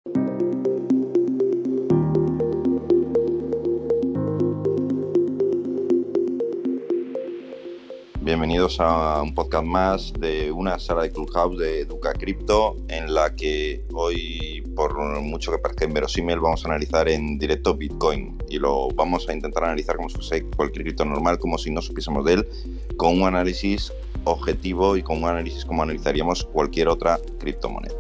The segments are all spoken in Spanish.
Bienvenidos a un podcast más de una sala de Clubhouse de Educa Cripto, en la que hoy, por mucho que parezca inverosímil, vamos a analizar en directo Bitcoin, y lo vamos a intentar analizar como si fuese cualquier cripto normal, como si no supiésemos de él, con un análisis objetivo y con un análisis como analizaríamos cualquier otra criptomoneda.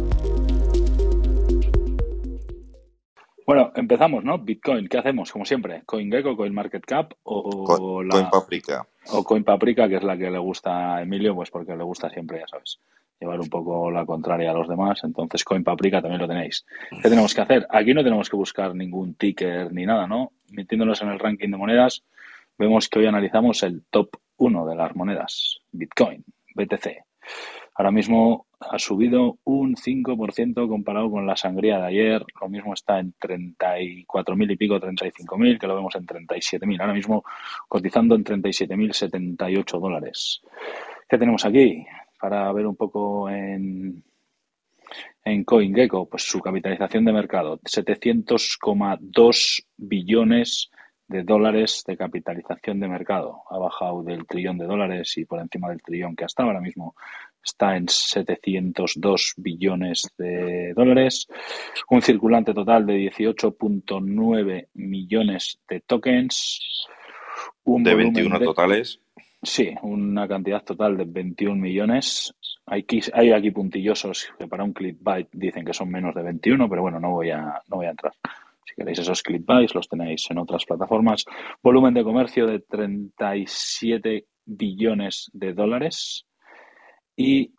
Bueno, empezamos, ¿no? Bitcoin, ¿qué hacemos? Como siempre, CoinGecko, CoinMarketCap o CoinPaprika. O CoinPaprika, que es la que le gusta a Emilio, pues porque le gusta siempre, ya sabes, llevar un poco la contraria a los demás. Entonces, CoinPaprika también lo tenéis. ¿Qué tenemos que hacer? Aquí no tenemos que buscar ningún ticker ni nada, ¿no? Metiéndonos en el ranking de monedas, vemos que hoy analizamos el top 1 de las monedas, Bitcoin, BTC. Ahora mismo ha subido un 5% comparado con la sangría de ayer. Lo mismo está en 34.000 y pico, 35.000, que lo vemos en 37.000. Ahora mismo cotizando en 37.078 dólares. ¿Qué tenemos aquí? Para ver un poco en CoinGecko, pues su capitalización de mercado, 700,2 billones de dólares de capitalización de mercado. Ha bajado del trillón de dólares y por encima del trillón que hasta ahora mismo está en 702 billones de dólares. Un circulante total de 18,9 millones de tokens. De 21 totales. Sí, una cantidad total de 21 millones. Hay aquí puntillosos que para un clickbait dicen que son menos de 21, pero bueno, no voy a entrar. Si queréis esos clickbaits los tenéis en otras plataformas. Volumen de comercio de 37 billones de dólares y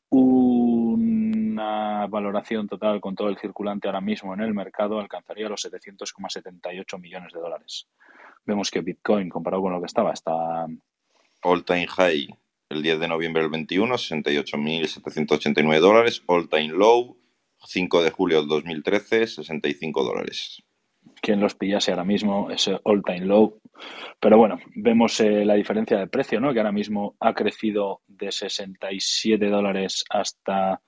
una valoración total con todo el circulante ahora mismo en el mercado alcanzaría los 700,78 millones de dólares. Vemos que Bitcoin, comparado con lo que estaba, está all time high el 10 de noviembre del 21, 68.789 dólares. All time low, 5 de julio del 2013, 65 dólares. Quien los pillase ahora mismo, ese all time low. Pero bueno, vemos la diferencia de precio, ¿no? Que ahora mismo ha crecido de 67 dólares hasta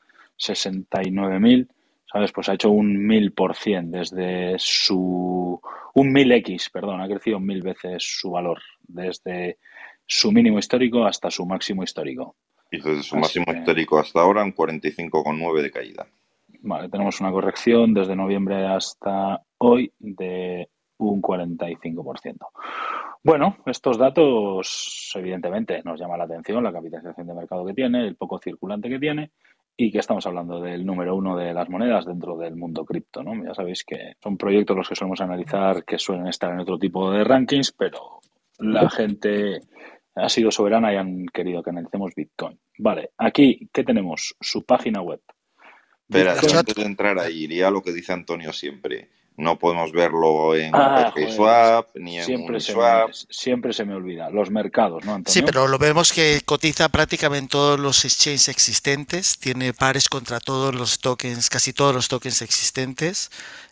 69.000. ¿Sabes? Pues ha hecho un 1000% desde un 1000x, perdón, ha crecido 1000 veces su valor, desde su mínimo histórico hasta su máximo histórico. Y desde su máximo histórico hasta ahora, un 45,9 de caída. Vale, tenemos una corrección desde noviembre hasta hoy de un 45%. Bueno, estos datos evidentemente nos llama la atención, la capitalización de mercado que tiene, el poco circulante que tiene y que estamos hablando del número 1 de las monedas dentro del mundo cripto, ¿no? Ya sabéis que son proyectos los que solemos analizar que suelen estar en otro tipo de rankings, pero la gente ha sido soberana y han querido que analicemos Bitcoin. Vale, aquí, ¿qué tenemos? Su página web. Espera, antes de entrar ahí, iría a lo que dice Antonio siempre. No podemos verlo en PancakeSwap ni en Uniswap. Siempre se me olvida. Los mercados, ¿no, Antonio? Sí, pero lo vemos que cotiza prácticamente todos los exchanges existentes. Tiene pares contra todos los tokens, casi todos los tokens existentes.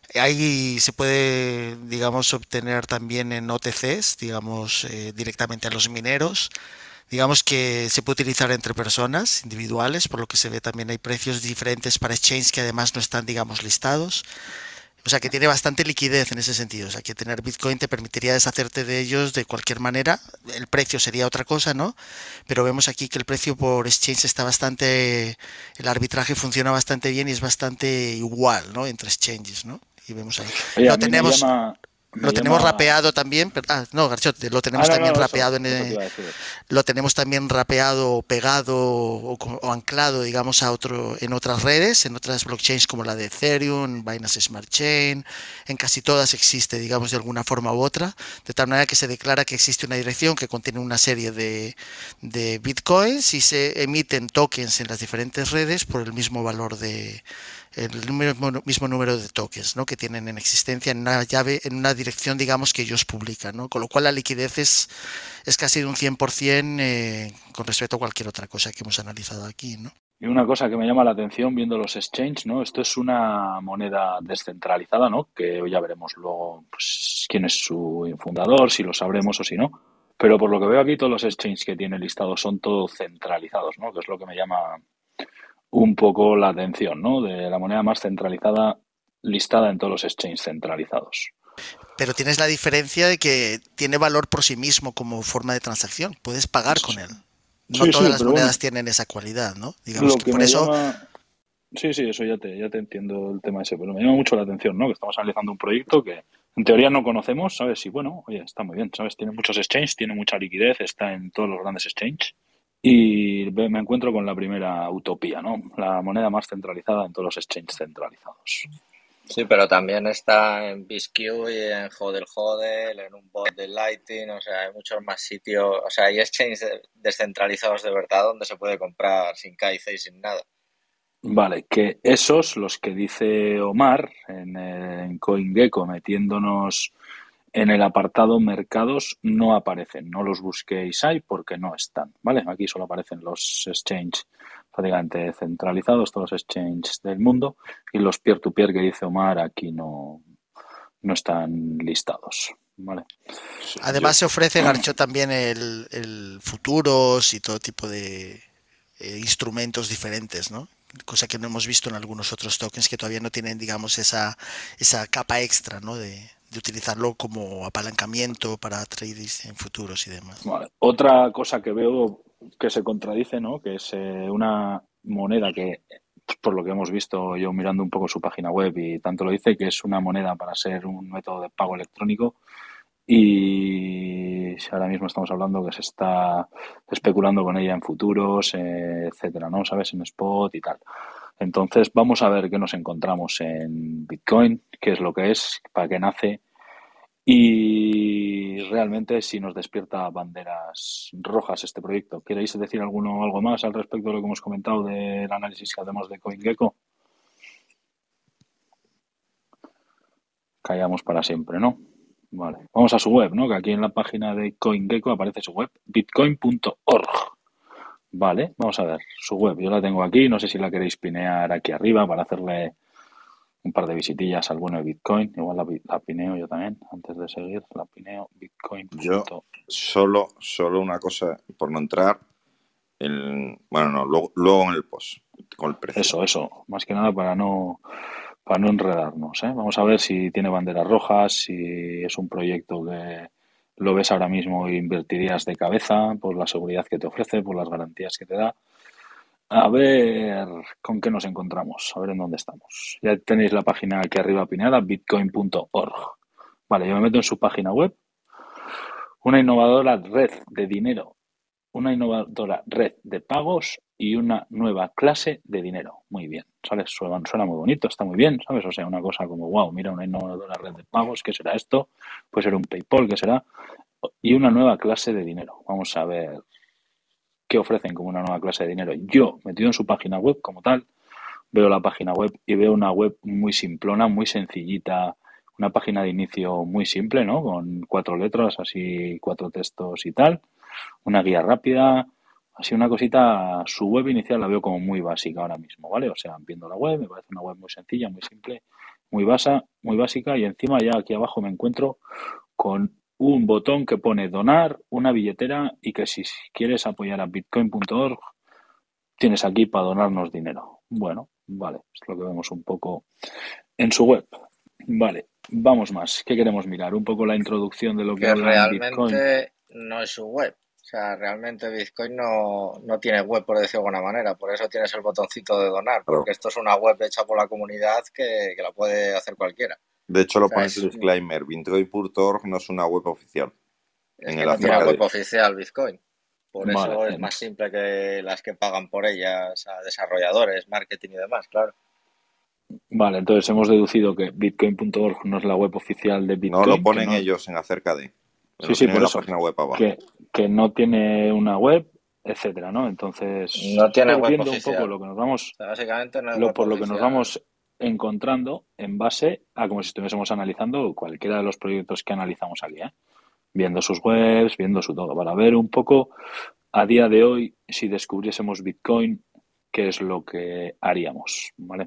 Ahí se puede, digamos, obtener también en OTCs, digamos, directamente a los mineros. Digamos que se puede utilizar entre personas individuales, por lo que se ve también hay precios diferentes para exchanges que además no están, digamos, listados. O sea que tiene bastante liquidez en ese sentido. O sea que tener Bitcoin te permitiría deshacerte de ellos de cualquier manera. El precio sería otra cosa, ¿no? Pero vemos aquí que el precio por exchange está bastante... El arbitraje funciona bastante bien y es bastante igual, ¿no? Entre exchanges, ¿no? Y vemos ahí. Oye, lo tenemos... Lo tenemos rapeado también, no, Garchot, lo tenemos también rapeado lo tenemos también rapeado, pegado o anclado, digamos, en otras redes, en otras blockchains como la de Ethereum, Binance Smart Chain, en casi todas existe, digamos, de alguna forma u otra, de tal manera que se declara que existe una dirección que contiene una serie de bitcoins y se emiten tokens en las diferentes redes por el mismo valor el mismo número de tokens, ¿no? Que tienen en existencia en una llave, en una dirección, digamos, que ellos publican, ¿no? Con lo cual la liquidez es casi de un 100% con respecto a cualquier otra cosa que hemos analizado aquí, ¿no? Y una cosa que me llama la atención viendo los exchanges, ¿no? Esto es una moneda descentralizada, ¿no? Que ya veremos luego pues, quién es su fundador, si lo sabremos o si no. Pero por lo que veo aquí, todos los exchanges que tiene listados son todos centralizados, ¿no? Que es lo que me llama un poco la atención, ¿no? De la moneda más centralizada listada en todos los exchanges centralizados. Pero tienes la diferencia de que tiene valor por sí mismo como forma de transacción. Puedes pagar con él. No Sí, todas las monedas bueno, tienen esa cualidad, ¿no? Digamos lo que que por me eso... llama... Sí, eso ya te entiendo el tema ese, pero me llama mucho la atención, ¿no? Que estamos analizando un proyecto que en teoría no conocemos, ¿sabes? Y bueno, oye, está muy bien, ¿sabes? Tiene muchos exchanges, tiene mucha liquidez, está en todos los grandes exchanges. Y me encuentro con la primera utopía, ¿no? La moneda más centralizada en todos los exchanges centralizados. Sí, pero también está en BitQ y en HODL, en un bot de Lightning, o sea, hay muchos más sitios, o sea, hay exchanges descentralizados de verdad donde se puede comprar sin KIC y sin nada. Vale, que esos, los que dice Omar en CoinGecko, metiéndonos en el apartado mercados, no aparecen. No los busquéis ahí porque no están, ¿vale? Aquí solo aparecen los exchanges prácticamente centralizados, todos los exchanges del mundo, y los peer-to-peer que dice Omar aquí no están listados, ¿vale? Además se ofrece, Garcho, también el futuros y todo tipo de instrumentos diferentes, ¿no? Cosa que no hemos visto en algunos otros tokens que todavía no tienen, digamos, esa capa extra, ¿no? De utilizarlo como apalancamiento para trades en futuros y demás. Vale. Otra cosa que veo que se contradice, ¿no? Que es una moneda que, por lo que hemos visto yo mirando un poco su página web y tanto lo dice, que es una moneda para ser un método de pago electrónico, y ahora mismo estamos hablando que se está especulando con ella en futuros, etcétera, ¿no? ¿Sabes? En spot y tal. Entonces, vamos a ver qué nos encontramos en Bitcoin, qué es lo que es, para qué nace y realmente si nos despierta banderas rojas este proyecto. ¿Queréis decir algo más al respecto de lo que hemos comentado del análisis que hacemos de CoinGecko? Callamos para siempre, ¿no? Vale. Vamos a su web, ¿no? Que aquí en la página de CoinGecko aparece su web, bitcoin.org. Vale, vamos a ver su web. Yo la tengo aquí, no sé si la queréis pinear aquí arriba para hacerle un par de visitillas al bueno de Bitcoin. Igual la pineo yo también, antes de seguir, la pineo Bitcoin. Yo solo una cosa, por no entrar, luego en el post, con el precio. Eso, más que nada para no enredarnos, ¿eh? Vamos a ver si tiene banderas rojas, si es un proyecto que lo ves ahora mismo e invertirías de cabeza por la seguridad que te ofrece, por las garantías que te da. A ver con qué nos encontramos, a ver en dónde estamos. Ya tenéis la página aquí arriba pineada, bitcoin.org. Vale, yo me meto en su página web. Una innovadora red de dinero, una innovadora red de pagos y una nueva clase de dinero. Muy bien, ¿sabes? Suena muy bonito, está muy bien, ¿sabes? O sea, una cosa como, wow, mira, una innovadora red de pagos, ¿qué será esto? Puede ser un PayPal, ¿qué será? Y una nueva clase de dinero. Vamos a ver qué ofrecen como una nueva clase de dinero. Yo, metido en su página web como tal, veo la página web y veo una web muy simplona, muy sencillita, una página de inicio muy simple, ¿no? Con 4 letras, así 4 textos y tal, una guía rápida, así una cosita. Su web inicial la veo como muy básica ahora mismo, ¿vale? O sea, viendo la web, me parece una web muy sencilla, muy simple, muy básica, y encima ya aquí abajo me encuentro con un botón que pone donar, una billetera, y que si quieres apoyar a bitcoin.org tienes aquí para donarnos dinero. Bueno, vale, es lo que vemos un poco en su web. Vale, vamos más. ¿Qué queremos mirar? Un poco la introducción de lo que habla en Bitcoin. Realmente no es su web. O sea, realmente Bitcoin no tiene web, por decirlo de alguna manera. Por eso tienes el botoncito de donar, porque esto es una web hecha por la comunidad que la puede hacer cualquiera. De hecho, lo pones el disclaimer. Bitcoin.org no es una web oficial. Es que no tiene web oficial Bitcoin. Por Vale, eso es más simple que las que pagan por ellas a desarrolladores, marketing y demás, claro. Vale, entonces hemos deducido que bitcoin.org no es la web oficial de Bitcoin. No lo ponen ellos en acerca de. Sí, por eso. Página web abajo. Que no tiene una web, etcétera, ¿no? Entonces, no tiene web viendo oficial. un poco lo que nos vamos, o sea, básicamente no por lo que nos vamos encontrando en base a como si estuviésemos analizando cualquiera de los proyectos que analizamos aquí, ¿eh? Viendo sus webs, viendo su todo, para ver un poco a día de hoy, si descubriésemos Bitcoin, qué es lo que haríamos, ¿vale?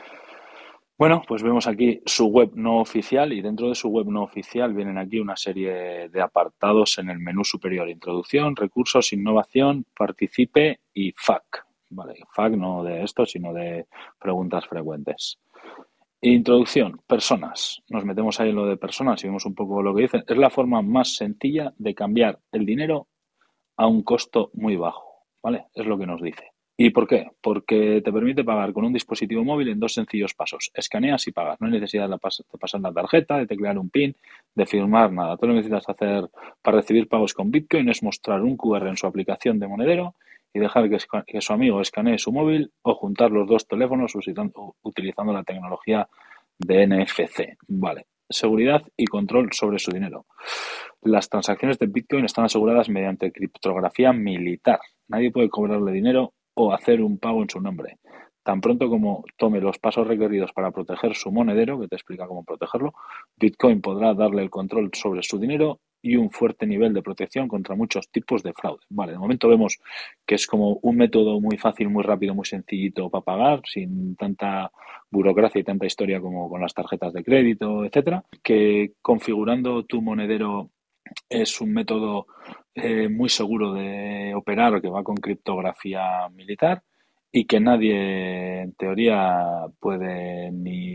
Bueno, pues vemos aquí su web no oficial, y dentro de su web no oficial vienen aquí una serie de apartados en el menú superior: introducción, recursos, innovación, participe y FAQ. Vale, FAQ no de esto, sino de preguntas frecuentes. Introducción, personas. Nos metemos ahí en lo de personas y vemos un poco lo que dicen. Es la forma más sencilla de cambiar el dinero a un costo muy bajo, ¿vale? Es lo que nos dice. ¿Y por qué? Porque te permite pagar con un dispositivo móvil en 2 sencillos pasos. Escaneas y pagas. No hay necesidad de pasar la tarjeta, de teclear un PIN, de firmar nada. Todo lo que necesitas hacer para recibir pagos con Bitcoin es mostrar un QR en su aplicación de monedero y dejar que su amigo escanee su móvil o juntar los 2 teléfonos utilizando la tecnología de NFC. Vale. Seguridad y control sobre su dinero. Las transacciones de Bitcoin están aseguradas mediante criptografía militar. Nadie puede cobrarle dinero o hacer un pago en su nombre. Tan pronto como tome los pasos requeridos para proteger su monedero, que te explica cómo protegerlo, Bitcoin podrá darle el control sobre su dinero y un fuerte nivel de protección contra muchos tipos de fraude. Vale, de momento vemos que es como un método muy fácil, muy rápido, muy sencillito para pagar, sin tanta burocracia y tanta historia como con las tarjetas de crédito, etcétera, que configurando tu monedero es un método muy seguro de operar, que va con criptografía militar y que nadie, en teoría, puede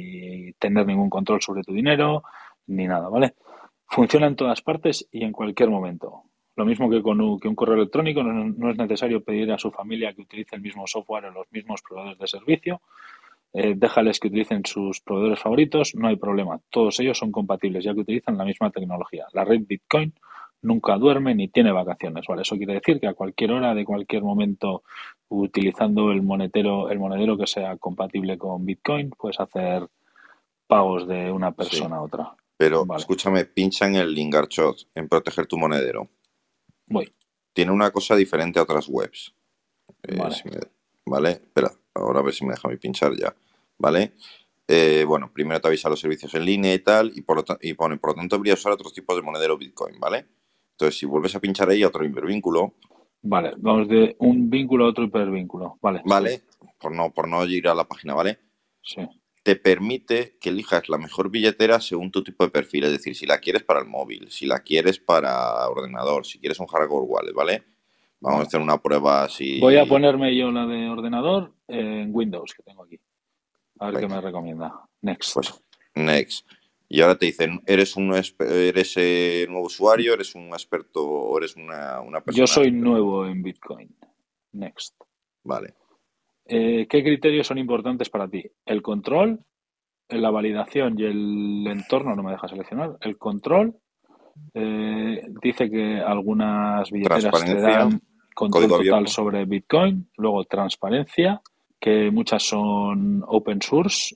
ni tener ningún control sobre tu dinero ni nada, ¿vale? Funciona en todas partes y en cualquier momento. Lo mismo que con un correo electrónico, no es necesario pedir a su familia que utilice el mismo software o los mismos proveedores de servicio. Déjales que utilicen sus proveedores favoritos, no hay problema. Todos ellos son compatibles ya que utilizan la misma tecnología. La red Bitcoin nunca duerme ni tiene vacaciones, ¿vale? Eso quiere decir que a cualquier hora, de cualquier momento, utilizando el monedero que sea compatible con Bitcoin, puedes hacer pagos de una persona a otra. Pero vale. Escúchame, pincha en el link, Garchot, en proteger tu monedero. Voy. Tiene una cosa diferente a otras webs. Vale. Vale, espera, ahora a ver si me deja a mí pinchar ya. Vale. Bueno, primero te avisa los servicios en línea y tal, y pone, por lo tanto, debería usar otros tipos de monedero Bitcoin, ¿vale? Entonces, si vuelves a pinchar ahí, otro hipervínculo. Vale, vamos de un vínculo a otro hipervínculo. Vale. Vale, Sí. por no ir a la página, ¿vale? Sí. Te permite que elijas la mejor billetera según tu tipo de perfil. Es decir, si la quieres para el móvil, si la quieres para ordenador, si quieres un hardware wallet, ¿vale? Vamos a hacer una prueba así. Voy a ponerme yo la de ordenador en Windows, que tengo aquí. A ver qué me recomienda. Next. Pues, next. Y ahora te dicen, ¿eres nuevo usuario, eres un experto o eres una persona? Yo soy nuevo en Bitcoin. Next. Vale. ¿Qué criterios son importantes para ti? El control, la validación y el entorno, no me deja seleccionar. El control dice que algunas billeteras te dan control total sobre Bitcoin. Luego transparencia, que muchas son open source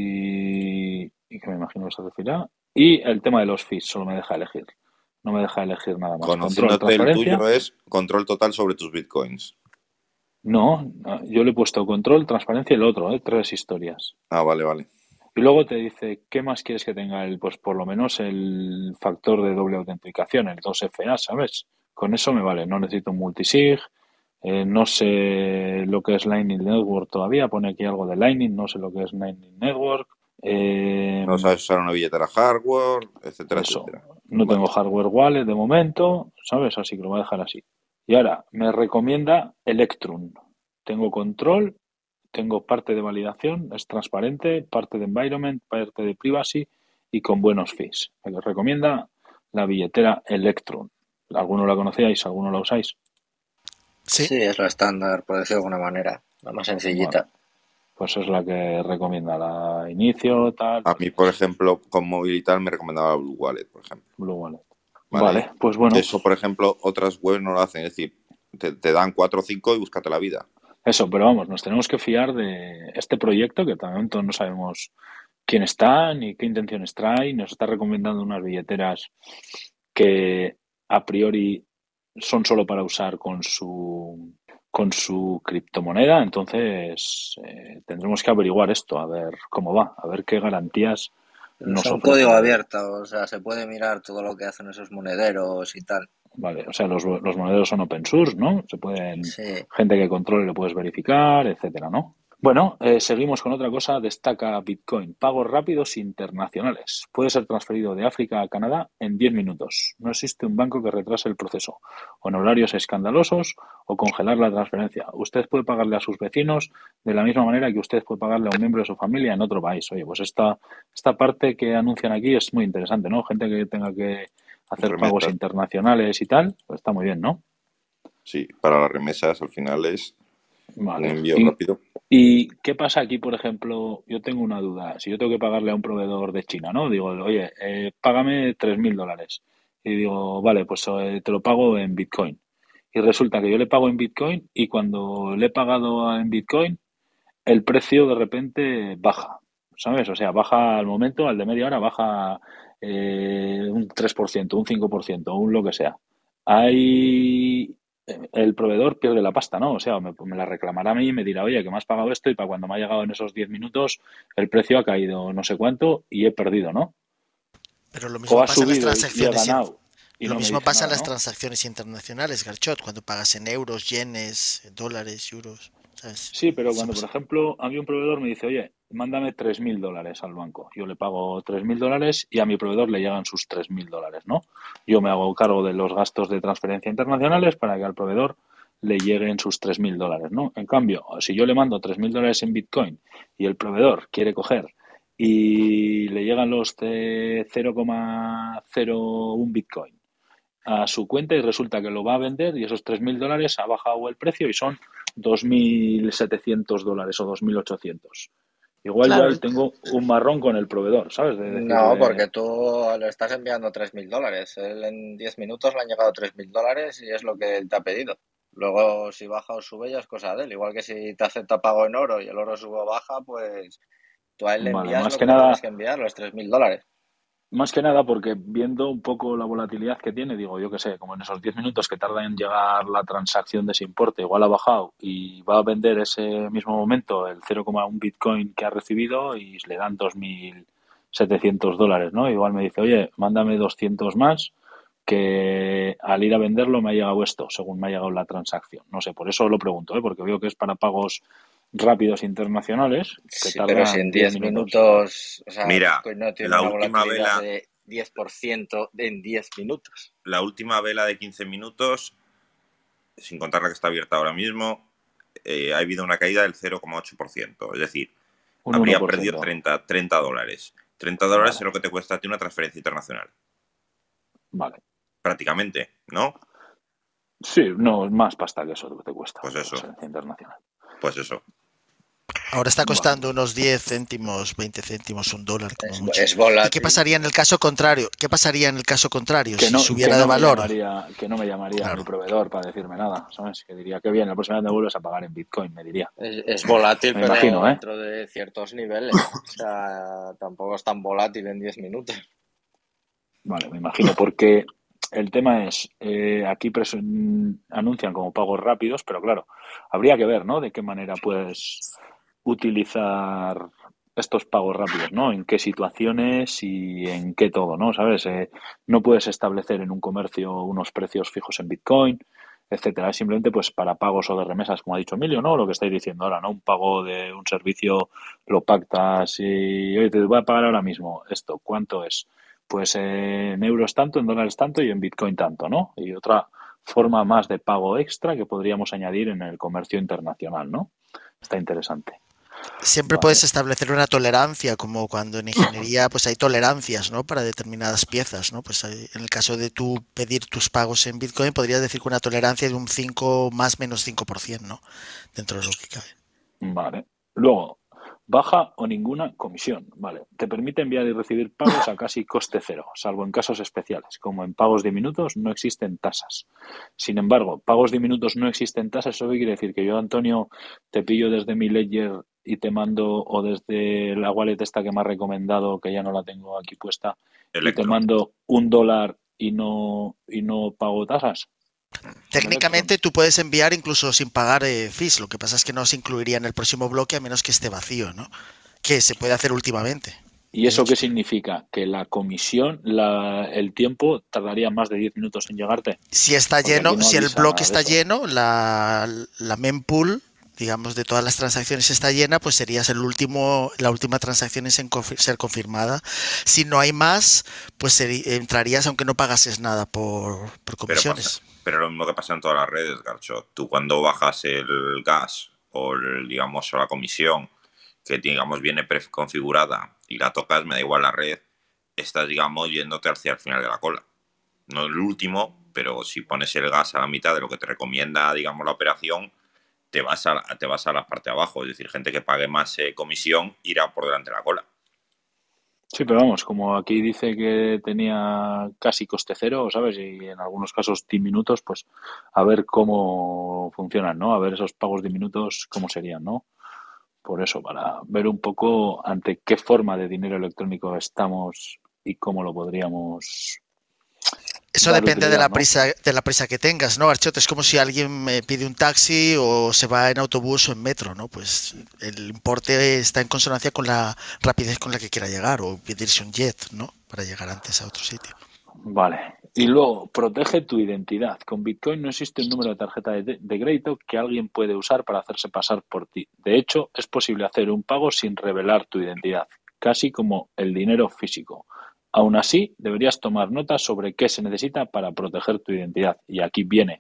y que me imagino que se referirá. Y el tema de los fees, solo me deja elegir. No me deja elegir nada más. Conociéndote, el tuyo es control total sobre tus Bitcoins. No, yo le he puesto control, transparencia y el otro, 3 historias. Ah, vale. Y luego te dice, ¿qué más quieres que tenga? Pues por lo menos el factor de doble autenticación, el 2FA, ¿sabes? Con eso me vale, no necesito un multisig, no sé lo que es Lightning Network todavía, pone aquí algo de Lightning, no sé lo que es Lightning Network. No sabes usar una billetera hardware, etcétera, etcétera. No tengo hardware wallet de momento, ¿sabes? Así que lo voy a dejar así. Y ahora, me recomienda Electrum. Tengo control, tengo parte de validación, es transparente, parte de environment, parte de privacy y con buenos fees. Me recomienda la billetera Electrum. ¿Alguno la conocíais? ¿Alguno la usáis? Sí, es la estándar, por decirlo de alguna manera, la más sencillita. Bueno, pues es la que recomienda la inicio, tal. A mí, por ejemplo, con móvil y tal, me recomendaba Blue Wallet, por ejemplo. Blue Wallet. Vale, pues bueno. Eso, por ejemplo, otras webs no lo hacen, es decir, te dan 4 o 5 y búscate la vida. Eso, pero vamos, nos tenemos que fiar de este proyecto que de momento no sabemos quién está ni qué intenciones trae. Nos está recomendando unas billeteras que a priori son solo para usar con su criptomoneda. Entonces tendremos que averiguar esto, a ver cómo va, a ver qué garantías nos ofrecen. Código abierto, o sea, se puede mirar todo lo que hacen esos monederos y tal. Vale, o sea, los monederos son open source, ¿no? Se pueden, gente que controle lo puedes verificar, etcétera, ¿no? Bueno, seguimos con otra cosa. Destaca Bitcoin. Pagos rápidos internacionales. Puede ser transferido de África a Canadá en 10 minutos. No existe un banco que retrase el proceso. Honorarios escandalosos o congelar la transferencia. Usted puede pagarle a sus vecinos de la misma manera que usted puede pagarle a un miembro de su familia en otro país. Oye, pues esta parte que anuncian aquí es muy interesante, ¿no? Gente que tenga que hacer pagos Remesas. internacionales y tal, pues está muy bien, ¿no? Sí, para las remesas al final es un Vale. envío rápido. ¿Y qué pasa aquí, por ejemplo? Yo tengo una duda. Si yo tengo que pagarle a un proveedor de China, ¿no? Digo, oye, págame $3.000. Y digo, vale, pues te lo pago en Bitcoin. Y resulta que yo le pago en Bitcoin y cuando le he pagado en Bitcoin, el precio de repente baja, ¿sabes? O sea, baja al momento, al de media hora, baja un 3%, un 5%, un lo que sea. Hay el proveedor pierde la pasta, ¿no? O sea, me la reclamará a mí y me dirá, oye, que me has pagado esto y para cuando me ha llegado en esos 10 minutos el precio ha caído no sé cuánto y he perdido, ¿no? Pero lo O mismo ha pasa en las subido y he transacciones. ganado y Lo no me mismo dice pasa en nada, las ¿no? transacciones internacionales, Garchot, cuando pagas en euros, yenes, dólares, euros, ¿sabes? Sí, pero Eso cuando, por pasa. ejemplo, a mí un proveedor me dice, oye, mándame $3.000 al banco. Yo le pago $3.000 y a mi proveedor le llegan sus $3.000, ¿no? Yo me hago cargo de los gastos de transferencia internacionales para que al proveedor le lleguen sus $3.000, ¿no? En cambio, si yo le mando $3.000 en Bitcoin y el proveedor quiere coger y le llegan los 0,01 Bitcoin a su cuenta y resulta que lo va a vender y esos $3.000 ha bajado el precio y son $2.700 o 2.800. Igual yo Claro. ahí tengo un marrón con el proveedor, ¿sabes? De No, decirle, porque tú le estás enviando $3.000. Él en 10 minutos le han llegado $3.000 y es lo que él te ha pedido. Luego, si baja o sube, ya es cosa de él. Igual que si te acepta pago en oro y el oro sube o baja, pues tú a él le vale, envías lo que le tienes que enviar, los $3.000. más que nada porque viendo un poco la volatilidad que tiene, digo, yo qué sé, como en esos 10 minutos que tarda en llegar la transacción de ese importe, igual ha bajado y va a vender ese mismo momento el 0,1 Bitcoin que ha recibido y le dan $2.700, ¿no? Igual me dice, oye, mándame 200 más que al ir a venderlo me ha llegado esto, según me ha llegado la transacción. No sé, por eso lo pregunto, ¿eh? Porque veo que es para pagos rápidos internacionales que Sí, pero si en tardan 10 10 minutos. minutos, o sea, Mira, Bitcoin no tiene la una última volatilidad vela, de 10% en 10 minutos. la última vela de 15 minutos, sin contar la que está abierta ahora mismo, ha habido una caída del 0,8%. Es decir, Un habría perdido 1%. $30. $30 es Vale, lo que te cuesta a ti una transferencia internacional. vale. Prácticamente, ¿no? Sí, no, es más pasta que eso lo que te cuesta Pues una eso, transferencia internacional. pues eso. Ahora está Vale. costando unos 10 céntimos, 20 céntimos, un dólar como mucho. Es ¿Y qué volátil. pasaría en el caso contrario? ¿Qué pasaría en el caso contrario Que si no, que subiera de no me valor? llamaría, que no me llamaría mi Claro. proveedor para decirme nada, ¿sabes? Que diría que bien, la próxima vez me vuelves a pagar en Bitcoin, me diría. Es volátil, Me pero imagino, ¿eh? dentro de ciertos niveles. O sea, tampoco es tan volátil en 10 minutos. Vale, me imagino, porque el tema es, aquí anuncian como pagos rápidos, pero claro, habría que ver, ¿no? De qué manera puedes utilizar estos pagos rápidos, ¿no? En qué situaciones y en qué todo, ¿no? ¿Sabes? No puedes establecer en un comercio unos precios fijos en Bitcoin, etcétera. Es simplemente pues para pagos o de remesas, como ha dicho Emilio, ¿no? Lo que estáis diciendo ahora, ¿no? Un pago de un servicio lo pactas y, oye, te voy a pagar ahora mismo esto, ¿cuánto es? Pues en euros tanto, en dólares tanto y en Bitcoin tanto, ¿no? Y otra forma más de pago extra que podríamos añadir en el comercio internacional, ¿no? Está interesante. Siempre puedes Vale. establecer una tolerancia, como cuando en ingeniería pues hay tolerancias, ¿no? Para determinadas piezas, ¿no? Pues en el caso de tú pedir tus pagos en Bitcoin, podrías decir que una tolerancia de un 5 más menos 5%, ¿no? Dentro de lo que cabe. Vale. Luego, baja o ninguna comisión. Vale. Te permite enviar y recibir pagos a casi coste cero, salvo en casos especiales. Como en pagos diminutos no existen tasas. Sin embargo, pagos diminutos no existen tasas. ¿Eso qué quiere decir? Que yo, Antonio, te pillo desde mi Ledger y te mando, o desde la wallet esta que me has recomendado, que ya no la tengo aquí puesta, y te Electron. mando $1 y no pago tasas. Con Electron. Técnicamente tú puedes enviar incluso sin pagar fees, lo que pasa es que no se incluiría en el próximo bloque a menos que esté vacío, ¿no? Que se puede hacer últimamente. ¿Y De eso hecho, qué significa? Que la comisión, el tiempo tardaría más de 10 minutos en llegarte. si está Porque aquí lleno, no si el avisa bloque nada de está eso. lleno, la mempool digamos, de todas las transacciones está llena, pues serías la última transacción en ser confirmada. Si no hay más, pues entrarías aunque no pagases nada por comisiones. Pero lo mismo que pasa en todas las redes, Garcho. Tú cuando bajas el gas o digamos la comisión que digamos viene preconfigurada y la tocas, me da igual la red, estás digamos yéndote hacia el final de la cola. No el último, pero si pones el gas a la mitad de lo que te recomienda digamos la operación, te vas a la parte de abajo. Es decir, gente que pague más comisión irá por delante de la cola. Sí, pero vamos, como aquí dice que tenía casi coste cero, ¿sabes? Y en algunos casos diminutos, pues a ver cómo funcionan, ¿no? A ver esos pagos diminutos, cómo serían, ¿no? Por eso, para ver un poco ante qué forma de dinero electrónico estamos y cómo lo podríamos Eso depende de la prisa que tengas, ¿no, Archot? Es como si alguien me pide un taxi o se va en autobús o en metro, ¿no? Pues el importe está en consonancia con la rapidez con la que quiera llegar, o pedirse un jet, ¿no? Para llegar antes a otro sitio. Vale. Y luego, protege tu identidad. Con Bitcoin no existe un número de tarjeta de crédito que alguien puede usar para hacerse pasar por ti. De hecho, es posible hacer un pago sin revelar tu identidad, casi como el dinero físico. Aún así, deberías tomar nota sobre qué se necesita para proteger tu identidad. Y aquí viene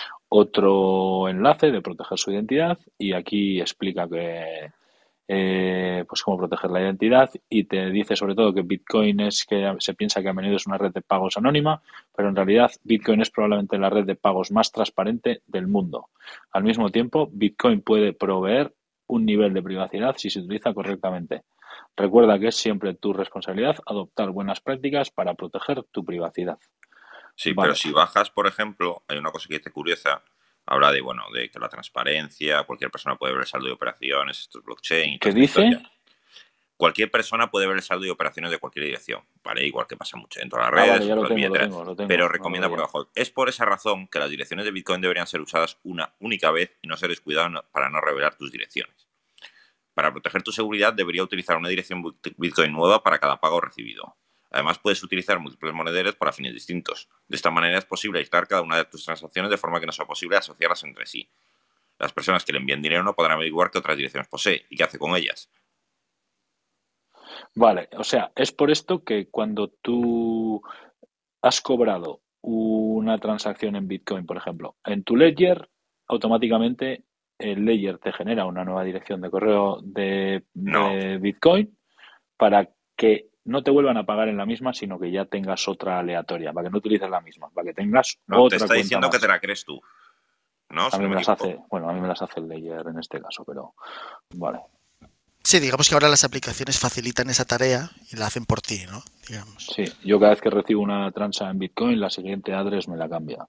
otro enlace de proteger su identidad y aquí explica que pues cómo proteger la identidad y te dice sobre todo que Bitcoin es que se piensa que a menudo es una red de pagos anónima, pero en realidad Bitcoin es probablemente la red de pagos más transparente del mundo. Al mismo tiempo, Bitcoin puede proveer un nivel de privacidad si se utiliza correctamente. Recuerda que es siempre tu responsabilidad adoptar buenas prácticas para proteger tu privacidad. Sí, vale. Pero si bajas, por ejemplo, hay una cosa que dice curiosa, habla de, bueno, de que la transparencia, cualquier persona puede ver el saldo de operaciones, esto es blockchain. ¿Qué dice? Historia. Cualquier persona puede ver el saldo de operaciones de cualquier dirección, ¿vale? Igual que pasa mucho en todas las redes, vale, ya lo tengo, pero recomienda por abajo. Es por esa razón que las direcciones de Bitcoin deberían ser usadas una única vez y no ser descuidadas para no revelar tus direcciones. Para proteger tu seguridad, debería utilizar una dirección Bitcoin nueva para cada pago recibido. Además, puedes utilizar múltiples monederos para fines distintos. De esta manera es posible aislar cada una de tus transacciones de forma que no sea posible asociarlas entre sí. Las personas que le envían dinero no podrán averiguar qué otras direcciones posee y qué hace con ellas. Vale, o sea, es por esto que cuando tú has cobrado una transacción en Bitcoin, por ejemplo, en tu Ledger, automáticamente el Ledger te genera una nueva dirección de correo de Bitcoin para que no te vuelvan a pagar en la misma, sino que ya tengas otra aleatoria, para que no utilices la misma, para que tengas otra cuenta. Te está diciendo que te la crees tú, ¿no? A mí me las hace, bueno, a mí me las hace el Ledger en este caso, pero vale. Sí, digamos que ahora las aplicaciones facilitan esa tarea y la hacen por ti, ¿no? Digamos. Sí, yo cada vez que recibo una transa en Bitcoin, la siguiente address me la cambia.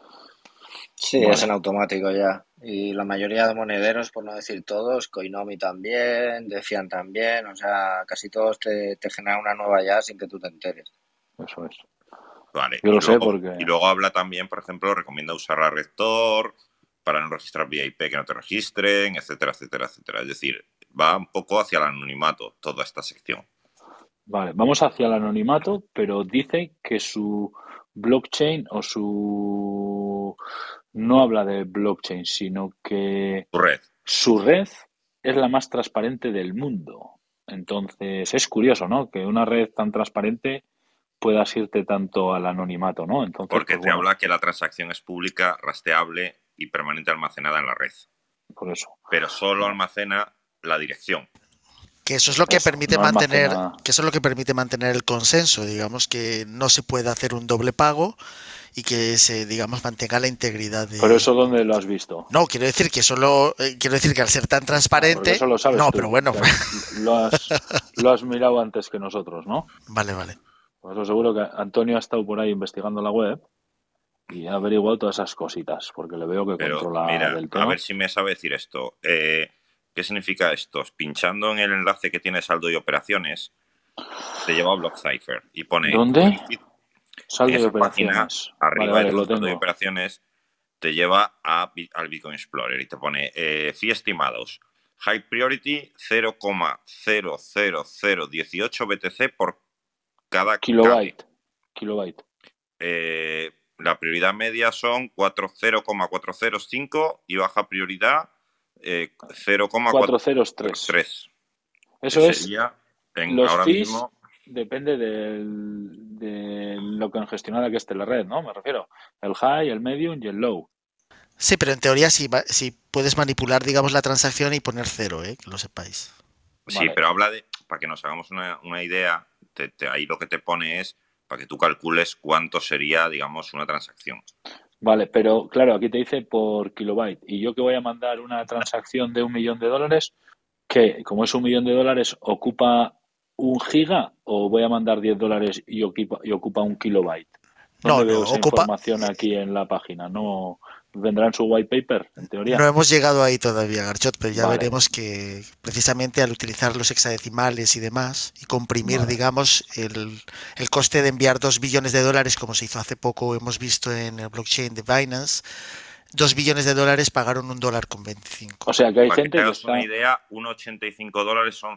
Sí, vale. Es en automático ya. Y la mayoría de monederos, por no decir todos, Coinomi también, Defiant también, o sea, casi todos te generan una nueva ya sin que tú te enteres. Eso es. Vale. Yo lo sé porque... Y luego habla también, por ejemplo, recomienda usar la red Tor para no registrar vía IP que no te registren, etcétera, etcétera, etcétera. Es decir, va un poco hacia el anonimato toda esta sección. Vale, vamos hacia el anonimato, pero dice que su blockchain o su... No habla de blockchain, sino que... Su red es la más transparente del mundo. Entonces, es curioso, ¿no? Que una red tan transparente puedas irte tanto al anonimato, ¿no? Entonces, porque pues, te habla que la transacción es pública, rastreable y permanente almacenada en la red. Por eso. Pero solo almacena la dirección. Que eso es lo que permite mantener, que eso es lo que permite mantener el consenso, digamos que no se puede hacer un doble pago y que se, digamos, mantenga la integridad de... ¿Pero eso dónde lo has visto? No, quiero decir que al ser tan transparente... Eso lo sabes no, tú, pero bueno. Lo has mirado antes que nosotros, ¿no? Vale, vale. Pues eso seguro que Antonio ha estado por ahí investigando la web y ha averiguado todas esas cositas, porque le veo que controla del tema. A ver si me sabe decir esto. ¿Qué significa esto? Pinchando en el enlace que tiene saldo y operaciones, te lleva a BlockCypher y pone... ¿Dónde? Saldo y operaciones. Página, arriba de saldo y operaciones, te lleva al Bitcoin Explorer y te pone fee estimados. High priority 0,00018 BTC por cada kilobyte. La prioridad media son 0,405 y baja prioridad 0,403. Eso es. Sería Los ahora fees mismo. depende de lo congestionada que esté la red, ¿no? Me refiero. El high, el medium y el low. Sí, pero en teoría sí puedes manipular, digamos, la transacción y poner 0, que lo sepáis. Sí, vale. Pero habla de, para que nos hagamos una idea, ahí lo que te pone es para que tú calcules cuánto sería, digamos, una transacción. Vale, pero claro, aquí te dice por kilobyte. Y yo que voy a mandar una transacción de $1 millón, que como es $1 millón, ¿ocupa 1 giga o voy a mandar $10 y ocupa 1 kilobyte? ¿Dónde veo esa información aquí en la página? ¿No vendrá en su white paper, en teoría? No hemos llegado ahí todavía, Garchot, pero ya veremos que precisamente al utilizar los hexadecimales y demás y comprimir, digamos, el coste de enviar $2 billones, como se hizo hace poco, hemos visto en el blockchain de Binance, $2 billones pagaron $1.25. O sea que hay gente que está... una idea, $1.85 son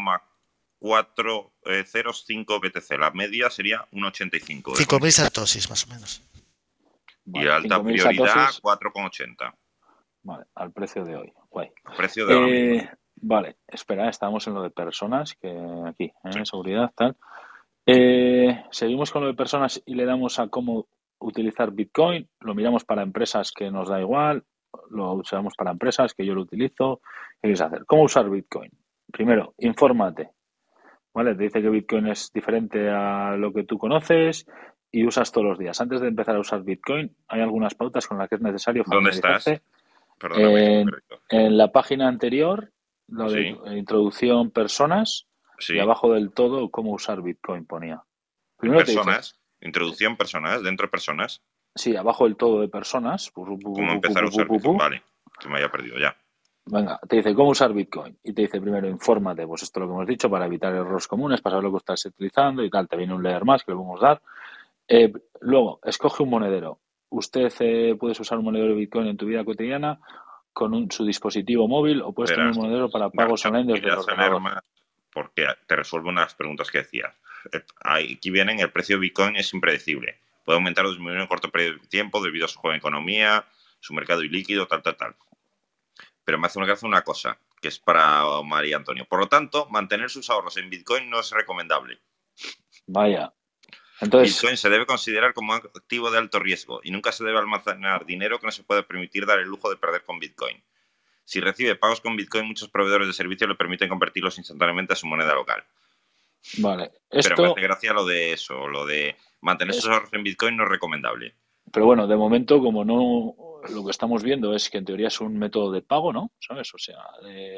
0,405 BTC. La media sería 1,85. 5.000 satoshis, más o menos. Vale, y alta prioridad, 4,80. Vale, al precio de hoy. Guay. Al precio de ahora mismo. Vale, espera, estamos en lo de personas, que aquí, sí. Seguridad, tal. Seguimos con lo de personas y le damos a cómo utilizar Bitcoin. Lo miramos para empresas, que nos da igual. Lo usamos para empresas, que yo lo utilizo. ¿Qué quieres hacer? ¿Cómo usar Bitcoin? Primero, infórmate. ¿Vale? Te dice que Bitcoin es diferente a lo que tú conoces y usas todos los días. Antes de empezar a usar Bitcoin, hay algunas pautas con las que es necesario familiarizarse. ¿Dónde estás? Perdóname. En la página anterior, lo de introducción personas, y abajo del todo, cómo usar Bitcoin ponía. Primero personas, introducción personas, dentro de personas. Sí, abajo del todo de personas. ¿Cómo empezar a usar Bitcoin? Vale, que me haya perdido ya. Venga, te dice cómo usar Bitcoin y te dice primero infórmate, pues esto es lo que hemos dicho, para evitar errores comunes, para saber lo que estás utilizando y tal. Te viene un leer más que le podemos dar. Luego, escoge un monedero. Usted puedes usar un monedero de Bitcoin en tu vida cotidiana con su dispositivo móvil o puedes tener un monedero para pagos online desde el ordenador. Más porque te resuelvo unas preguntas que decías. Aquí vienen, el precio de Bitcoin es impredecible. Puede aumentar o disminuir en un corto periodo de tiempo debido a su joven economía, su mercado ilíquido, tal. Pero me hace una cosa, que es para María Antonio. Por lo tanto, mantener sus ahorros en Bitcoin no es recomendable. Vaya. Entonces, Bitcoin se debe considerar como un activo de alto riesgo y nunca se debe almacenar dinero que no se puede permitir dar el lujo de perder con Bitcoin. Si recibe pagos con Bitcoin, muchos proveedores de servicios le permiten convertirlos instantáneamente a su moneda local. Vale. Pero me hace gracia lo de eso, lo de mantener sus ahorros en Bitcoin no es recomendable. Pero bueno, de momento, como no, lo que estamos viendo es que en teoría es un método de pago, ¿no? ¿Sabes? O sea,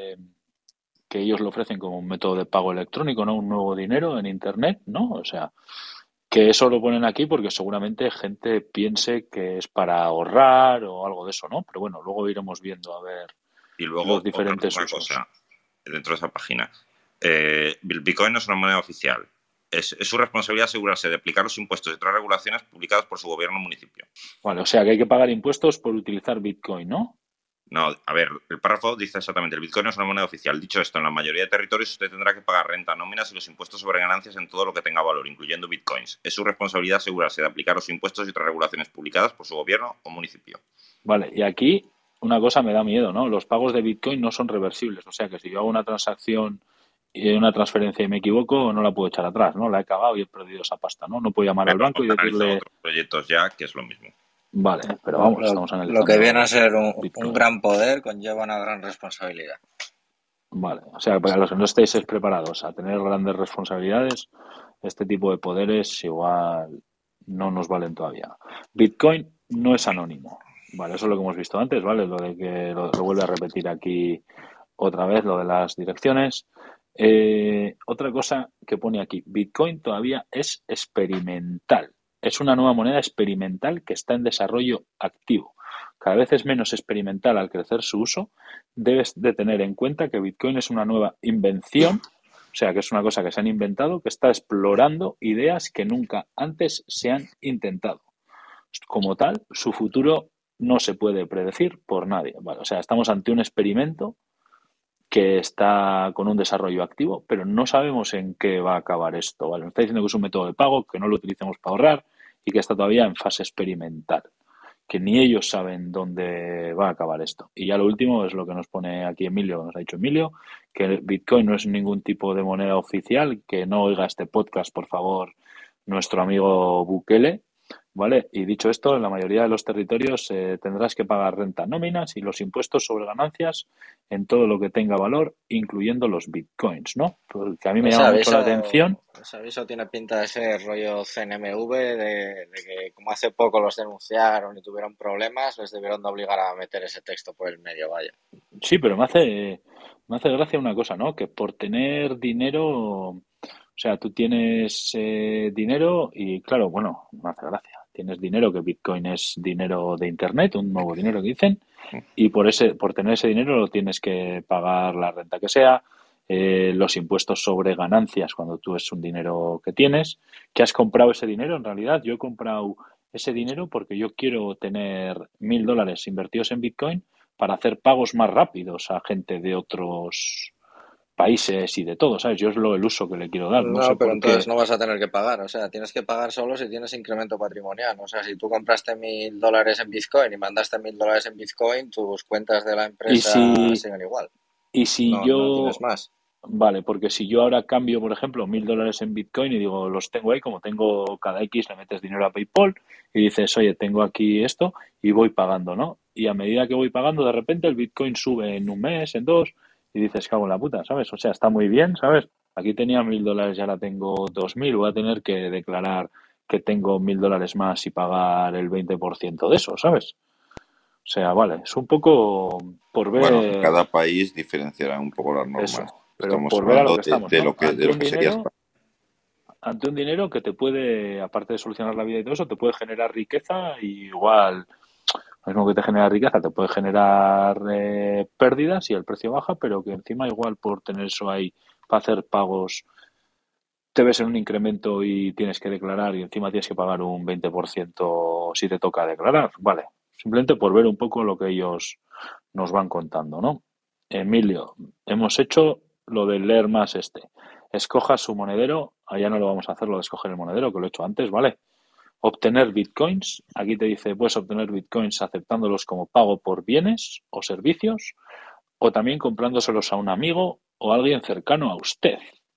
que ellos lo ofrecen como un método de pago electrónico, ¿no? Un nuevo dinero en Internet, ¿no? O sea, que eso lo ponen aquí porque seguramente gente piense que es para ahorrar o algo de eso, ¿no? Pero bueno, luego iremos viendo a ver y luego, los diferentes otra usos. Cosa, dentro de esa página. Bitcoin no es una moneda oficial. Es su responsabilidad asegurarse de aplicar los impuestos y otras regulaciones publicadas por su gobierno o municipio. Vale, o sea que hay que pagar impuestos por utilizar Bitcoin, ¿no? No, a ver, el párrafo dice exactamente, el Bitcoin no es una moneda oficial. Dicho esto, en la mayoría de territorios usted tendrá que pagar renta, nóminas y los impuestos sobre ganancias en todo lo que tenga valor, incluyendo Bitcoins. Es su responsabilidad asegurarse de aplicar los impuestos y otras regulaciones publicadas por su gobierno o municipio. Vale, y aquí una cosa me da miedo, ¿no? Los pagos de Bitcoin no son reversibles, o sea que si yo hago una transacción y una transferencia y me equivoco, no la puedo echar atrás, ¿no? La he cagado y he perdido esa pasta, ¿no? No puedo llamar al banco y decirle... otros proyectos ya, que es lo mismo. Vale, pero vamos, estamos analizando... Lo que viene a ser un gran poder conlleva una gran responsabilidad. Vale, o sea, para los que no estéis preparados a tener grandes responsabilidades, este tipo de poderes igual no nos valen todavía. Bitcoin no es anónimo, vale, eso es lo que hemos visto antes, ¿vale? Lo de que lo vuelve a repetir aquí otra vez, lo de las direcciones. Otra cosa que pone aquí, Bitcoin todavía es experimental. Es una nueva moneda experimental que está en desarrollo activo. Cada vez es menos experimental al crecer su uso. Debes de tener en cuenta que Bitcoin es una nueva invención, o sea, que es una cosa que se han inventado, que está explorando ideas que nunca antes se han intentado. Como tal, su futuro no se puede predecir por nadie. Vale, o sea, estamos ante un experimento que está con un desarrollo activo, pero no sabemos en qué va a acabar esto. ¿Vale? Nos está diciendo que es un método de pago, que no lo utilicemos para ahorrar y que está todavía en fase experimental. que ni ellos saben dónde va a acabar esto. Y ya lo último es lo que nos pone aquí Emilio, nos ha dicho Emilio, que el Bitcoin no es ningún tipo de moneda oficial, que no oiga este podcast, por favor, nuestro amigo Bukele, ¿vale? Y dicho esto, en la mayoría de los territorios tendrás que pagar renta nóminas y los impuestos sobre ganancias en todo lo que tenga valor, incluyendo los bitcoins, ¿no? Porque a mí me llama mucho la atención. Ese aviso tiene pinta de ser rollo CNMV, de que como hace poco los denunciaron y tuvieron problemas, les debieron de obligar a meter ese texto por el medio, vaya. Sí, pero me hace gracia una cosa, ¿no? Que por tener dinero, o sea, tú tienes dinero y claro, bueno, me hace gracia. Tienes dinero, que Bitcoin es dinero de Internet, un nuevo dinero que dicen, y por tener ese dinero lo tienes que pagar la renta que sea, los impuestos sobre ganancias cuando tú es un dinero que tienes, que has comprado ese dinero. En realidad, yo he comprado ese dinero porque yo quiero tener $1.000 invertidos en Bitcoin para hacer pagos más rápidos a gente de otros países y de todo, ¿sabes? Yo es el uso que le quiero dar, no sé No, pero por qué. entonces no vas a tener que pagar, o sea, tienes que pagar solo si tienes incremento patrimonial. O sea, si tú compraste $1.000 en Bitcoin y mandaste $1.000 en Bitcoin, tus cuentas de la Y empresa si, siguen igual. y si No tienes yo, más. vale, porque si yo ahora cambio, por ejemplo, $1.000 en Bitcoin y digo, los tengo ahí, como tengo cada X, le metes dinero a PayPal y dices, oye, tengo aquí esto y voy pagando, ¿no? Y a medida que voy pagando, de repente el Bitcoin sube en un mes, en dos, y dices, cago en la puta, ¿sabes? O sea, está muy bien, ¿sabes? Aquí tenía $1.000 y ahora tengo 2.000, voy a tener que declarar que tengo $1.000 más y pagar el 20% de eso, ¿sabes? O sea, vale, es un poco por Bueno, ver cada país diferenciará un poco las normas. eso, pero Estamos por ver a lo hablando que estamos, ¿no? de lo que sería España. Ante un dinero que te puede, aparte de solucionar la vida y todo eso, te puede generar riqueza y igual, lo mismo que te genera riqueza, te puede generar pérdidas si el precio baja, pero que encima igual por tener eso ahí para hacer pagos te ves en un incremento y tienes que declarar y encima tienes que pagar un 20% si te toca declarar. Vale, simplemente por ver un poco lo que ellos nos van contando, ¿no? Emilio, hemos hecho lo de leer más este. Escoja su monedero, allá no lo vamos a hacer, lo de escoger el monedero, que lo he hecho antes, ¿vale? Obtener bitcoins, aquí te dice, puedes obtener bitcoins aceptándolos como pago por bienes o servicios, o también comprándoselos a un amigo o a alguien cercano a usted.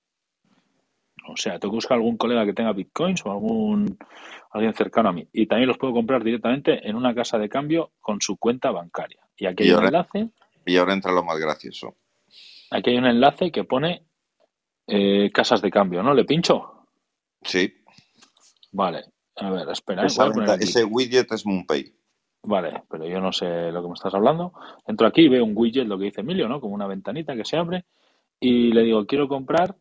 O sea, tengo que buscar algún colega que tenga bitcoins o alguien cercano a mí. Y también los puedo comprar directamente en una casa de cambio con su cuenta bancaria. Y aquí hay un enlace. Y ahora entra lo más gracioso. Aquí hay un enlace que pone casas de cambio, ¿no? ¿Le pincho? Sí. Vale. A ver, espera, voy a poner aquí. Ese widget es MoonPay. Vale, pero yo no sé lo que me estás hablando. Entro aquí y veo un widget, lo que dice Emilio, ¿no? Como una ventanita que se abre. Y le digo, quiero comprar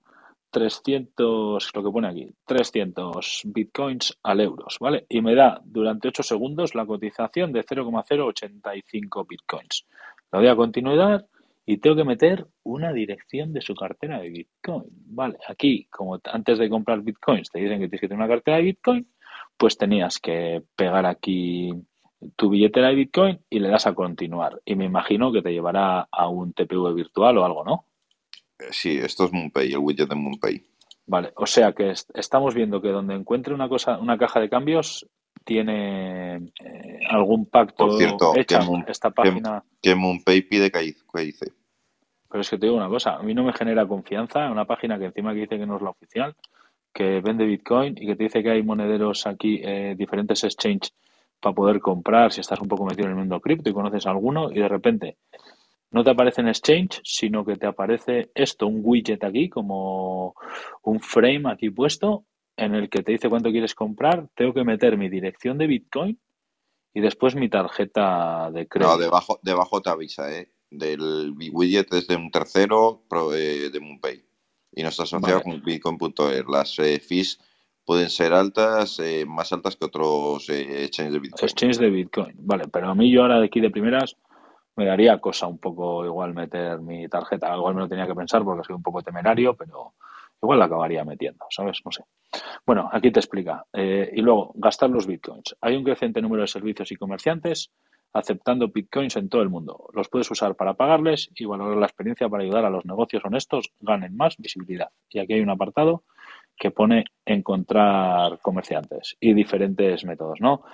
300, lo que pone aquí, 300 bitcoins al euros, ¿vale? Y me da durante 8 segundos la cotización de 0,085 bitcoins. Le doy a continuidad y tengo que meter una dirección de su cartera de bitcoin, ¿vale? Aquí, como antes de comprar bitcoins te dicen que tienes que tener una cartera de bitcoin, pues tenías que pegar aquí tu billetera de bitcoin y le das a continuar. Y me imagino que te llevará a un TPV virtual o algo, ¿no? Sí, esto es MoonPay, el widget de MoonPay. Vale, o sea que estamos viendo que donde encuentre una cosa, una caja de cambios, tiene algún pacto Por cierto, hecha esta página. que MoonPay pide KIC. Pero es que te digo una cosa, a mí no me genera confianza una página que encima que dice que no es la oficial, que vende Bitcoin y que te dice que hay monederos aquí, diferentes exchanges para poder comprar si estás un poco metido en el mundo cripto y conoces alguno y de repente no te aparece en Exchange, sino que te aparece esto, un widget aquí, como un frame aquí puesto, en el que te dice cuánto quieres comprar. Tengo que meter mi dirección de Bitcoin y después mi tarjeta de No, crédito. debajo te avisa, ¿eh? Del widget es de un tercero de MoonPay. Y no está asociado Vale, con Bitcoin.er. Las fees pueden ser altas, más altas que otros exchanges de Bitcoin. Exchange de Bitcoin. Vale, pero a mí yo ahora de aquí de primeras me daría cosa un poco igual meter mi tarjeta. Igual me lo tenía que pensar porque soy un poco temerario, pero igual la acabaría metiendo, ¿sabes? No sé. Bueno, aquí te explica. Y luego, gastar los bitcoins. Hay un creciente número de servicios y comerciantes aceptando bitcoins en todo el mundo. Los puedes usar para pagarles y valorar la experiencia para ayudar a los negocios honestos ganen más visibilidad. Y aquí hay un apartado que pone encontrar comerciantes y diferentes métodos, ¿no?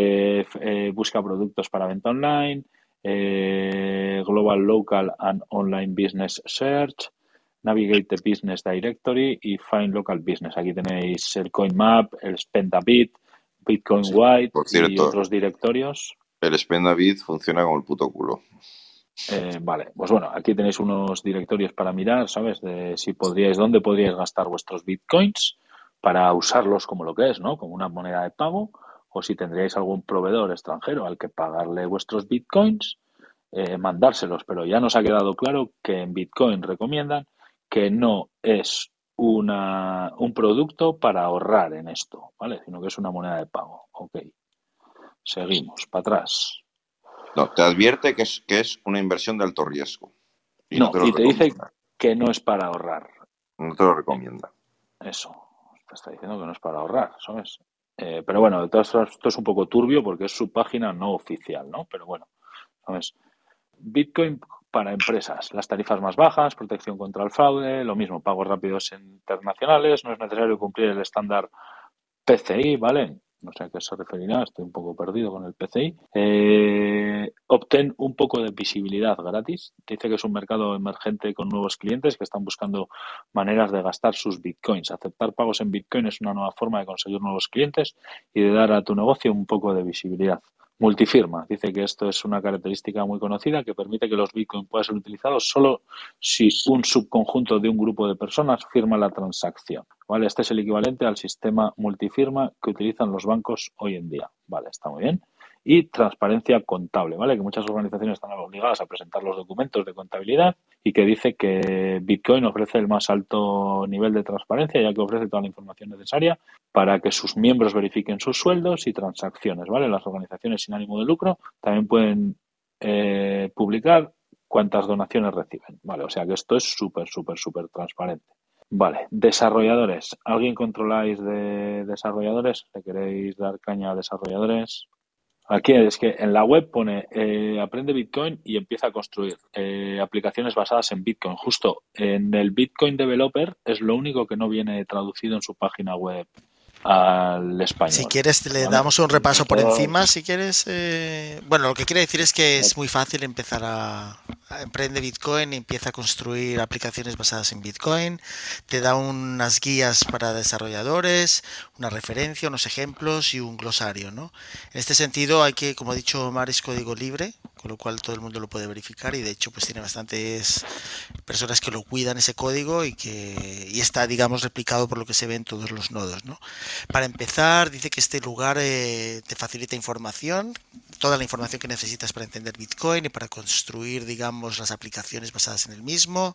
Busca productos para venta online, Global, Local and Online Business Search, Navigate the Business Directory y Find Local Business. Aquí tenéis el CoinMap, el Spendabit, Bitcoin Sí, White por y cierto, otros directorios. el Spendabit funciona como el puto culo. Vale, pues bueno, aquí tenéis unos directorios para mirar, ¿sabes? De si podríais, dónde podríais gastar vuestros bitcoins para usarlos como lo que es, ¿no? Como una moneda de pago, o si tendríais algún proveedor extranjero al que pagarle vuestros bitcoins, mandárselos. Pero ya nos ha quedado claro que en Bitcoin recomiendan que no es un producto para ahorrar en esto, ¿vale? Sino que es una moneda de pago. Ok, seguimos, para atrás. No, te advierte que es una inversión de alto riesgo. Y no No, te lo y te dice recomienda. que no es para ahorrar. No te lo recomienda. Eso, te está diciendo que no es para ahorrar, ¿sabes? Pero bueno, de todas formas, esto es un poco turbio porque es su página no oficial, ¿no? Pero bueno, ¿sabes? Bitcoin para empresas, las tarifas más bajas, protección contra el fraude, lo mismo, pagos rápidos internacionales, no es necesario cumplir el estándar PCI, ¿vale? No sé a qué se referirá, estoy un poco perdido con el PCI. Obtén un poco de visibilidad gratis. Te dice que es un mercado emergente con nuevos clientes que están buscando maneras de gastar sus bitcoins. Aceptar pagos en bitcoin es una nueva forma de conseguir nuevos clientes y de dar a tu negocio un poco de visibilidad. Multifirma. Dice que esto es una característica muy conocida que permite que los bitcoins puedan ser utilizados solo si un subconjunto de un grupo de personas firma la transacción. ¿Vale? Este es el equivalente al sistema multifirma que utilizan los bancos hoy en día. Vale, está muy bien. Y transparencia contable, ¿vale? Que muchas organizaciones están obligadas a presentar los documentos de contabilidad y que dice que Bitcoin ofrece el más alto nivel de transparencia, ya que ofrece toda la información necesaria para que sus miembros verifiquen sus sueldos y transacciones, ¿vale? Las organizaciones sin ánimo de lucro también pueden publicar cuántas donaciones reciben, ¿vale? O sea que esto es súper transparente. Vale, desarrolladores. ¿Alguien controláis de desarrolladores? ¿Le queréis dar caña a desarrolladores? Aquí es que en la web pone aprende Bitcoin y empieza a construir aplicaciones basadas en Bitcoin. Justo en el Bitcoin Developer es lo único que no viene traducido en su página web al español. Si quieres, le ¿vale? damos un repaso por encima. Si quieres, bueno, lo que quiere decir es que es muy fácil empezar a emprender Bitcoin y empieza a construir aplicaciones basadas en Bitcoin. Te da unas guías para desarrolladores, una referencia, unos ejemplos y un glosario, ¿no? En este sentido, hay que, como ha dicho Omar, es código libre, con lo cual todo el mundo lo puede verificar y de hecho, pues tiene bastantes personas que lo cuidan ese código y está, digamos, replicado por lo que se ve en todos los nodos, ¿no? Para empezar, dice que este lugar te facilita información, toda la información que necesitas para entender Bitcoin y para construir, digamos, las aplicaciones basadas en el mismo.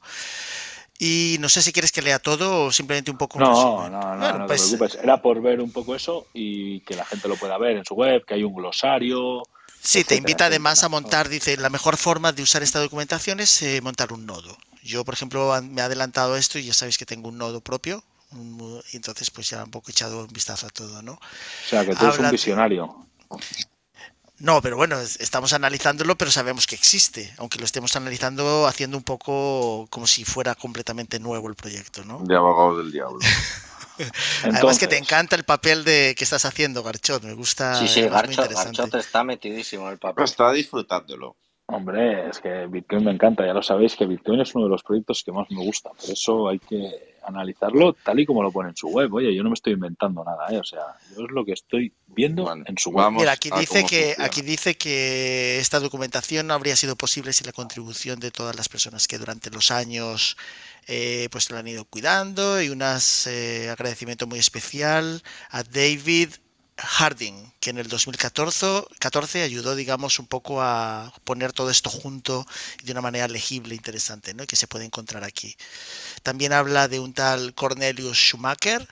Y no sé si quieres que lea todo o simplemente un poco un resumen. No te preocupes. Era por ver un poco eso y que la gente lo pueda ver en su web, que hay un glosario. Sí, etcétera, te invita además a montar, dice, la mejor forma de usar esta documentación es montar un nodo. Yo, por ejemplo, me he adelantado esto y ya sabéis que tengo un nodo propio. Y entonces pues ya un poco echado un vistazo a todo, ¿no? O sea, que tú eres un visionario. No, pero bueno, estamos analizándolo, pero sabemos que existe, aunque lo estemos analizando haciendo un poco como si fuera completamente nuevo el proyecto, ¿no? De abogados del diablo. Entonces, además que te encanta el papel que estás haciendo, Garchot, me gusta. Sí, Garchot está metidísimo en el papel. Está disfrutándolo. Hombre, es que Bitcoin me encanta, ya lo sabéis que Bitcoin es uno de los proyectos que más me gusta, por eso hay que analizarlo tal y como lo pone en su web. Oye, yo no me estoy inventando nada, o sea, yo es lo que estoy viendo en su web. Mira, aquí dice que esta documentación no habría sido posible sin la contribución de todas las personas que durante los años pues lo han ido cuidando y un agradecimiento muy especial a David Harding, que en el 2014 ayudó, digamos, un poco a poner todo esto junto de una manera legible, interesante, ¿no? Que se puede encontrar aquí. También habla de un tal Cornelius Schumacher,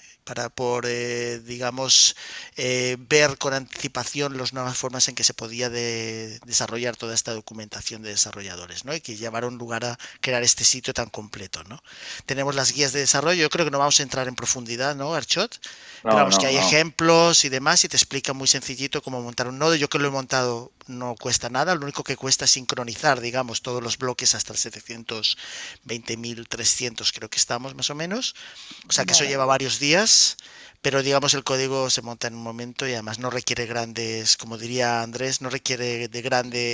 digamos, ver con anticipación las nuevas formas en que se podía desarrollar toda esta documentación de desarrolladores, ¿no? Y que llevaron lugar a crear este sitio tan completo, ¿no? Tenemos las guías de desarrollo, yo creo que no vamos a entrar en profundidad, ¿no, Garchot? Pero vamos, que hay ejemplos y demás y te explica muy sencillito cómo montar un nodo. Yo que lo he montado no cuesta nada, lo único que cuesta es sincronizar, digamos, todos los bloques hasta el 720.300 creo que estamos más o menos, o sea que eso lleva varios días, pero digamos el código se monta en un momento y además no requiere grandes, como diría Andrés, no requiere de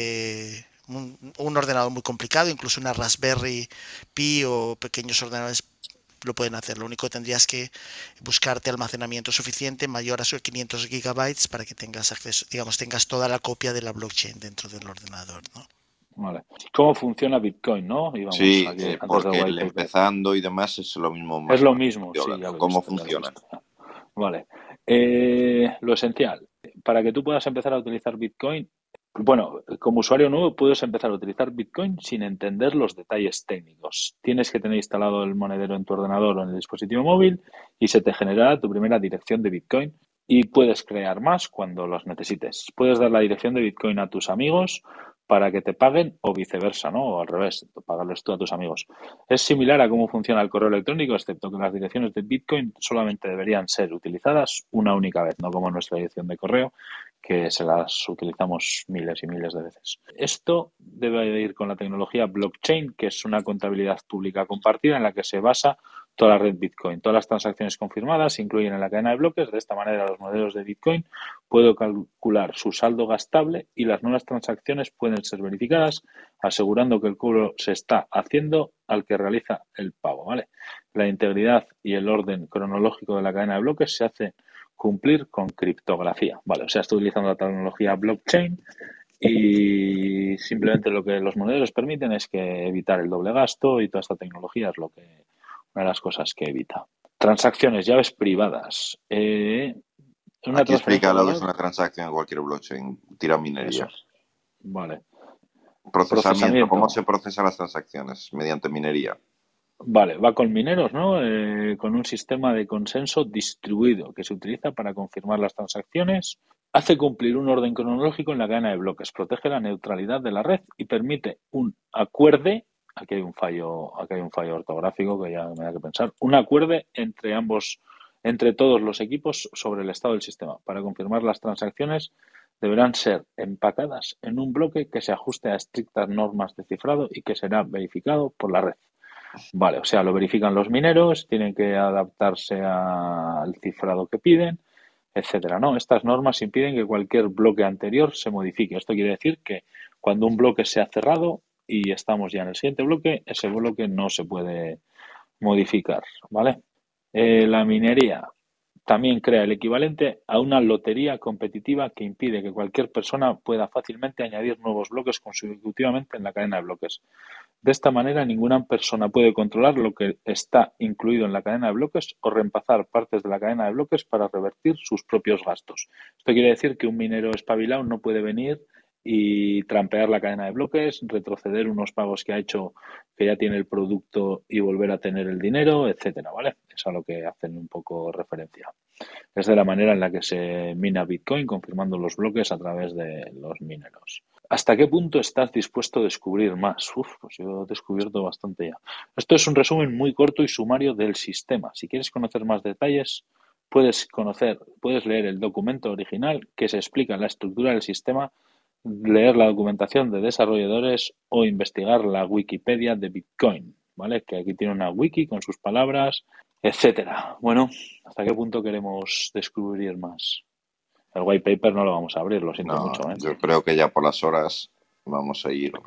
un ordenador muy complicado, incluso una Raspberry Pi o pequeños ordenadores lo pueden hacer. Lo único que tendrías que buscarte almacenamiento suficiente mayor a sus 500 gigabytes para que tengas acceso, digamos, tengas toda la copia de la blockchain dentro del ordenador, ¿no? Vale. ¿Cómo funciona Bitcoin, no? Íbamos Sí, aquí antes porque del el white paper. empezando y demás es lo mismo. Más Es lo mismo, sí, ya lo he ¿Cómo visto, funciona? Vale. Lo esencial, para que tú puedas empezar a utilizar Bitcoin, bueno, como usuario nuevo puedes empezar a utilizar Bitcoin sin entender los detalles técnicos. Tienes que tener instalado el monedero en tu ordenador o en el dispositivo móvil y se te generará tu primera dirección de Bitcoin y puedes crear más cuando los necesites. Puedes dar la dirección de Bitcoin a tus amigos para que te paguen o viceversa, ¿no? O al revés, pagarles tú a tus amigos. Es similar a cómo funciona el correo electrónico, excepto que las direcciones de Bitcoin solamente deberían ser utilizadas una única vez, no como nuestra dirección de correo, que se las utilizamos miles y miles de veces. Esto debe ir con la tecnología blockchain, que es una contabilidad pública compartida en la que se basa toda la red Bitcoin. Todas las transacciones confirmadas se incluyen en la cadena de bloques. De esta manera, los modelos de Bitcoin pueden calcular su saldo gastable y las nuevas transacciones pueden ser verificadas, asegurando que el cobro se está haciendo al que realiza el pago, ¿vale? La integridad y el orden cronológico de la cadena de bloques se hace cumplir con criptografía, ¿vale? O sea, estoy utilizando la tecnología blockchain y simplemente lo que los modelos permiten es que evitar el doble gasto y toda esta tecnología es una de las cosas que evita. Transacciones, llaves privadas. Aquí explica lo que es una transacción en cualquier blockchain. Tira minería. Eso. Vale. Procesamiento. ¿Cómo se procesan las transacciones? Mediante minería. Vale, va con mineros, ¿no? Con un sistema de consenso distribuido que se utiliza para confirmar las transacciones, hace cumplir un orden cronológico en la cadena de bloques, protege la neutralidad de la red y permite un acuerde, aquí hay un fallo ortográfico que ya me da que pensar, un acuerde entre todos los equipos sobre el estado del sistema. Para confirmar las transacciones deberán ser empacadas en un bloque que se ajuste a estrictas normas de cifrado y que será verificado por la red. Vale, o sea, lo verifican los mineros, tienen que adaptarse al cifrado que piden, etcétera, ¿no? Estas normas impiden que cualquier bloque anterior se modifique. Esto quiere decir que cuando un bloque se ha cerrado y estamos ya en el siguiente bloque, ese bloque no se puede modificar, ¿vale? La minería también crea el equivalente a una lotería competitiva que impide que cualquier persona pueda fácilmente añadir nuevos bloques consecutivamente en la cadena de bloques. De esta manera, ninguna persona puede controlar lo que está incluido en la cadena de bloques o reemplazar partes de la cadena de bloques para revertir sus propios gastos. Esto quiere decir que un minero espabilado no puede venir y trampear la cadena de bloques, retroceder unos pagos que ha hecho, que ya tiene el producto y volver a tener el dinero, etcétera, ¿vale? Es a lo que hacen un poco referencia. Es de la manera en la que se mina Bitcoin, confirmando los bloques a través de los mineros. ¿Hasta qué punto estás dispuesto a descubrir más? Pues yo he descubierto bastante ya. Esto es un resumen muy corto y sumario del sistema. Si quieres conocer más detalles, puedes leer el documento original que se explica la estructura del sistema, leer la documentación de desarrolladores o investigar la Wikipedia de Bitcoin, ¿vale? Que aquí tiene una wiki con sus palabras, etcétera. Bueno, ¿hasta qué punto queremos descubrir más? El white paper no lo vamos a abrir, lo siento mucho, ¿eh? Yo creo que ya por las horas vamos a ir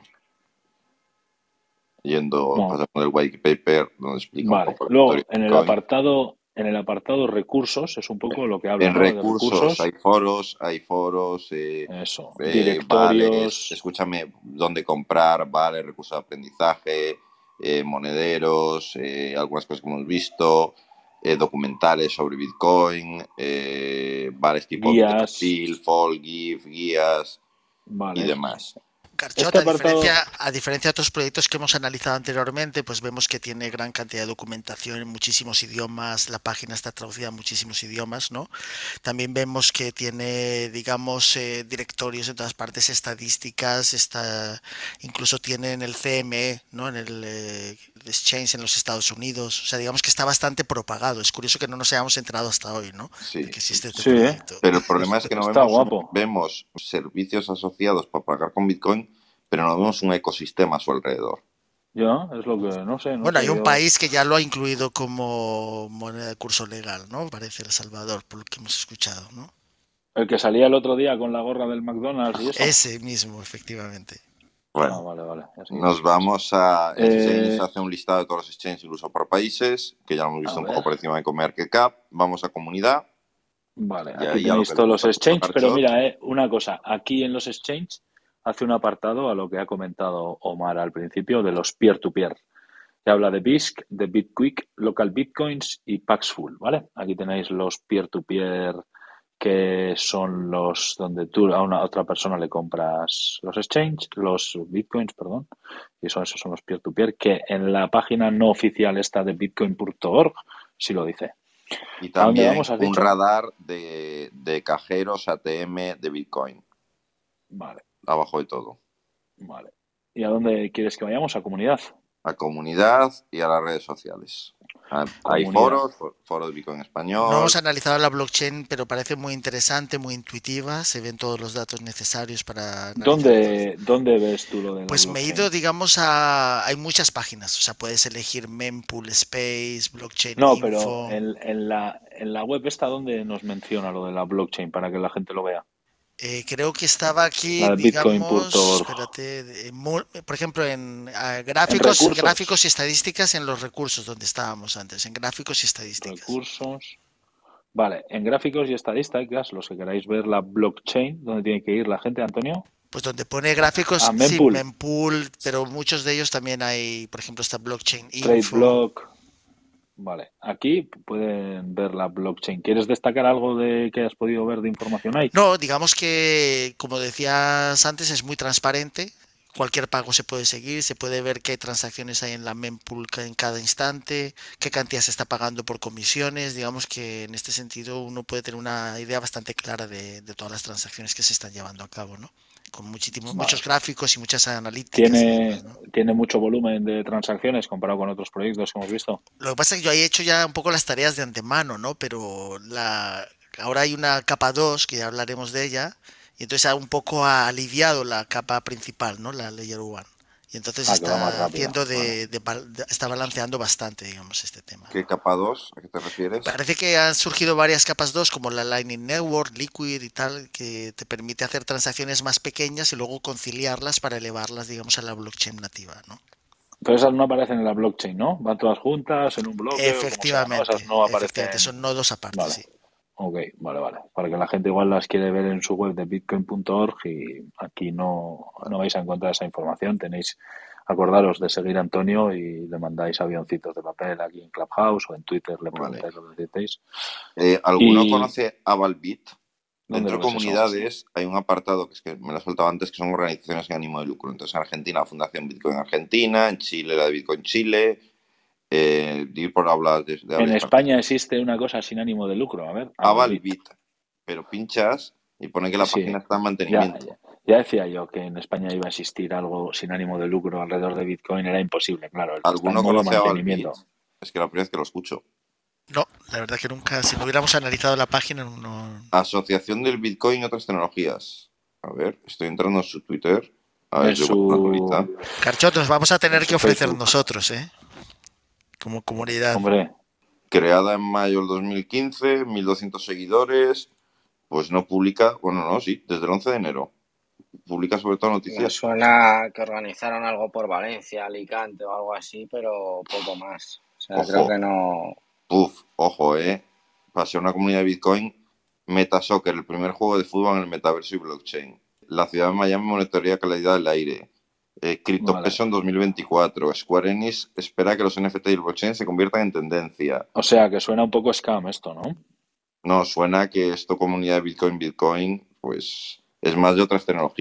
yendo, pasando el white paper donde explica un poco. Luego, en el apartado recursos es un poco lo que habla, en ¿no? recursos, hay foros, eso, directorios, vales, escúchame, dónde comprar, vale, recursos de aprendizaje, monederos, algunas cosas que hemos visto, documentales sobre Bitcoin, vales tipo guías, Bill, Fall, GIF, guías y demás. Carchot, a diferencia de otros proyectos que hemos analizado anteriormente, pues vemos que tiene gran cantidad de documentación en muchísimos idiomas, la página está traducida a muchísimos idiomas, ¿no? También vemos que tiene, digamos, directorios en todas partes, estadísticas, incluso tiene en el CME, ¿no? En el Exchange en los Estados Unidos, o sea, digamos que está bastante propagado. Es curioso que no nos hayamos enterado hasta hoy, ¿no? Sí, de que existe este proyecto. Pero el problema es que no vemos servicios asociados para pagar con Bitcoin, pero no vemos un ecosistema a su alrededor. Ya, es lo que no sé. Bueno, hay un país que ya lo ha incluido como moneda de curso legal, ¿no? Parece El Salvador, por lo que hemos escuchado, ¿no? El que salía el otro día con la gorra del McDonald's y eso. Ese mismo, efectivamente. Bueno, vale. Nos vamos a Exchange, hace un listado de todos los exchanges, incluso por países, que ya lo hemos visto un poco por encima de CoinMarketCap. Vamos a comunidad. Vale, aquí tenéis todos los exchanges, pero mira, una cosa, aquí en los exchanges hace un apartado a lo que ha comentado Omar al principio de los peer-to-peer, que habla de BISC, de BitQuick, Local Bitcoins y Paxful, ¿vale? Aquí tenéis los peer-to-peer, que son los donde tú a una otra persona le compras los exchanges, los bitcoins, perdón, y esos son los peer-to-peer, que en la página no oficial esta de bitcoin.org sí lo dice. Y también un radar de cajeros ATM de Bitcoin. Vale. Abajo de todo. Vale. ¿Y a dónde quieres que vayamos? ¿A comunidad? A comunidad y a las redes sociales. Hay foros de Bitcoin español. No hemos analizado la blockchain, pero parece muy interesante, muy intuitiva. Se ven todos los datos necesarios para ¿Dónde ves tú lo de la Pues blockchain? me he ido, digamos, hay muchas páginas. O sea, puedes elegir Mempool Space, Blockchain No, Info. pero en la web esta, ¿dónde nos menciona lo de la blockchain para que la gente lo vea? Creo que estaba aquí, digamos, espérate, por ejemplo, en gráficos y estadísticas, en los recursos donde estábamos antes, en gráficos y estadísticas. Recursos. Vale, en gráficos y estadísticas, los que queráis ver la blockchain, ¿dónde tiene que ir la gente, Antonio? Pues donde pone gráficos, Mempool. Sí, Mempool, pero muchos de ellos también hay, por ejemplo, esta Blockchain Info. TradeBlock. Vale, aquí pueden ver la blockchain. ¿Quieres destacar algo de que has podido ver de información ahí? No, digamos que, como decías antes, es muy transparente. Cualquier pago se puede seguir, se puede ver qué transacciones hay en la mempool en cada instante, qué cantidad se está pagando por comisiones. Digamos que en este sentido uno puede tener una idea bastante clara de todas las transacciones que se están llevando a cabo, ¿no? Con muchos gráficos y muchas analíticas. ¿Tiene mucho volumen de transacciones comparado con otros proyectos que hemos visto? Lo que pasa es que yo he hecho ya un poco las tareas de antemano, ¿no? Pero ahora hay una capa 2, que ya hablaremos de ella, y entonces ha un poco aliviado la capa principal, ¿no? La Layer 1. Y entonces está balanceando bastante, digamos, este tema. ¿Qué capa 2? ¿A qué te refieres? Parece que han surgido varias capas 2, como la Lightning Network, Liquid y tal, que te permite hacer transacciones más pequeñas y luego conciliarlas para elevarlas, digamos, a la blockchain nativa, ¿no? Pero esas no aparecen en la blockchain, ¿no? Van todas juntas en un bloque. Efectivamente, esas no aparecen. Son nodos aparte, vale. Sí. Ok, vale. Para que la gente igual las quiere ver en su web de bitcoin.org y aquí no vais a encontrar esa información. Acordaros de seguir a Antonio y le mandáis avioncitos de papel aquí en Clubhouse o en Twitter, le preguntáis lo que necesitéis. ¿Alguno conoce Avalbit? Dentro de comunidades hay un apartado que es que me lo he soltado antes, que son organizaciones sin ánimo de lucro. Entonces, en Argentina, la Fundación Bitcoin Argentina, en Chile, la de Bitcoin Chile. Por hablar de en España existe una cosa sin ánimo de lucro, a ver. Avalbit, pero pinchas y pone que la página está en mantenimiento. Ya decía yo que en España iba a existir algo sin ánimo de lucro alrededor de Bitcoin, era imposible, claro. ¿Alguno conoce Avalbit? Es que la primera vez que lo escucho. No, la verdad que nunca, si no hubiéramos analizado la página, no. Asociación del Bitcoin y otras tecnologías. A ver, estoy entrando en su Twitter. A ver, Carchot, nos vamos a tener que ofrecer Facebook. Nosotros, como comunidad. Hombre. Creada en mayo del 2015, 1.200 seguidores. Pues no publica, desde el 11 de enero. Publica sobre todo noticias. Me suena que organizaron algo por Valencia, Alicante o algo así, pero poco más. O sea, creo que no. Ojo, para ser una comunidad de Bitcoin, Metasoccer, el primer juego de fútbol en el metaverso y blockchain. La ciudad de Miami monitorea calidad del aire. CryptoPeso en 2024. Square Enix espera que los NFT y el blockchain se conviertan en tendencia. O sea, que suena un poco scam esto, ¿no? No, suena que esto comunidad de Bitcoin, pues es más de otras tecnologías.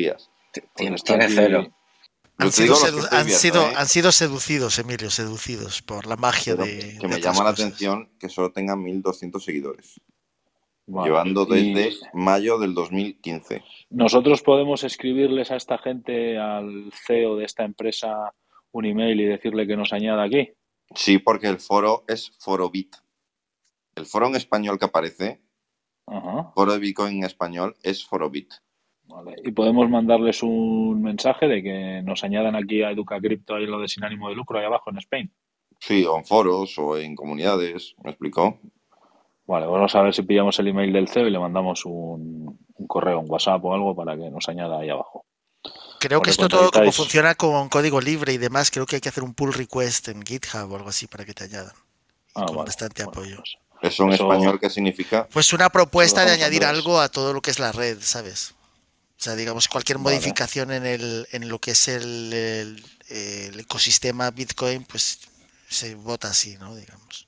Tiene cero. Han sido seducidos, Emilio, seducidos por la magia de me llama la atención que solo tenga 1.200 seguidores. Vale. Llevando desde mayo del 2015. ¿Nosotros podemos escribirles a esta gente, al CEO de esta empresa, un email y decirle que nos añada aquí? Sí, porque el foro es Forobit. El foro en español que aparece, foro de Bitcoin en español, es Forobit. Vale. ¿Y podemos mandarles un mensaje de que nos añadan aquí a Educa Crypto ahí lo de sin ánimo de lucro ahí abajo en Spain? Sí, o en foros o en comunidades, ¿me explicó? Vale, vamos a ver si pillamos el email del CEO y le mandamos un correo, un WhatsApp o algo para que nos añada ahí abajo. Creo que esto todo como funciona con código libre y demás, creo que hay que hacer un pull request en GitHub o algo así para que te añadan. Con bastante apoyo. Pues, ¿eso en español qué significa? Pues una propuesta de añadir algo a todo lo que es la red, ¿sabes? O sea, digamos, cualquier modificación en lo que es el ecosistema Bitcoin, pues se vota así, ¿no? Digamos.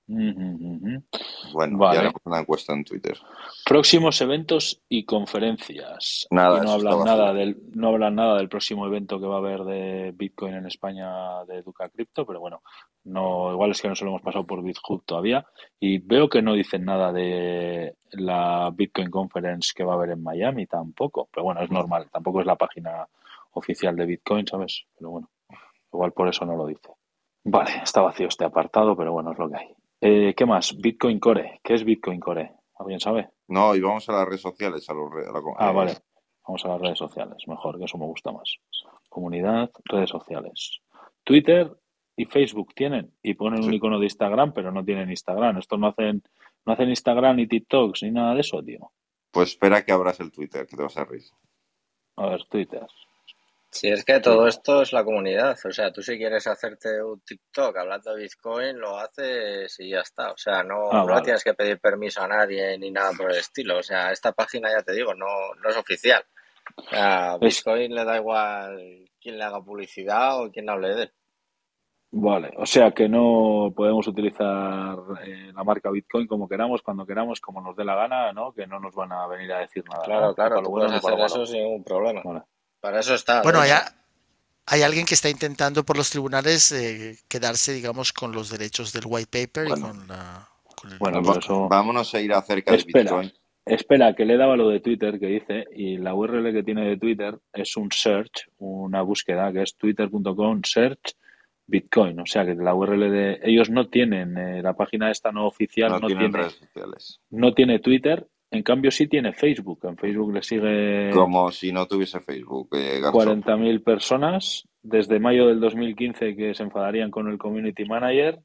Bueno, ya haremos una encuesta en Twitter. Próximos eventos y conferencias. Nada, y no hablan nada del próximo evento que va a haber de Bitcoin en España de Educa Crypto, pero bueno, no, igual es que no se lo hemos pasado por BitHub todavía. Y veo que no dicen nada de la Bitcoin Conference que va a haber en Miami tampoco. Pero bueno, es normal, tampoco es la página oficial de Bitcoin, ¿sabes? Pero bueno, igual por eso no lo dice. Vale, está vacío este apartado, pero bueno, es lo que hay. ¿Qué más? Bitcoin Core. ¿Qué es Bitcoin Core? ¿Alguien sabe? No, y vamos a las redes sociales. Vale. Vamos a las redes sociales. Mejor, que eso me gusta más. Comunidad, redes sociales. Twitter y Facebook tienen. Y ponen un icono de Instagram, pero no tienen Instagram. Estos no hacen Instagram ni TikToks ni nada de eso, tío. Pues espera que abras el Twitter, que te vas a reír. A ver, Twitter. Si es que todo esto es la comunidad, o sea, tú si quieres hacerte un TikTok hablando de Bitcoin, lo haces y ya está, o sea, no tienes que pedir permiso a nadie ni nada por el estilo, o sea, esta página, ya te digo, no es oficial, o sea, Bitcoin le da igual quién le haga publicidad o quién hable de él. Vale, o sea que no podemos utilizar la marca Bitcoin como queramos, cuando queramos, como nos dé la gana, ¿no? Que no nos van a venir a decir nada. Claro, tú puedes hacer eso sin ningún problema. Vale. Para eso está. Bueno, hay alguien que está intentando por los tribunales quedarse, digamos, con los derechos del white paper y con el... Bueno, por eso... Vámonos a ir acerca de Bitcoin. Espera, que le daba lo de Twitter que dice, y la URL que tiene de Twitter es un search, una búsqueda, que es twitter.com search Bitcoin. O sea, que la URL de... Ellos no tienen, la página esta no oficial, no tiene redes sociales. No tiene Twitter. En cambio, sí tiene Facebook. En Facebook le sigue... Como si no tuviese Facebook. 40.000 personas. Desde mayo del 2015 que se enfadarían con el Community Manager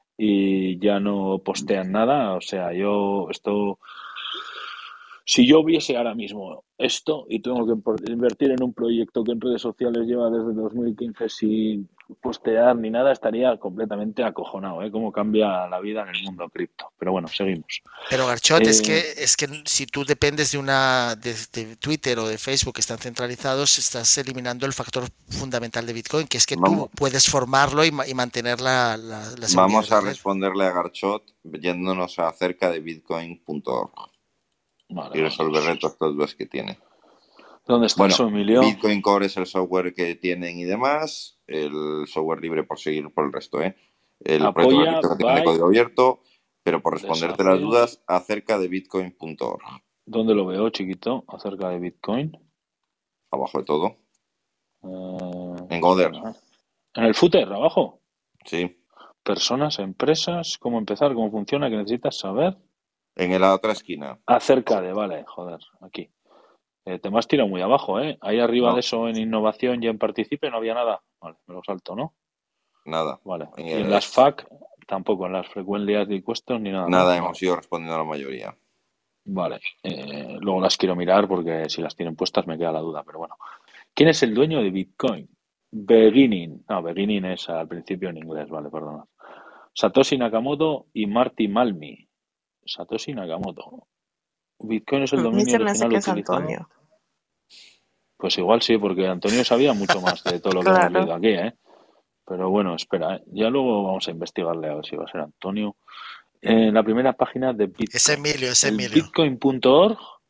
y ya no postean nada. O sea, si yo viese ahora mismo esto y tengo que invertir en un proyecto que en redes sociales lleva desde 2015 sin postear ni nada, estaría completamente acojonado, ¿eh? Cómo cambia la vida en el mundo cripto. Pero bueno, seguimos. Pero Garchot, es que si tú dependes de Twitter o de Facebook que están centralizados, estás eliminando el factor fundamental de Bitcoin, que es que tú puedes formarlo y mantener la seguridad. Vamos a responderle a Garchot yéndonos acerca de bitcoin.org. Y resolverle todas las dudas que tiene. ¿Dónde está eso, Emilio? Bitcoin Core es el software que tienen y demás. El software libre por seguir por el resto, ¿eh? El proyecto que tiene código abierto. Pero por responderte las dudas acerca de bitcoin.org. ¿Dónde lo veo, chiquito? Acerca de Bitcoin. Abajo de todo. En Goder. ¿En el footer, abajo? Sí. Personas, empresas, cómo empezar, cómo funciona, qué necesitas saber. En la otra esquina. Acerca de, vale, joder, aquí. Te me has tirado muy abajo, ¿eh? Ahí arriba de eso, en innovación y en participe, no había nada. Vale, me lo salto, ¿no? Nada. Vale. Y en las FAQ, tampoco, en las frecuencias de impuestos ni nada. Nada, hemos ido respondiendo a la mayoría. Vale. Luego las quiero mirar porque si las tienen puestas me queda la duda, pero bueno. ¿Quién es el dueño de Bitcoin? Beginning es al principio en inglés, vale, perdona. Satoshi Nakamoto y Marty Malmi. Satoshi Nakamoto. Bitcoin es el dominio original utilizado. Antonio. Pues igual sí, porque Antonio sabía mucho más de todo lo que hemos leído aquí, ¿eh? Pero bueno, espera, ya luego vamos a investigarle a ver si va a ser Antonio. En la primera página de Bitcoin. Es Emilio. Bitcoin.org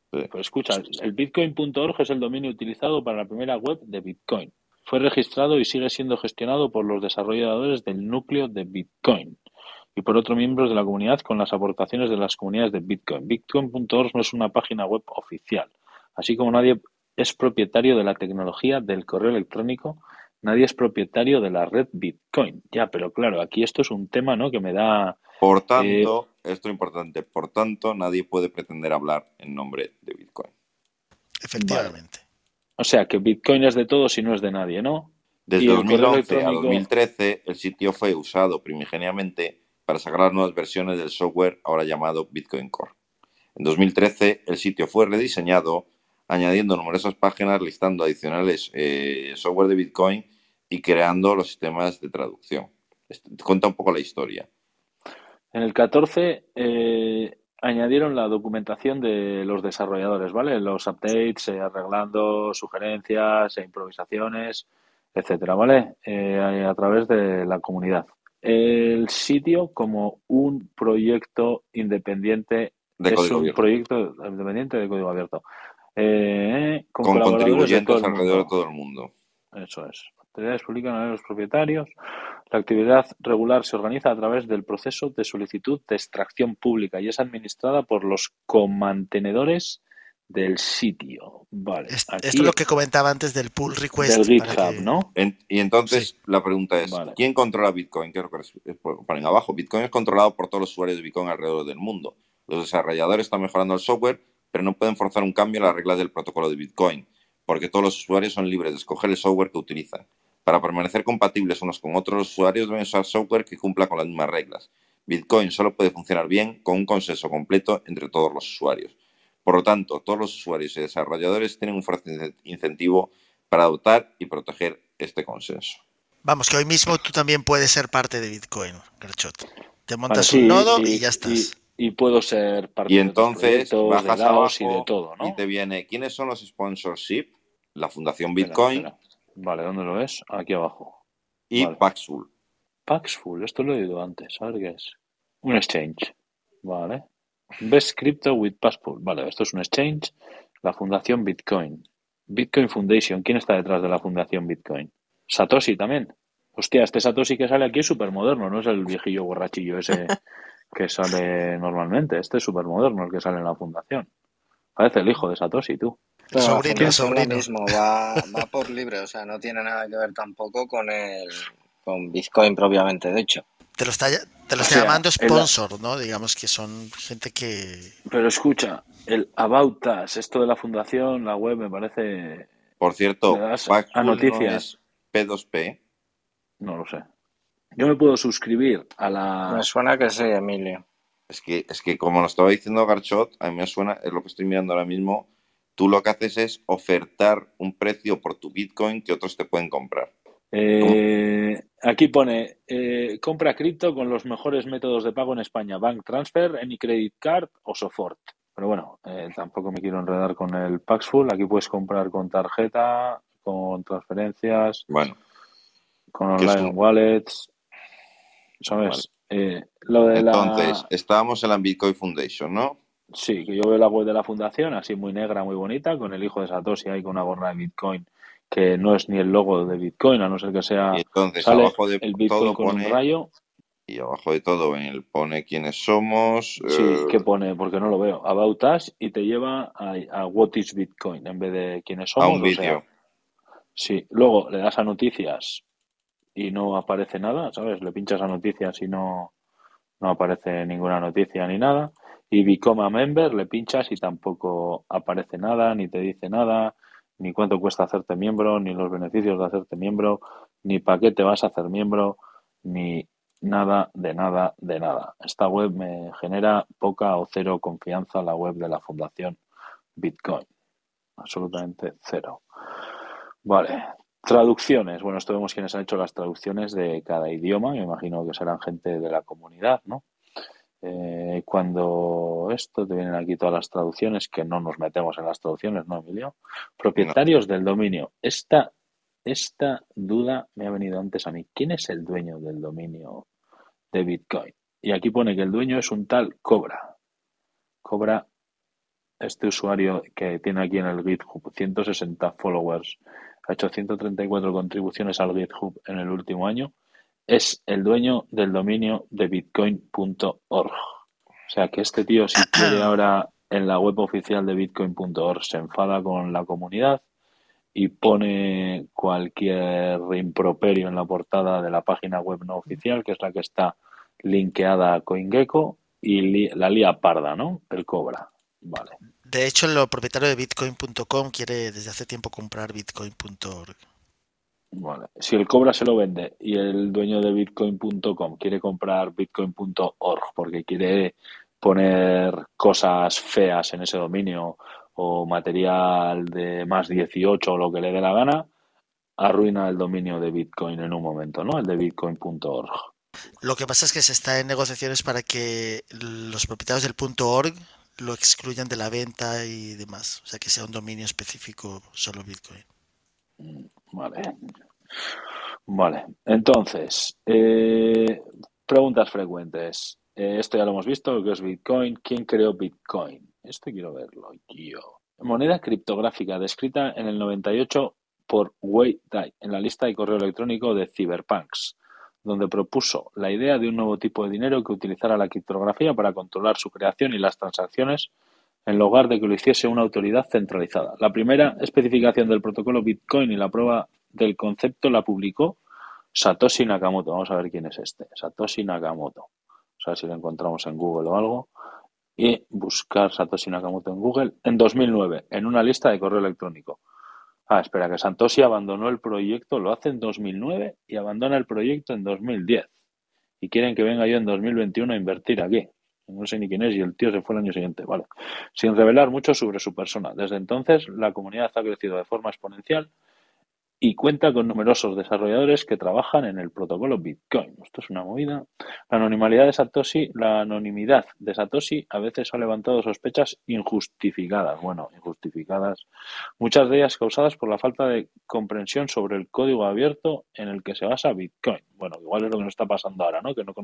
Sí. Pues escucha, el bitcoin.org es el dominio utilizado para la primera web de Bitcoin. Fue registrado y sigue siendo gestionado por los desarrolladores del núcleo de Bitcoin y por otros miembros de la comunidad con las aportaciones de las comunidades de Bitcoin. Bitcoin.org no es una página web oficial, así como nadie es propietario de la tecnología del correo electrónico, nadie es propietario de la red Bitcoin. Ya, pero claro, aquí esto es un tema, ¿no?, que me da... Por tanto, esto es importante, por tanto, nadie puede pretender hablar en nombre de Bitcoin. Efectivamente. Vale. O sea, que Bitcoin es de todos y no es de nadie, ¿no? Desde Y el 2011 correo a electrónico... 2013, el sitio fue usado primigeniamente para sacar las nuevas versiones del software ahora llamado Bitcoin Core. En 2013, el sitio fue rediseñado, añadiendo numerosas páginas, listando adicionales software de Bitcoin y creando los sistemas de traducción. Cuenta un poco la historia. En el 14 añadieron la documentación de los desarrolladores, ¿vale? Los updates, arreglando sugerencias e improvisaciones, etcétera, ¿vale? A través de la comunidad. El sitio como un proyecto independiente De es código un abierto. proyecto independiente de código abierto. Con Con colaboradores de todo contribuyentes el alrededor de mundo. todo el mundo. Eso es. Autoridades publican a los propietarios. La actividad regular se organiza a través del proceso de solicitud de extracción pública y es administrada por los comantenedores del sitio. Vale, Esto es aquí lo que comentaba antes del pull del request para GitHub, que... ¿no? Y Sí. entonces la pregunta es, Vale. ¿quién controla Bitcoin? ¿Qué es lo que ponen abajo? Bitcoin es controlado por todos los usuarios de Bitcoin alrededor del mundo. Los desarrolladores están mejorando el software, pero no pueden forzar un cambio en las reglas del protocolo de Bitcoin, porque todos los usuarios son libres de escoger el software que utilizan. Para permanecer compatibles unos con otros, los usuarios deben usar software que cumpla con las mismas reglas. Bitcoin solo puede funcionar bien con un consenso completo entre todos los usuarios. Por lo tanto, todos los usuarios y desarrolladores tienen un fuerte incentivo para adoptar y proteger este consenso. Vamos, que hoy mismo tú también puedes ser parte de Bitcoin, Garchot. Te Vale, montas un sí, nodo y ya estás. y puedo ser parte Y de otros entonces proyectos, de bajas DAOs y de abajo todo, y ¿no? te viene, ¿quiénes son los sponsorship? La Fundación Espera, Bitcoin espera. Vale, ¿dónde lo ves? Aquí abajo. y Vale. Paxful. Paxful, esto lo he oído antes, a ver qué es. Un exchange. Vale. Best Crypto with Paxful. Vale, esto es un exchange. La Fundación Bitcoin. Bitcoin Foundation. ¿Quién está detrás de la Fundación Bitcoin? Satoshi también. Hostia, este Satoshi que sale aquí es súper moderno, no es el viejillo borrachillo ese que sale normalmente. Este es súper moderno el que sale en la fundación. Parece el hijo de Satoshi, tú. El Pero la sobrino, el fundación lo sobrino. mismo, va por libre, o sea, no tiene nada que ver tampoco con Bitcoin propiamente, de hecho. Te lo está O está sea, llamando sponsor, ¿no? Digamos que son gente que... pero escucha, el About Us, esto de la fundación, la web, me parece... Por Le cierto, das a Paxful no noticias, es P2P. no lo sé. Yo me puedo suscribir a la... Me suena que sí, Emilio. Es que como lo estaba diciendo Garchot, a mí me suena, es lo que estoy mirando ahora mismo, tú lo que haces es ofertar un precio por tu Bitcoin que otros te pueden comprar. Aquí pone, compra cripto con los mejores métodos de pago en España, Bank Transfer, Any Credit Card o Sofort. Pero bueno, tampoco me quiero enredar con el Paxful. Aquí puedes comprar con tarjeta, con transferencias, Bueno, con que es online un... wallets, Vale. ¿sabes? Lo de Entonces, la... estábamos en la Bitcoin Foundation, ¿no? Sí, que yo veo la web de la fundación, así muy negra, muy bonita, con el hijo de Satoshi ahí con una gorra de Bitcoin, que no es ni el logo de Bitcoin, a no ser que Y sea... entonces, Sale abajo de el Bitcoin todo con un pone, rayo. y abajo de todo pone quiénes somos, Sí, ¿qué pone? Porque no lo veo. About Us y te lleva a What is Bitcoin en vez de quiénes a un somos. O sea, vídeo. sí. Luego le das a noticias y no aparece nada, ¿sabes? Le pinchas a noticias y no aparece ninguna noticia ni nada. Y Become a Member, le pinchas y tampoco aparece nada, ni te dice nada, ni cuánto cuesta hacerte miembro, ni los beneficios de hacerte miembro, ni para qué te vas a hacer miembro, ni nada, de nada, de nada. Esta web me genera poca o cero confianza, la web de la Fundación Bitcoin. Absolutamente cero. Vale. Traducciones. Bueno, esto vemos quiénes han hecho las traducciones de cada idioma. Me imagino que serán gente de la comunidad, ¿no? Cuando esto te vienen aquí todas las traducciones, que no nos metemos en las traducciones, ¿no, Emilio? No. Propietarios del dominio. Esta duda me ha venido antes a mí. ¿Quién es el dueño del dominio de Bitcoin? Y aquí pone que el dueño es un tal Cobra. Cobra este usuario que tiene aquí en el GitHub 160 followers, ha hecho 134 contribuciones al GitHub en el último año, es el dueño del dominio de bitcoin.org. O sea que este tío, si quiere ahora en la web oficial de bitcoin.org, se enfada con la comunidad y pone cualquier improperio en la portada de la página web no oficial, que es la que está linkeada a CoinGecko, y la lía parda, ¿no? El cobra. Vale. De hecho, el propietario de bitcoin.com quiere desde hace tiempo comprar bitcoin.org. Vale. Si el cobra se lo vende y el dueño de bitcoin.com quiere comprar bitcoin.org porque quiere poner cosas feas en ese dominio o material de más 18 o lo que le dé la gana, arruina el dominio de Bitcoin en un momento, ¿no? El de bitcoin.org. Lo que pasa es que se está en negociaciones para que los propietarios del .org lo excluyan de la venta y demás. O sea, que sea un dominio específico solo Bitcoin. Vale. Vale. Entonces, preguntas frecuentes. Esto ya lo hemos visto, ¿qué es Bitcoin? ¿Quién creó Bitcoin? Esto quiero verlo yo. Moneda criptográfica descrita en el 98 por Wei Dai en la lista de correo electrónico de Cyberpunks, donde propuso la idea de un nuevo tipo de dinero que utilizara la criptografía para controlar su creación y las transacciones en lugar de que lo hiciese una autoridad centralizada. La primera especificación del protocolo Bitcoin y la prueba del concepto la publicó Satoshi Nakamoto. Vamos a ver quién es este. Satoshi Nakamoto. Vamos a ver si lo encontramos en Google o algo. Y buscar Satoshi Nakamoto en Google en 2009, en una lista de correo electrónico. Espera, que Satoshi abandonó el proyecto, lo hace en 2009 y abandona el proyecto en 2010. Y quieren que venga yo en 2021 a invertir aquí. No sé ni quién es y el tío se fue el año siguiente. Vale. Sin revelar mucho sobre su persona. Desde entonces, la comunidad ha crecido de forma exponencial y cuenta con numerosos desarrolladores que trabajan en el protocolo Bitcoin. Esto es una movida. La anonimidad de Satoshi a veces ha levantado sospechas injustificadas. Bueno, injustificadas. Muchas de ellas causadas por la falta de comprensión sobre el código abierto en el que se basa Bitcoin. Bueno, igual es lo que nos está pasando ahora, ¿no? Que no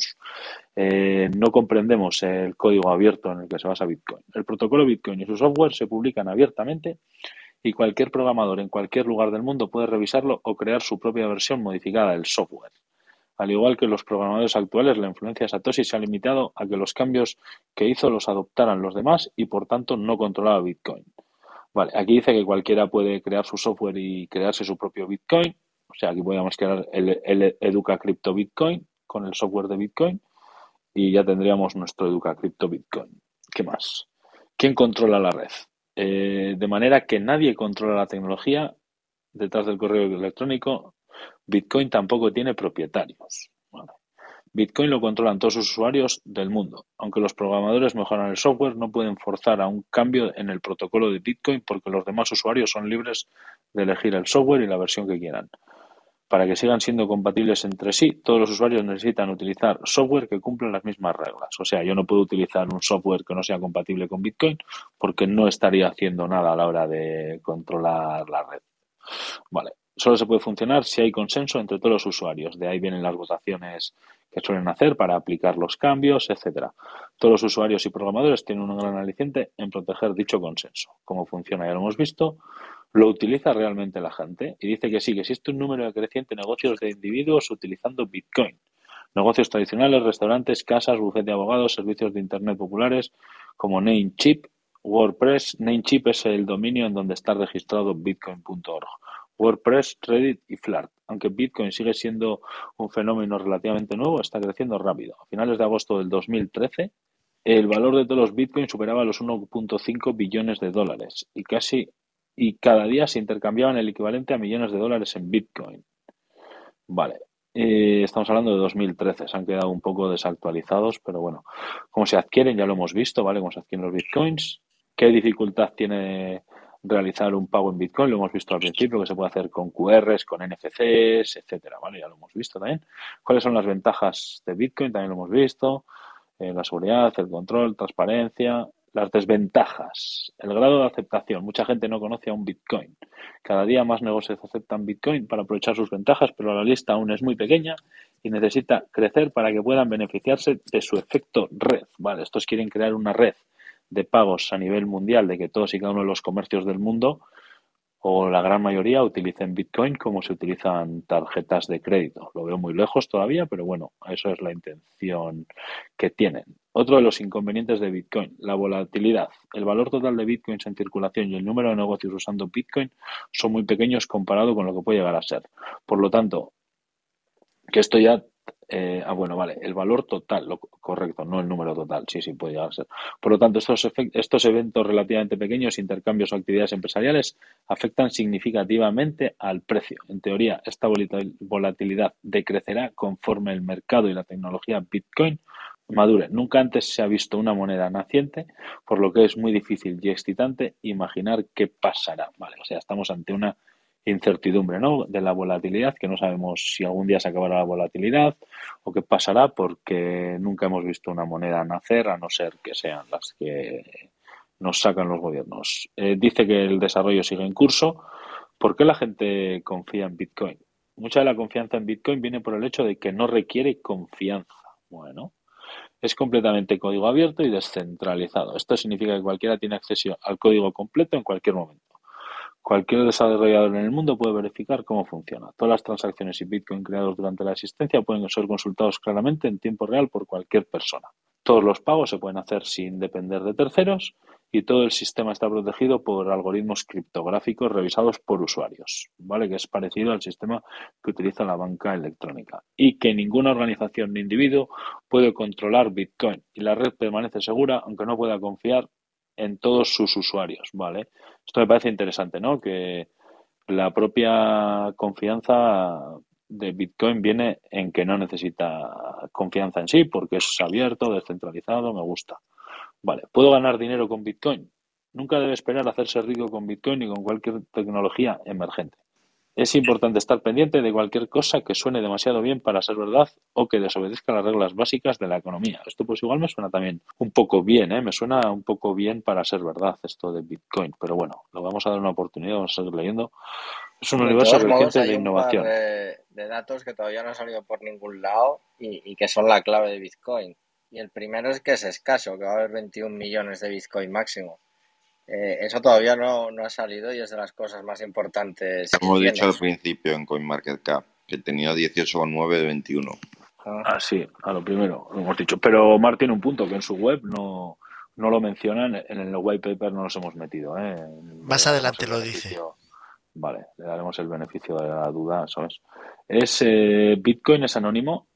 comprendemos el código abierto en el que se basa Bitcoin. El protocolo Bitcoin y su software se publican abiertamente y cualquier programador en cualquier lugar del mundo puede revisarlo o crear su propia versión modificada del software. Al igual que los programadores actuales, la influencia de Satoshi se ha limitado a que los cambios que hizo los adoptaran los demás y por tanto no controlaba Bitcoin. Vale, aquí dice que cualquiera puede crear su software y crearse su propio Bitcoin. O sea, aquí podríamos crear el Educa Crypto Bitcoin con el software de Bitcoin y ya tendríamos nuestro Educa Crypto Bitcoin. ¿Qué más? ¿Quién controla la red? De manera que nadie controla la tecnología detrás del correo electrónico. Bitcoin tampoco tiene propietarios. Vale. Bitcoin lo controlan todos los usuarios del mundo. Aunque los programadores mejoran el software, no pueden forzar a un cambio en el protocolo de Bitcoin porque los demás usuarios son libres de elegir el software y la versión que quieran. Para que sigan siendo compatibles entre sí, todos los usuarios necesitan utilizar software que cumpla las mismas reglas. O sea, yo no puedo utilizar un software que no sea compatible con Bitcoin porque no estaría haciendo nada a la hora de controlar la red. Vale. Solo se puede funcionar si hay consenso entre todos los usuarios. De ahí vienen las votaciones que suelen hacer para aplicar los cambios, etcétera. Todos los usuarios y programadores tienen un gran aliciente en proteger dicho consenso. ¿Cómo funciona? Ya lo hemos visto. ¿Lo utiliza realmente la gente? Y dice que sí, que existe un número creciente de negocios de individuos utilizando Bitcoin. Negocios tradicionales, restaurantes, casas, bufete de abogados, servicios de Internet populares como Namecheap, WordPress. Namecheap es el dominio en donde está registrado bitcoin.org. WordPress, Reddit y Flirt. Aunque Bitcoin sigue siendo un fenómeno relativamente nuevo, está creciendo rápido. A finales de agosto del 2013, el valor de todos los Bitcoins superaba los 1.5 billones de dólares y cada día se intercambiaban el equivalente a millones de dólares en Bitcoin. Vale. Estamos hablando de 2013, se han quedado un poco desactualizados, pero bueno, cómo se adquieren ya lo hemos visto, ¿vale? Cómo se adquieren los bitcoins, qué dificultad tiene realizar un pago en Bitcoin, lo hemos visto al principio, que se puede hacer con QRs, con NFCs, etcétera, ¿vale? Ya lo hemos visto también. ¿Cuáles son las ventajas de Bitcoin? También lo hemos visto. La seguridad, el control, transparencia. Las desventajas, el grado de aceptación. Mucha gente no conoce a un Bitcoin. Cada día más negocios aceptan Bitcoin para aprovechar sus ventajas, pero la lista aún es muy pequeña y necesita crecer para que puedan beneficiarse de su efecto red. Vale, estos quieren crear una red de pagos a nivel mundial, de que todos y cada uno de los comercios del mundo, o la gran mayoría, utilicen Bitcoin como se utilizan tarjetas de crédito. Lo veo muy lejos todavía, pero bueno, eso es la intención que tienen. Otro de los inconvenientes de Bitcoin, la volatilidad. El valor total de Bitcoins en circulación y el número de negocios usando Bitcoin son muy pequeños comparado con lo que puede llegar a ser. Por lo tanto, que esto ya... bueno, vale, el valor total, lo correcto, no el número total, sí, puede llegar a ser. Por lo tanto, estos eventos relativamente pequeños, intercambios o actividades empresariales, afectan significativamente al precio. En teoría, esta volatilidad decrecerá conforme el mercado y la tecnología Bitcoin madure. Nunca antes se ha visto una moneda naciente, por lo que es muy difícil y excitante imaginar qué pasará. Vale, o sea, estamos ante una incertidumbre, ¿no?, de la volatilidad, que no sabemos si algún día se acabará la volatilidad o qué pasará, porque nunca hemos visto una moneda nacer, a no ser que sean las que nos sacan los gobiernos. Dice que el desarrollo sigue en curso. ¿Por qué la gente confía en Bitcoin? Mucha de la confianza en Bitcoin viene por el hecho de que no requiere confianza. Bueno, es completamente código abierto y descentralizado. Esto significa que cualquiera tiene acceso al código completo en cualquier momento. Cualquier desarrollador en el mundo puede verificar cómo funciona. Todas las transacciones y Bitcoin creados durante la existencia pueden ser consultados claramente en tiempo real por cualquier persona. Todos los pagos se pueden hacer sin depender de terceros y todo el sistema está protegido por algoritmos criptográficos revisados por usuarios, ¿vale? Que es parecido al sistema que utiliza la banca electrónica. Y que ninguna organización ni individuo puede controlar Bitcoin y la red permanece segura aunque no pueda confiar en todos sus usuarios, ¿vale? Esto me parece interesante, ¿no? Que la propia confianza de Bitcoin viene en que no necesita confianza en sí, porque es abierto, descentralizado, me gusta. Vale, ¿puedo ganar dinero con Bitcoin? Nunca debe esperar a hacerse rico con Bitcoin ni con cualquier tecnología emergente. Es importante estar pendiente de cualquier cosa que suene demasiado bien para ser verdad o que desobedezca las reglas básicas de la economía. Esto pues igual me suena también un poco bien, ¿eh? Me suena un poco bien para ser verdad esto de Bitcoin. Pero bueno, lo vamos a dar una oportunidad, vamos a seguir leyendo. Es un De universo todos modos, creciente de hay un par innovación. de datos que todavía no han salido por ningún lado y que son la clave de Bitcoin. Y el primero es que es escaso, que va a haber 21 millones de Bitcoin máximo. Eso todavía no ha salido y es de las cosas más importantes que Hemos tiene. dicho al principio en CoinMarketCap que tenía 18,9 de 21. Ah, sí, a lo primero, lo hemos dicho. Pero Mark tiene un punto que en su web no lo mencionan, en el white paper no nos hemos metido, ¿eh? Más adelante lo dice. Vale, le daremos el beneficio de la duda, ¿sabes? Bitcoin es anónimo.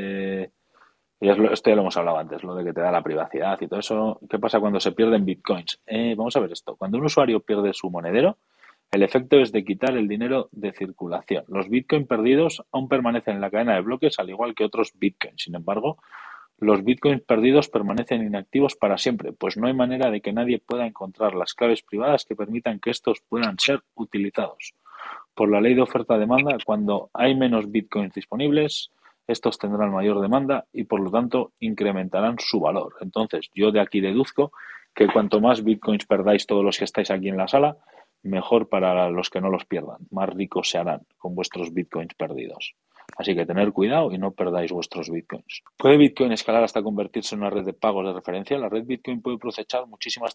Esto ya lo hemos hablado antes, lo de que te da la privacidad y todo eso. ¿Qué pasa cuando se pierden bitcoins? Vamos a ver esto. Cuando un usuario pierde su monedero, el efecto es de quitar el dinero de circulación. Los bitcoins perdidos aún permanecen en la cadena de bloques, al igual que otros bitcoins. Sin embargo, los bitcoins perdidos permanecen inactivos para siempre, pues no hay manera de que nadie pueda encontrar las claves privadas que permitan que estos puedan ser utilizados. Por la ley de oferta-demanda, cuando hay menos bitcoins disponibles, estos tendrán mayor demanda y por lo tanto incrementarán su valor. Entonces, yo de aquí deduzco que cuanto más bitcoins perdáis todos los que estáis aquí en la sala, mejor para los que no los pierdan. Más ricos se harán con vuestros bitcoins perdidos. Así que tener cuidado y no perdáis vuestros bitcoins. ¿Puede Bitcoin escalar hasta convertirse en una red de pagos de referencia? La red Bitcoin puede procesar muchísimas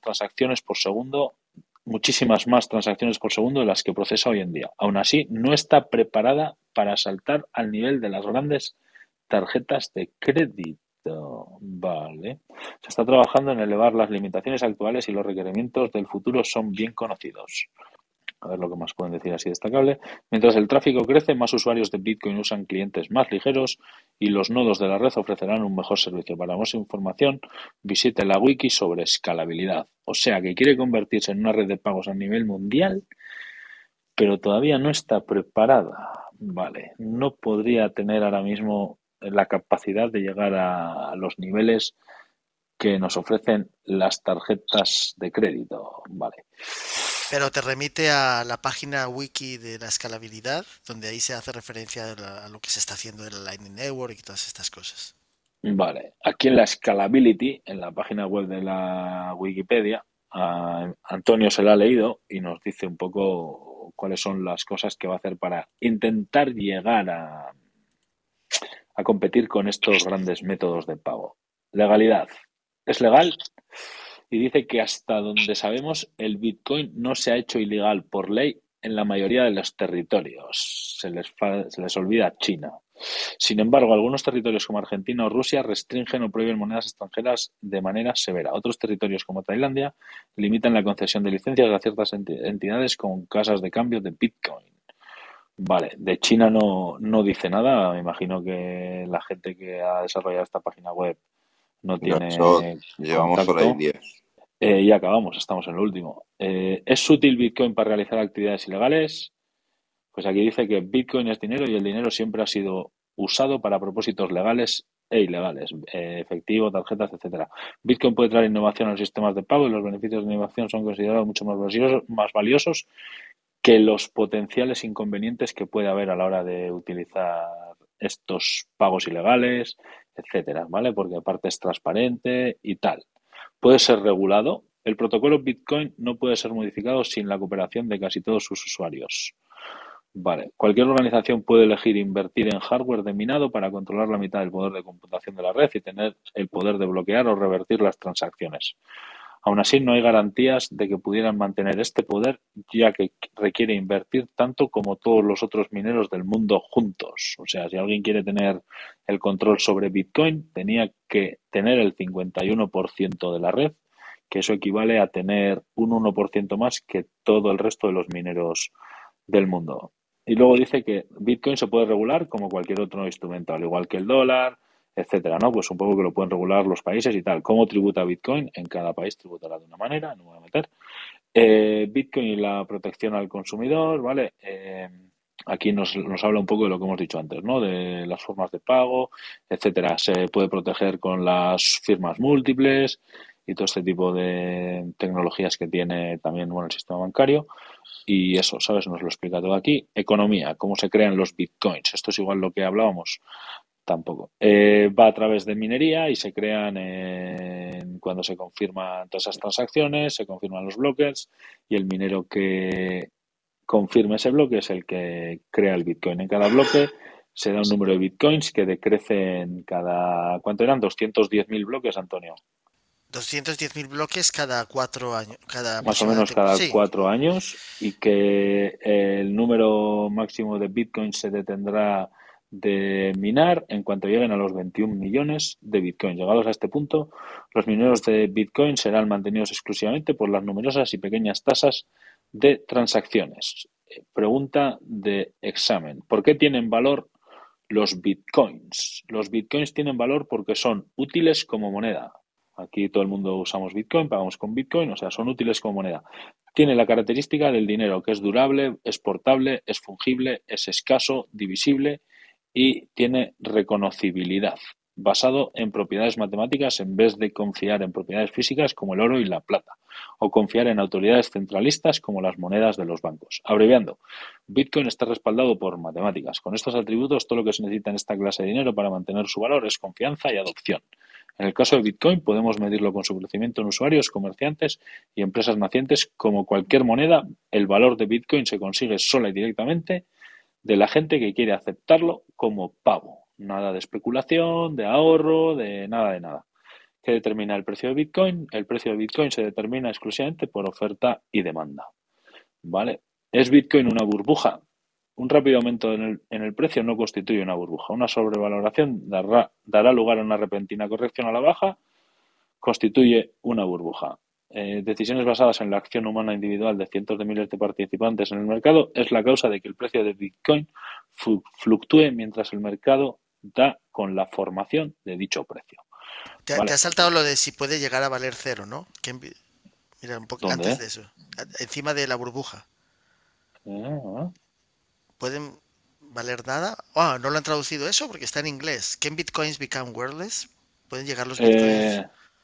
más transacciones por segundo de las que procesa hoy en día. Aún así, no está preparada para saltar al nivel de las grandes tarjetas de crédito. Vale. Se está trabajando en elevar las limitaciones actuales y los requerimientos del futuro son bien conocidos. A ver lo que más pueden decir así destacable. Mientras el tráfico crece, más usuarios de Bitcoin usan clientes más ligeros y los nodos de la red ofrecerán un mejor servicio. Para más información, visite la wiki sobre escalabilidad. O sea, que quiere convertirse en una red de pagos a nivel mundial, pero todavía no está preparada. Vale, no podría tener ahora mismo la capacidad de llegar a los niveles que nos ofrecen las tarjetas de crédito. Vale. Pero te remite a la página wiki de la escalabilidad, donde ahí se hace referencia a lo que se está haciendo en el Lightning Network y todas estas cosas. Vale, aquí en la Scalability, en la página web de la Wikipedia, a Antonio se la ha leído y nos dice un poco cuáles son las cosas que va a hacer para intentar llegar a competir con estos grandes métodos de pago. Legalidad. ¿Es legal? y dice que hasta donde sabemos el Bitcoin no se ha hecho ilegal por ley en la mayoría de los territorios. Se les olvida China. Sin embargo, algunos territorios como Argentina o Rusia restringen o prohíben monedas extranjeras de manera severa. Otros territorios como Tailandia limitan la concesión de licencias a ciertas entidades con casas de cambio de Bitcoin. Vale, de China no dice nada. Me imagino que la gente que ha desarrollado esta página web no tiene llevamos hora y 10. Y acabamos, estamos en lo último. ¿Es útil Bitcoin para realizar actividades ilegales? Pues aquí dice que Bitcoin es dinero y el dinero siempre ha sido usado para propósitos legales e ilegales, efectivo, tarjetas, etcétera. Bitcoin puede traer innovación a los sistemas de pago y los beneficios de innovación son considerados mucho más valiosos que los potenciales inconvenientes que puede haber a la hora de utilizar estos pagos ilegales, etcétera, ¿vale? Porque aparte es transparente y tal. Puede ser regulado. El protocolo Bitcoin no puede ser modificado sin la cooperación de casi todos sus usuarios. Vale. Cualquier organización puede elegir invertir en hardware de minado para controlar la mitad del poder de computación de la red y tener el poder de bloquear o revertir las transacciones. Aún así, no hay garantías de que pudieran mantener este poder, ya que requiere invertir tanto como todos los otros mineros del mundo juntos. O sea, si alguien quiere tener el control sobre Bitcoin, tenía que tener el 51% de la red, que eso equivale a tener un 1% más que todo el resto de los mineros del mundo. Y luego dice que Bitcoin se puede regular como cualquier otro instrumento, al igual que el dólar, etcétera, ¿no? Pues un poco que lo pueden regular los países y tal. ¿Cómo tributa Bitcoin? En cada país tributará de una manera, no me voy a meter. Bitcoin y la protección al consumidor, ¿vale? Aquí nos habla un poco de lo que hemos dicho antes, ¿no? De las formas de pago, etcétera. Se puede proteger con las firmas múltiples y todo este tipo de tecnologías que tiene también, bueno, el sistema bancario. Y eso, ¿sabes? Nos lo explica todo aquí. Economía, cómo se crean los bitcoins. Esto es igual lo que hablábamos. Tampoco. Va a través de minería y se crean cuando se confirman todas esas transacciones, se confirman los bloques y el minero que confirme ese bloque es el que crea el Bitcoin. En cada bloque se da un número de Bitcoins que decrecen cada... ¿Cuánto eran? 210.000 bloques, Antonio. 210.000 bloques cada 4 años. Más o menos cada 4 años y que el número máximo de Bitcoin se detendrá de minar en cuanto lleguen a los 21 millones de Bitcoin. Llegados a este punto, los mineros de Bitcoin serán mantenidos exclusivamente por las numerosas y pequeñas tasas de transacciones. Pregunta de examen. ¿Por qué tienen valor los Bitcoins? Los Bitcoins tienen valor porque son útiles como moneda. Aquí todo el mundo usamos Bitcoin, pagamos con Bitcoin, o sea, son útiles como moneda. Tiene la característica del dinero, que es durable, es portable, es fungible, es escaso, divisible y tiene reconocibilidad, basado en propiedades matemáticas en vez de confiar en propiedades físicas como el oro y la plata, o confiar en autoridades centralistas como las monedas de los bancos. Abreviando, Bitcoin está respaldado por matemáticas. Con estos atributos, todo lo que se necesita en esta clase de dinero para mantener su valor es confianza y adopción. En el caso de Bitcoin, podemos medirlo con su crecimiento en usuarios, comerciantes y empresas nacientes. Como cualquier moneda, el valor de Bitcoin se consigue sola y directamente de la gente que quiere aceptarlo como pago. Nada de especulación, de ahorro, de nada. ¿Qué determina el precio de Bitcoin? El precio de Bitcoin se determina exclusivamente por oferta y demanda. ¿Vale? ¿Es Bitcoin una burbuja? Un rápido aumento en el precio no constituye una burbuja. Una sobrevaloración dará lugar a una repentina corrección a la baja, constituye una burbuja. Decisiones basadas en la acción humana individual de cientos de miles de participantes en el mercado es la causa de que el precio de Bitcoin fluctúe mientras el mercado da con la formación de dicho precio. Te ha saltado lo de si puede llegar a valer cero, ¿no? Mira, un poco antes de eso. Encima de la burbuja. ¿Pueden valer nada? No lo han traducido eso porque está en inglés. ¿Can bitcoins become worthless? ¿Pueden llegar los bitcoins?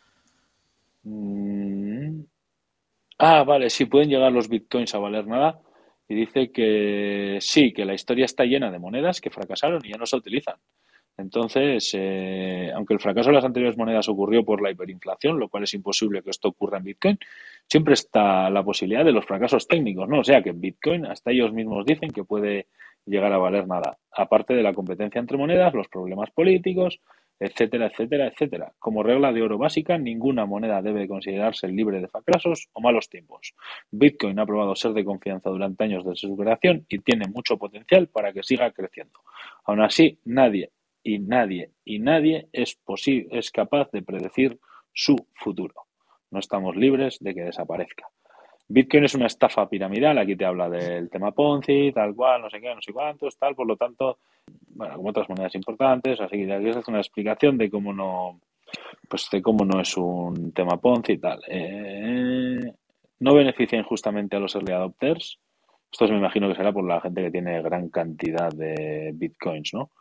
Vale, sí, pueden llegar los bitcoins a valer nada. Y dice que sí, que la historia está llena de monedas que fracasaron y ya no se utilizan. Entonces, aunque el fracaso de las anteriores monedas ocurrió por la hiperinflación, lo cual es imposible que esto ocurra en Bitcoin, siempre está la posibilidad de los fracasos técnicos, ¿no? O sea, que en Bitcoin hasta ellos mismos dicen que puede llegar a valer nada. Aparte de la competencia entre monedas, los problemas políticos, etcétera, etcétera, etcétera. Como regla de oro básica, ninguna moneda debe considerarse libre de fracasos o malos tiempos. Bitcoin ha probado ser de confianza durante años desde su creación y tiene mucho potencial para que siga creciendo. Aún así, nadie es capaz de predecir su futuro. No estamos libres de que desaparezca. Bitcoin es una estafa piramidal, aquí te habla del tema Ponzi, tal cual, no sé qué, no sé cuántos, tal, por lo tanto, bueno, como otras monedas importantes, así que aquí se hace una explicación de cómo no, pues de cómo no es un tema Ponzi y tal. No beneficia injustamente a los early adopters. Esto me imagino que será por la gente que tiene gran cantidad de Bitcoins, ¿no?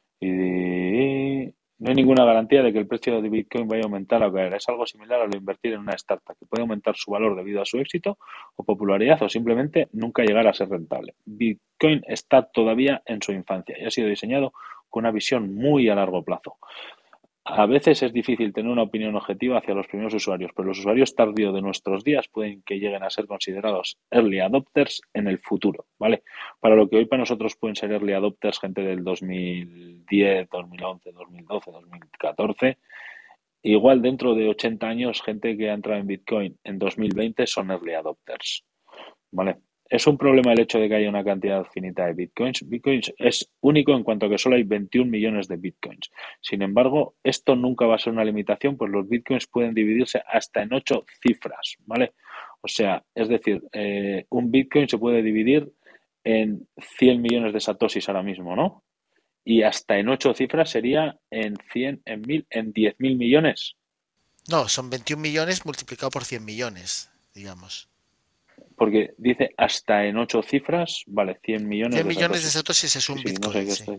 Y no hay ninguna garantía de que el precio de Bitcoin vaya a aumentar o caer. Es algo similar a lo de invertir en una startup, que puede aumentar su valor debido a su éxito o popularidad o simplemente nunca llegar a ser rentable. Bitcoin está todavía en su infancia y ha sido diseñado con una visión muy a largo plazo. A veces es difícil tener una opinión objetiva hacia los primeros usuarios, pero los usuarios tardíos de nuestros días pueden que lleguen a ser considerados early adopters en el futuro, ¿vale? Para lo que hoy para nosotros pueden ser early adopters gente del 2010, 2011, 2012, 2014, igual dentro de 80 años gente que ha entrado en Bitcoin en 2020 son early adopters, ¿vale? Es un problema el hecho de que haya una cantidad finita de Bitcoins. Bitcoins es único en cuanto a que solo hay 21 millones de Bitcoins. Sin embargo, esto nunca va a ser una limitación, pues los Bitcoins pueden dividirse hasta en 8 cifras, ¿vale? O sea, es decir, un Bitcoin se puede dividir en 100 millones de satoshis ahora mismo, ¿no? Y hasta en 8 cifras sería en 100, en 1000, en 10.000 millones. No, son 21 millones multiplicado por 100 millones, digamos. Porque dice hasta en 8 cifras, vale, 100 millones 100 de millones de satoshis. satoshis es un Sí, no sé Bitcoin, qué sí.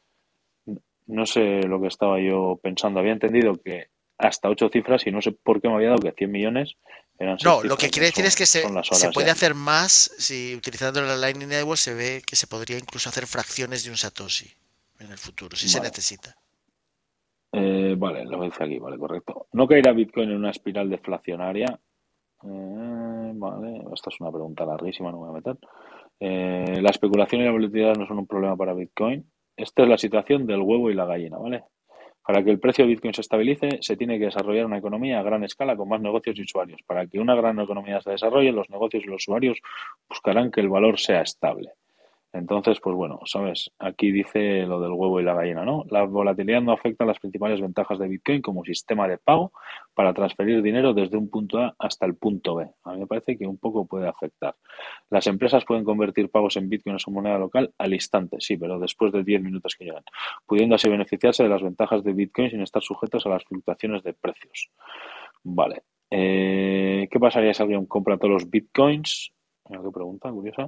no sé lo que estaba yo pensando. Había entendido que hasta 8 cifras y no sé por qué me había dado que 100 millones eran 6 No, lo que cifras. quiere decir es que Son las se horas puede ya. hacer más si utilizando la Lightning Network se ve que se podría incluso hacer fracciones de un Satoshi en el futuro, si se Vale. necesita. Vale, lo dice aquí, vale, correcto. ¿No caerá Bitcoin en una espiral deflacionaria? Vale, esta es una pregunta larguísima, no me voy a meter. La especulación y la volatilidad no son un problema para Bitcoin. Esta es la situación del huevo y la gallina, ¿vale? Para que el precio de Bitcoin se estabilice, se tiene que desarrollar una economía a gran escala con más negocios y usuarios. Para que una gran economía se desarrolle, los negocios y los usuarios buscarán que el valor sea estable. Entonces, pues bueno, ¿sabes? Aquí dice lo del huevo y la gallina, ¿no? La volatilidad no afecta a las principales ventajas de Bitcoin como sistema de pago para transferir dinero desde un punto A hasta el punto B. A mí me parece que un poco puede afectar. Las empresas pueden convertir pagos en Bitcoin en su moneda local al instante, sí, pero después de 10 minutos que llegan, pudiendo así beneficiarse de las ventajas de Bitcoin sin estar sujetos a las fluctuaciones de precios. Vale. ¿Qué pasaría si alguien compra todos los Bitcoins? Mira qué pregunta curiosa.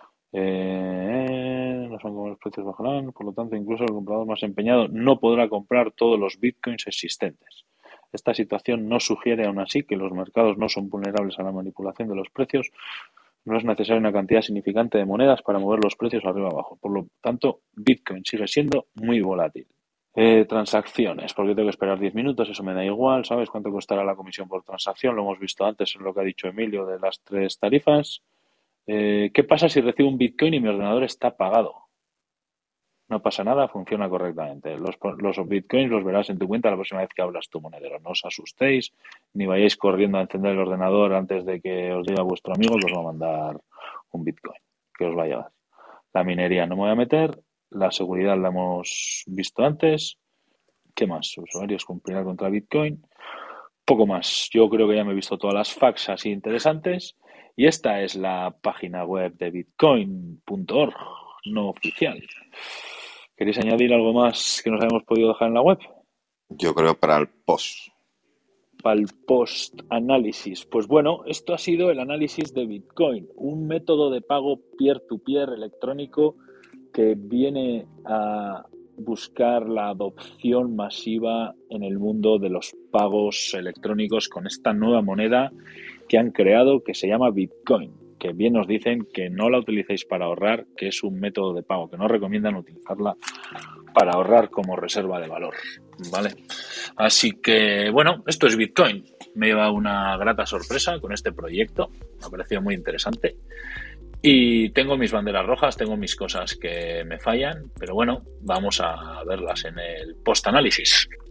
No son como los precios bajarán, por lo tanto, incluso el comprador más empeñado no podrá comprar todos los bitcoins existentes. Esta situación no sugiere, aún así, que los mercados no son vulnerables a la manipulación de los precios. No es necesaria una cantidad significante de monedas para mover los precios arriba abajo. Por lo tanto, Bitcoin sigue siendo muy volátil. Transacciones, porque tengo que esperar 10 minutos, eso me da igual, ¿sabes cuánto costará la comisión por transacción? Lo hemos visto antes en lo que ha dicho Emilio de las 3 tarifas. ¿Qué pasa si recibo un Bitcoin y mi ordenador está apagado? No pasa nada, funciona correctamente. Los Bitcoins los verás en tu cuenta la próxima vez que abras tu monedero. No os asustéis, ni vayáis corriendo a encender el ordenador antes de que os diga vuestro amigo que os va a mandar un Bitcoin, que os va a llegar. La minería no me voy a meter, la seguridad la hemos visto antes. ¿Qué más? Usuarios cumplirán contra Bitcoin. Poco más. Yo creo que ya me he visto todas las facts así interesantes. Y esta es la página web de bitcoin.org, no oficial. ¿Queréis añadir algo más que nos hayamos podido dejar en la web? Yo creo para el post. Para el post-análisis. Pues bueno, esto ha sido el análisis de Bitcoin, un método de pago peer-to-peer electrónico que viene a buscar la adopción masiva en el mundo de los pagos electrónicos con esta nueva moneda que han creado que se llama Bitcoin, que bien nos dicen que no la utilicéis para ahorrar, que es un método de pago, que no recomiendan utilizarla para ahorrar como reserva de valor, ¿vale? Así que, bueno, esto es Bitcoin. Me lleva una grata sorpresa con este proyecto, me ha parecido muy interesante. Y tengo mis banderas rojas, tengo mis cosas que me fallan, pero bueno, vamos a verlas en el post-análisis.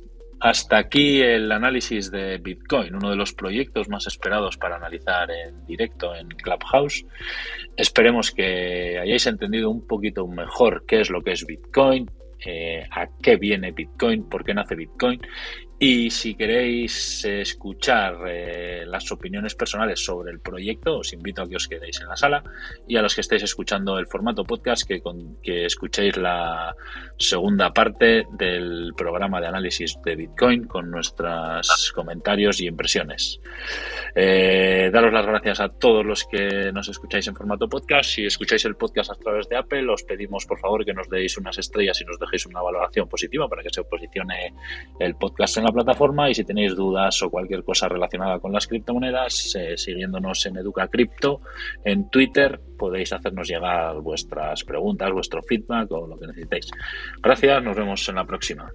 Hasta aquí el análisis de Bitcoin, uno de los proyectos más esperados para analizar en directo en Clubhouse. Esperemos que hayáis entendido un poquito mejor qué es lo que es Bitcoin, a qué viene Bitcoin, por qué nace Bitcoin. Y si queréis escuchar las opiniones personales sobre el proyecto, os invito a que os quedéis en la sala, y a los que estéis escuchando el formato podcast que escuchéis la segunda parte del programa de análisis de Bitcoin con nuestros comentarios y impresiones. Daros las gracias a todos los que nos escucháis en formato podcast. Si escucháis el podcast a través de Apple, os pedimos por favor que nos deis unas estrellas y nos dejéis una valoración positiva para que se posicione el podcast en la plataforma. Y si tenéis dudas o cualquier cosa relacionada con las criptomonedas, siguiéndonos en Educa Cripto en Twitter, podéis hacernos llegar vuestras preguntas, vuestro feedback o lo que necesitéis. Gracias, nos vemos en la próxima.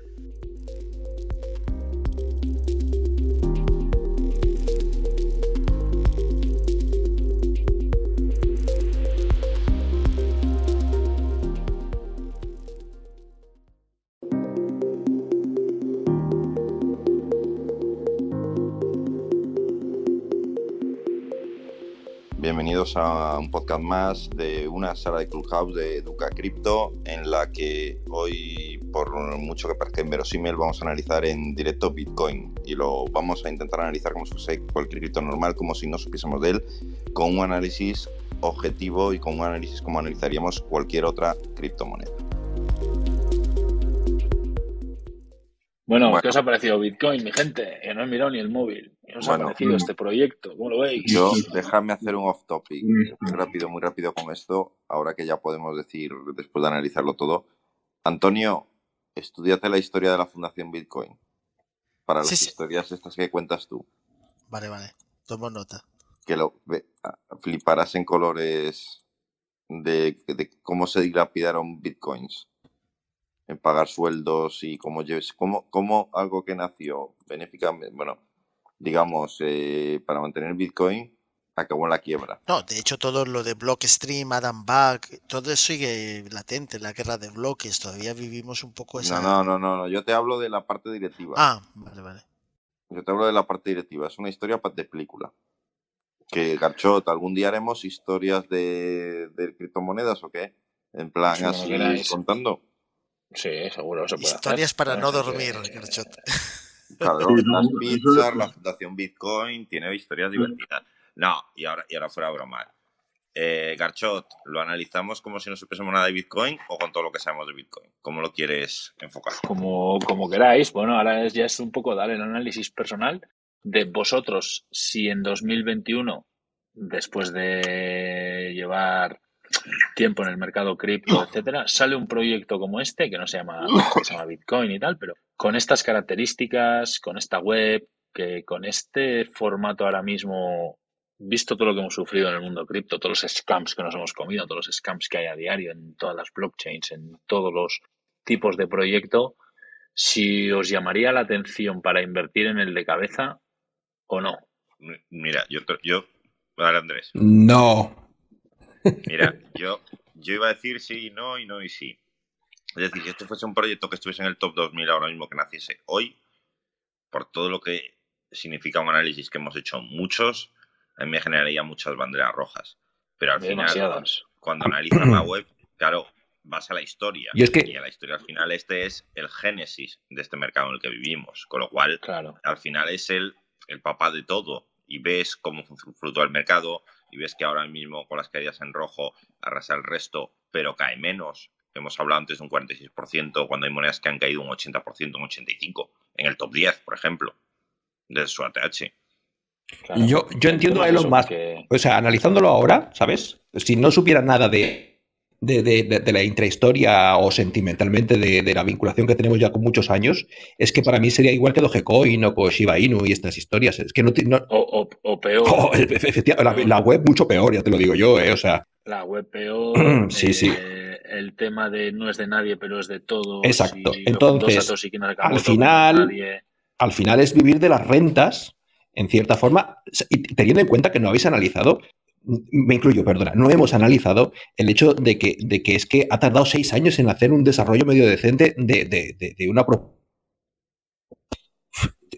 Bienvenidos a un podcast más de una sala de Clubhouse de Educa Cripto, en la que hoy, por mucho que parezca inverosímil, vamos a analizar en directo Bitcoin, y lo vamos a intentar analizar como si fuese cualquier cripto normal, como si no supiésemos de él, con un análisis objetivo y con un análisis como analizaríamos cualquier otra criptomoneda. Bueno, ¿qué os ha parecido Bitcoin, mi gente? Que no he mirado ni el móvil. ¿Qué os ha parecido este proyecto? ¿Cómo lo veis? Yo, déjame hacer un off topic muy rápido con esto, ahora que ya podemos decir, después de analizarlo todo. Antonio, estudiate la historia de la Fundación Bitcoin, para las historias estas que cuentas tú. Vale, tomo nota. Que fliparás en colores de cómo se dilapidaron Bitcoins en pagar sueldos y cómo algo que nació benéficamente, digamos, para mantener Bitcoin, acabó en la quiebra. No, de hecho todo lo de Blockstream, Adam Back, todo eso sigue latente, la guerra de bloques, todavía vivimos un poco esa... No, yo te hablo de la parte directiva. Ah, vale. Yo te hablo de la parte directiva, es una historia de película. Que, Garchot, ¿algún día haremos historias de criptomonedas o qué? En plan, sí, así contando. Sí, seguro se puede historias hacer. Para no dormir, Garchot. Claro, las pizzas, la Fundación Bitcoin, tiene historias divertidas. No, y ahora fuera broma. Garchot, ¿lo analizamos como si no supiésemos nada de Bitcoin o con todo lo que sabemos de Bitcoin? ¿Cómo lo quieres enfocar? Como queráis. Bueno, ahora ya es un poco dar el análisis personal de vosotros. Si en 2021, después de llevar tiempo en el mercado cripto, etcétera, sale un proyecto como este, que no se llama Bitcoin y tal, pero con estas características, con esta web, que con este formato ahora mismo, visto todo lo que hemos sufrido en el mundo cripto, todos los scams que nos hemos comido, todos los scams que hay a diario en todas las blockchains, en todos los tipos de proyecto, si os llamaría la atención para invertir en el de cabeza o no. Mira, yo vale, Andrés. No. Mira, yo iba a decir sí, no y sí. Es decir, si esto fuese un proyecto que estuviese en el top 2000 ahora mismo, que naciese hoy, por todo lo que significa un análisis que hemos hecho muchos, a mí me generaría muchas banderas rojas. Pero al final, cuando analizas la web, claro, vas a la historia. Y a la historia al final este es el génesis de este mercado en el que vivimos. Con lo cual, claro, al final es el papá de todo. Y ves cómo fluctúa el mercado, y ves que ahora mismo con las caídas en rojo arrasa el resto, pero cae menos. Hemos hablado antes de un 46%, cuando hay monedas que han caído un 80%, un 85%, en el top 10, por ejemplo, de su ATH. Claro. Yo entiendo a Elon Musk, o sea, analizándolo ahora, ¿sabes? Si no supiera nada de la intrahistoria o sentimentalmente de la vinculación que tenemos ya con muchos años, es que para mí sería igual que Dogecoin o con Shiba Inu y estas historias. Es que no o peor. Efectivamente, la web mucho peor, ya te lo digo yo, o sea. La web peor. Sí. El tema de no es de nadie, pero es de todos. Exacto. Entonces, al final es vivir de las rentas, en cierta forma, y teniendo en cuenta que no habéis analizado, me incluyo, perdona, no hemos analizado el hecho de que es que ha tardado 6 años en hacer un desarrollo medio decente de una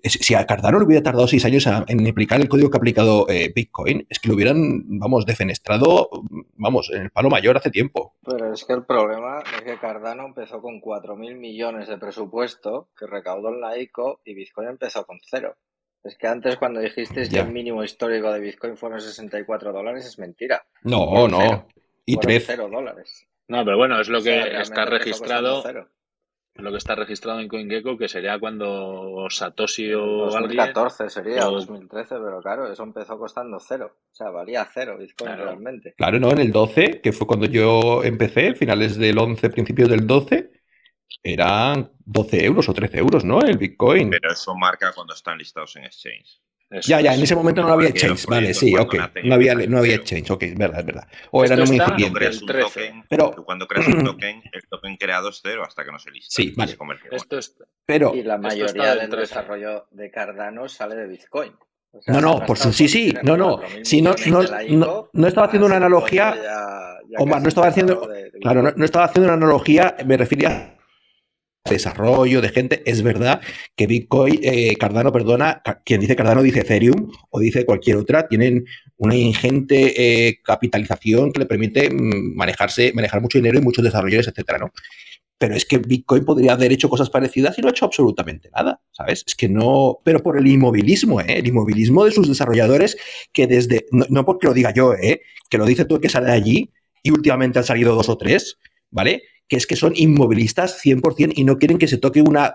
si a Cardano le hubiera tardado 6 años en aplicar el código que ha aplicado Bitcoin, es que lo hubieran, defenestrado, en el palo mayor hace tiempo. Pero es que el problema es que Cardano empezó con 4.000 millones de presupuesto que recaudó en la ICO y Bitcoin empezó con 0. Es que antes cuando dijisteis que el mínimo histórico de Bitcoin fueron $64, es mentira. No. Y $0. No, pero bueno, es lo que está registrado. Lo que está registrado en CoinGecko, que sería cuando Satoshi o 2014 sería, o 2013, pero claro, eso empezó costando 0. O sea, valía 0 Bitcoin realmente. Claro, no, en el 12, que fue cuando yo empecé, finales del 11, principios del 12, eran 12 euros o 13 euros, ¿no? El Bitcoin. Pero eso marca cuando están listados en exchange. Ya, en ese momento no había exchange, vale, sí, ok. No había exchange, ok, es verdad. O eran muy incipientes. Pero cuando creas un token, el token creado es 0 hasta que no se lista. Sí, vale. Y la mayoría del desarrollo de Cardano sale de Bitcoin. O sea, no, por su sí. No estaba haciendo una analogía. Omar, no estaba haciendo. Claro, no estaba haciendo una analogía, me refería desarrollo de gente. Es verdad que Bitcoin, Cardano, quien dice Cardano dice Ethereum o dice cualquier otra, tienen una ingente capitalización que le permite manejar mucho dinero y muchos desarrolladores, etcétera, ¿no? Pero es que Bitcoin podría haber hecho cosas parecidas y no ha hecho absolutamente nada, ¿sabes? Es que no, pero por el inmovilismo, el inmovilismo de sus desarrolladores que desde, no porque lo diga yo, que lo dice tú que sale de allí y últimamente han salido 2 o 3, ¿vale? Que es que son inmovilistas 100% y no quieren que se toque una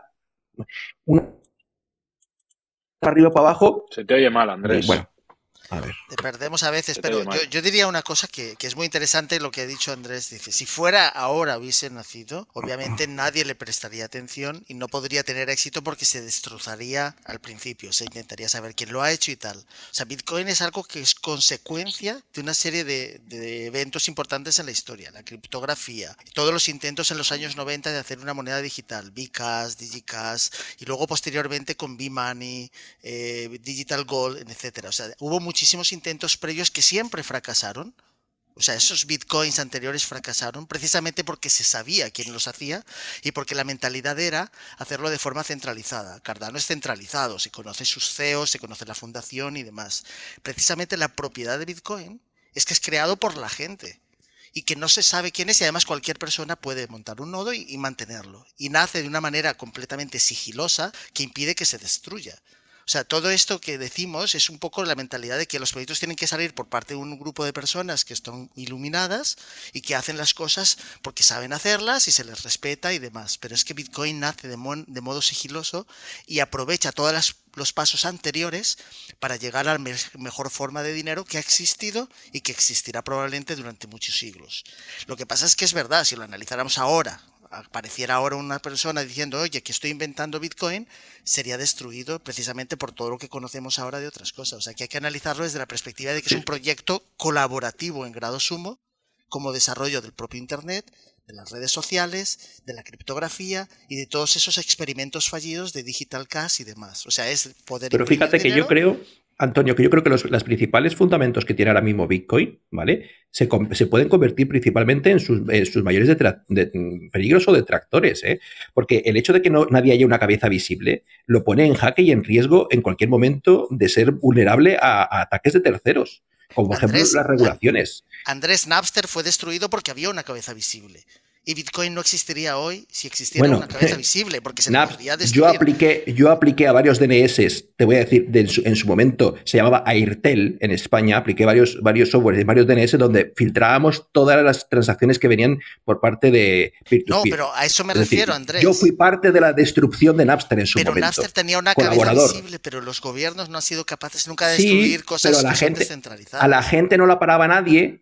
arriba para abajo. Se te oye mal, Andrés. Bueno, a ver. Te perdemos a veces, pero yo diría una cosa que es muy interesante lo que ha dicho Andrés. Dice, si fuera ahora hubiese nacido, obviamente nadie le prestaría atención y no podría tener éxito porque se destrozaría al principio. Se intentaría saber quién lo ha hecho y tal. O sea, Bitcoin es algo que es consecuencia de una serie de eventos importantes en la historia. La criptografía, todos los intentos en los años 90 de hacer una moneda digital, Bcash, Digicash, y luego posteriormente con B-Money, Digital Gold, etcétera. O sea, hubo muchísimos intentos previos que siempre fracasaron. O sea, esos bitcoins anteriores fracasaron precisamente porque se sabía quién los hacía y porque la mentalidad era hacerlo de forma centralizada. Cardano es centralizado, se conoce sus CEOs, se conoce la fundación y demás. Precisamente la propiedad de Bitcoin es que es creado por la gente y que no se sabe quién es y además cualquier persona puede montar un nodo y mantenerlo. Y nace de una manera completamente sigilosa que impide que se destruya. O sea, todo esto que decimos es un poco la mentalidad de que los proyectos tienen que salir por parte de un grupo de personas que están iluminadas y que hacen las cosas porque saben hacerlas y se les respeta y demás. Pero es que Bitcoin nace de modo sigiloso y aprovecha todos los pasos anteriores para llegar a la mejor forma de dinero que ha existido y que existirá probablemente durante muchos siglos. Lo que pasa es que es verdad, si lo analizáramos ahora, apareciera ahora una persona diciendo, oye, que estoy inventando Bitcoin, sería destruido precisamente por todo lo que conocemos ahora de otras cosas. O sea, que hay que analizarlo desde la perspectiva de que es un proyecto colaborativo en grado sumo, como desarrollo del propio Internet, de las redes sociales, de la criptografía y de todos esos experimentos fallidos de Digital Cash y demás. O sea, es poder... Pero fíjate que yo creo... Antonio, que yo creo que los principales fundamentos que tiene ahora mismo Bitcoin, ¿vale? Se pueden convertir principalmente en sus mayores peligros o detractores, ¿eh? Porque el hecho de que nadie haya una cabeza visible lo pone en jaque y en riesgo en cualquier momento de ser vulnerable a ataques de terceros, como por ejemplo las regulaciones. Andrés, Napster fue destruido porque había una cabeza visible. Y Bitcoin no existiría hoy si existiera una cabeza visible, porque se podría destruir. Yo apliqué a varios DNS, te voy a decir, en su momento se llamaba Airtel en España, apliqué varios softwares de varios DNS donde filtrábamos todas las transacciones que venían por parte de peer-to-peer. No, pero a eso me refiero, Andrés. Yo fui parte de la destrucción de Napster en su momento. Pero Napster tenía una cabeza visible, pero los gobiernos no han sido capaces nunca de destruir cosas que son descentralizadas. A la gente no la paraba nadie,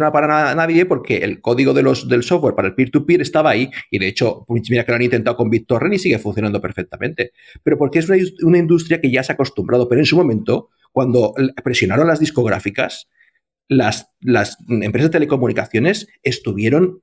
porque el código del software para el peer-to-peer estaba ahí y de hecho, mira que lo han intentado con BitTorrent y sigue funcionando perfectamente. Pero porque es una industria que ya se ha acostumbrado. Pero en su momento, cuando presionaron las discográficas, las empresas de telecomunicaciones hicieron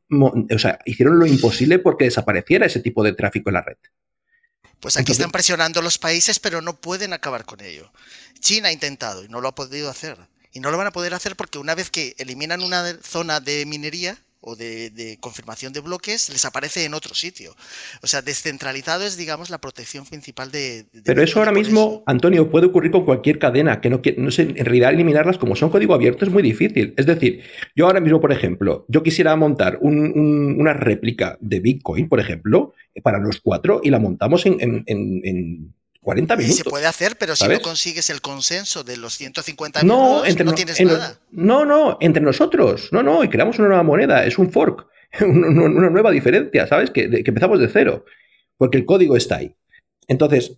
lo imposible porque desapareciera ese tipo de tráfico en la red. Pues aquí están presionando los países, pero no pueden acabar con ello. China ha intentado y no lo ha podido hacer. Y no lo van a poder hacer porque una vez que eliminan una zona de minería, o de confirmación de bloques les aparece en otro sitio. O sea, descentralizado es, digamos, la protección principal de Pero eso ahora mismo, Antonio, puede ocurrir con cualquier cadena, que no sé, en realidad eliminarlas como son código abierto es muy difícil. Es decir, yo ahora mismo, por ejemplo, yo quisiera montar una réplica de Bitcoin, por ejemplo, para los 4 y la montamos en 40 minutos. Se puede hacer, pero ¿sabes? Si no consigues el consenso de los 150.000 nodos, no tienes nada. No, entre nosotros. No, y creamos una nueva moneda. Es un fork, una nueva diferencia, ¿sabes? Que empezamos de cero, porque el código está ahí. Entonces,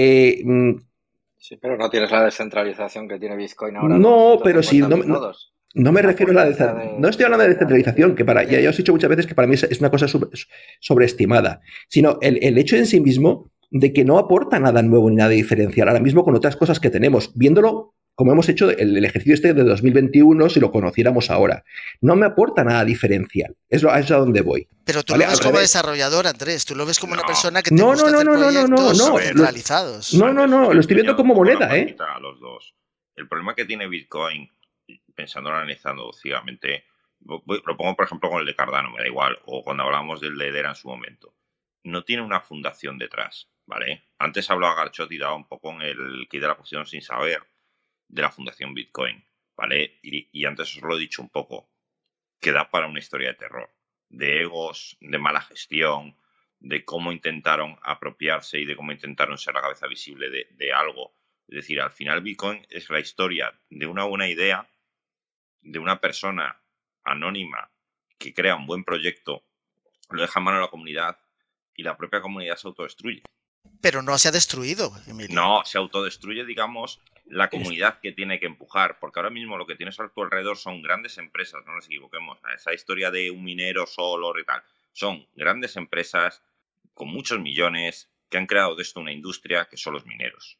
sí, pero no tienes la descentralización que tiene Bitcoin ahora. No, pero sí, no me refiero a la descentralización. No estoy hablando de descentralización, que ya os he dicho muchas veces que para mí es una cosa sobreestimada, sino el hecho en sí mismo de que no aporta nada nuevo ni nada diferencial ahora mismo con otras cosas que tenemos, viéndolo como hemos hecho el ejercicio este de 2021 si lo conociéramos ahora. No me aporta nada diferencial, es a donde voy. Pero tú lo ves como desarrollador, Andrés, tú lo ves como una persona que te gusta hacer proyectos centralizados. No, lo estoy viendo como moneda, A los dos. El problema que tiene Bitcoin, pensando, analizando ciegamente, lo pongo por ejemplo con el de Cardano, me da igual, o cuando hablamos del de Hedera en su momento, no tiene una fundación detrás, ¿vale? Antes hablaba Garchot y daba un poco en el kit de la posición sin saber de la fundación Bitcoin, ¿vale? Y antes os lo he dicho un poco, que da para una historia de terror, de egos, de mala gestión, de cómo intentaron apropiarse y de cómo intentaron ser la cabeza visible de algo. Es decir, al final Bitcoin es la historia de una buena idea, de una persona anónima que crea un buen proyecto, lo deja en mano a la comunidad y la propia comunidad se autodestruye. Pero no se ha destruido, Emilio. No, se autodestruye, digamos, la comunidad que tiene que empujar, porque ahora mismo lo que tienes a tu alrededor son grandes empresas, no nos equivoquemos, esa historia de un minero solo y tal, son grandes empresas con muchos millones que han creado de esto una industria que son los mineros.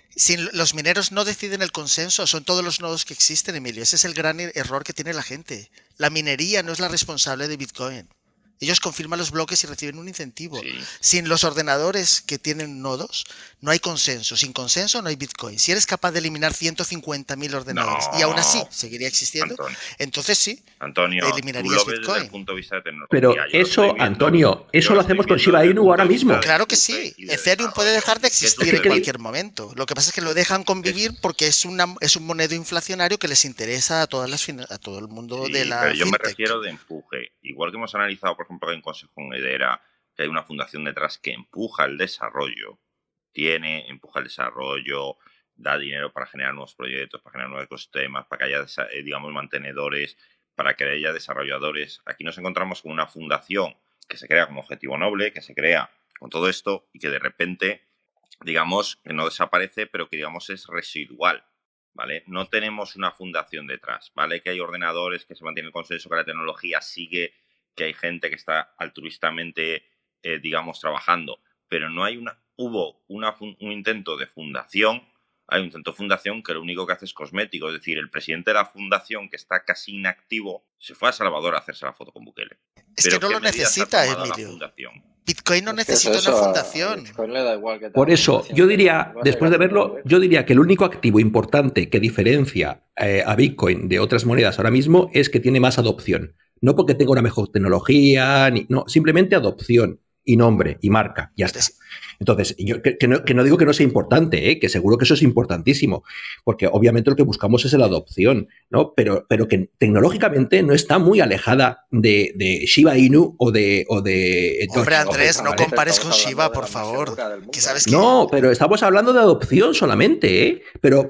Los mineros no deciden el consenso, son todos los nodos que existen, Emilio. Ese es el gran error que tiene la gente. La minería no es la responsable de Bitcoin. Ellos confirman los bloques y reciben un incentivo. Sí. Sin los ordenadores que tienen nodos, no hay consenso. Sin consenso no hay Bitcoin. Si eres capaz de eliminar 150.000 ordenadores y aún así seguiría existiendo, entonces sí, Antonio, eliminarías tú lo ves Bitcoin. Desde el punto de vista de tecnología. Pero eso, Antonio, eso lo hacemos con Shiba Inu ahora mismo. Claro que sí. Ethereum puede dejar de existir en cualquier momento. Lo que pasa es que lo dejan convivir porque es un monedo inflacionario que les interesa a todo el mundo de la pero yo fintech. Me refiero de empuje. Igual que hemos analizado, por ejemplo, en Consejo en Hedera, que hay una fundación detrás que empuja el desarrollo, empuja el desarrollo, da dinero para generar nuevos proyectos, para generar nuevos ecosistemas, para que haya, digamos, mantenedores, para que haya desarrolladores. Aquí nos encontramos con una fundación que se crea como objetivo noble, que se crea con todo esto y que de repente, digamos, que no desaparece, pero que, digamos, es residual, ¿vale? No tenemos una fundación detrás, ¿vale? Que hay ordenadores, que se mantiene el consenso, que la tecnología sigue, que hay gente que está altruistamente, digamos, trabajando, pero no hay hubo un intento de fundación, hay un intento de fundación que lo único que hace es cosmético, es decir, el presidente de la fundación, que está casi inactivo, se fue a Salvador a hacerse la foto con Bukele. Es que no lo necesita, Emilio. Bitcoin no necesita una fundación. Le da igual que por eso, yo diría, después de verlo, yo diría que el único activo importante que diferencia a Bitcoin de otras monedas ahora mismo es que tiene más adopción. No porque tenga una mejor tecnología, no, simplemente adopción y nombre y marca, ya está. Entonces, yo que no digo que no sea importante, que seguro que eso es importantísimo, porque obviamente lo que buscamos es la adopción, ¿no? Pero que tecnológicamente no está muy alejada de Shiba Inu o de Hombre, Andrés, no compares con Shiba, por favor. Que sabes que... No, pero estamos hablando de adopción solamente, Pero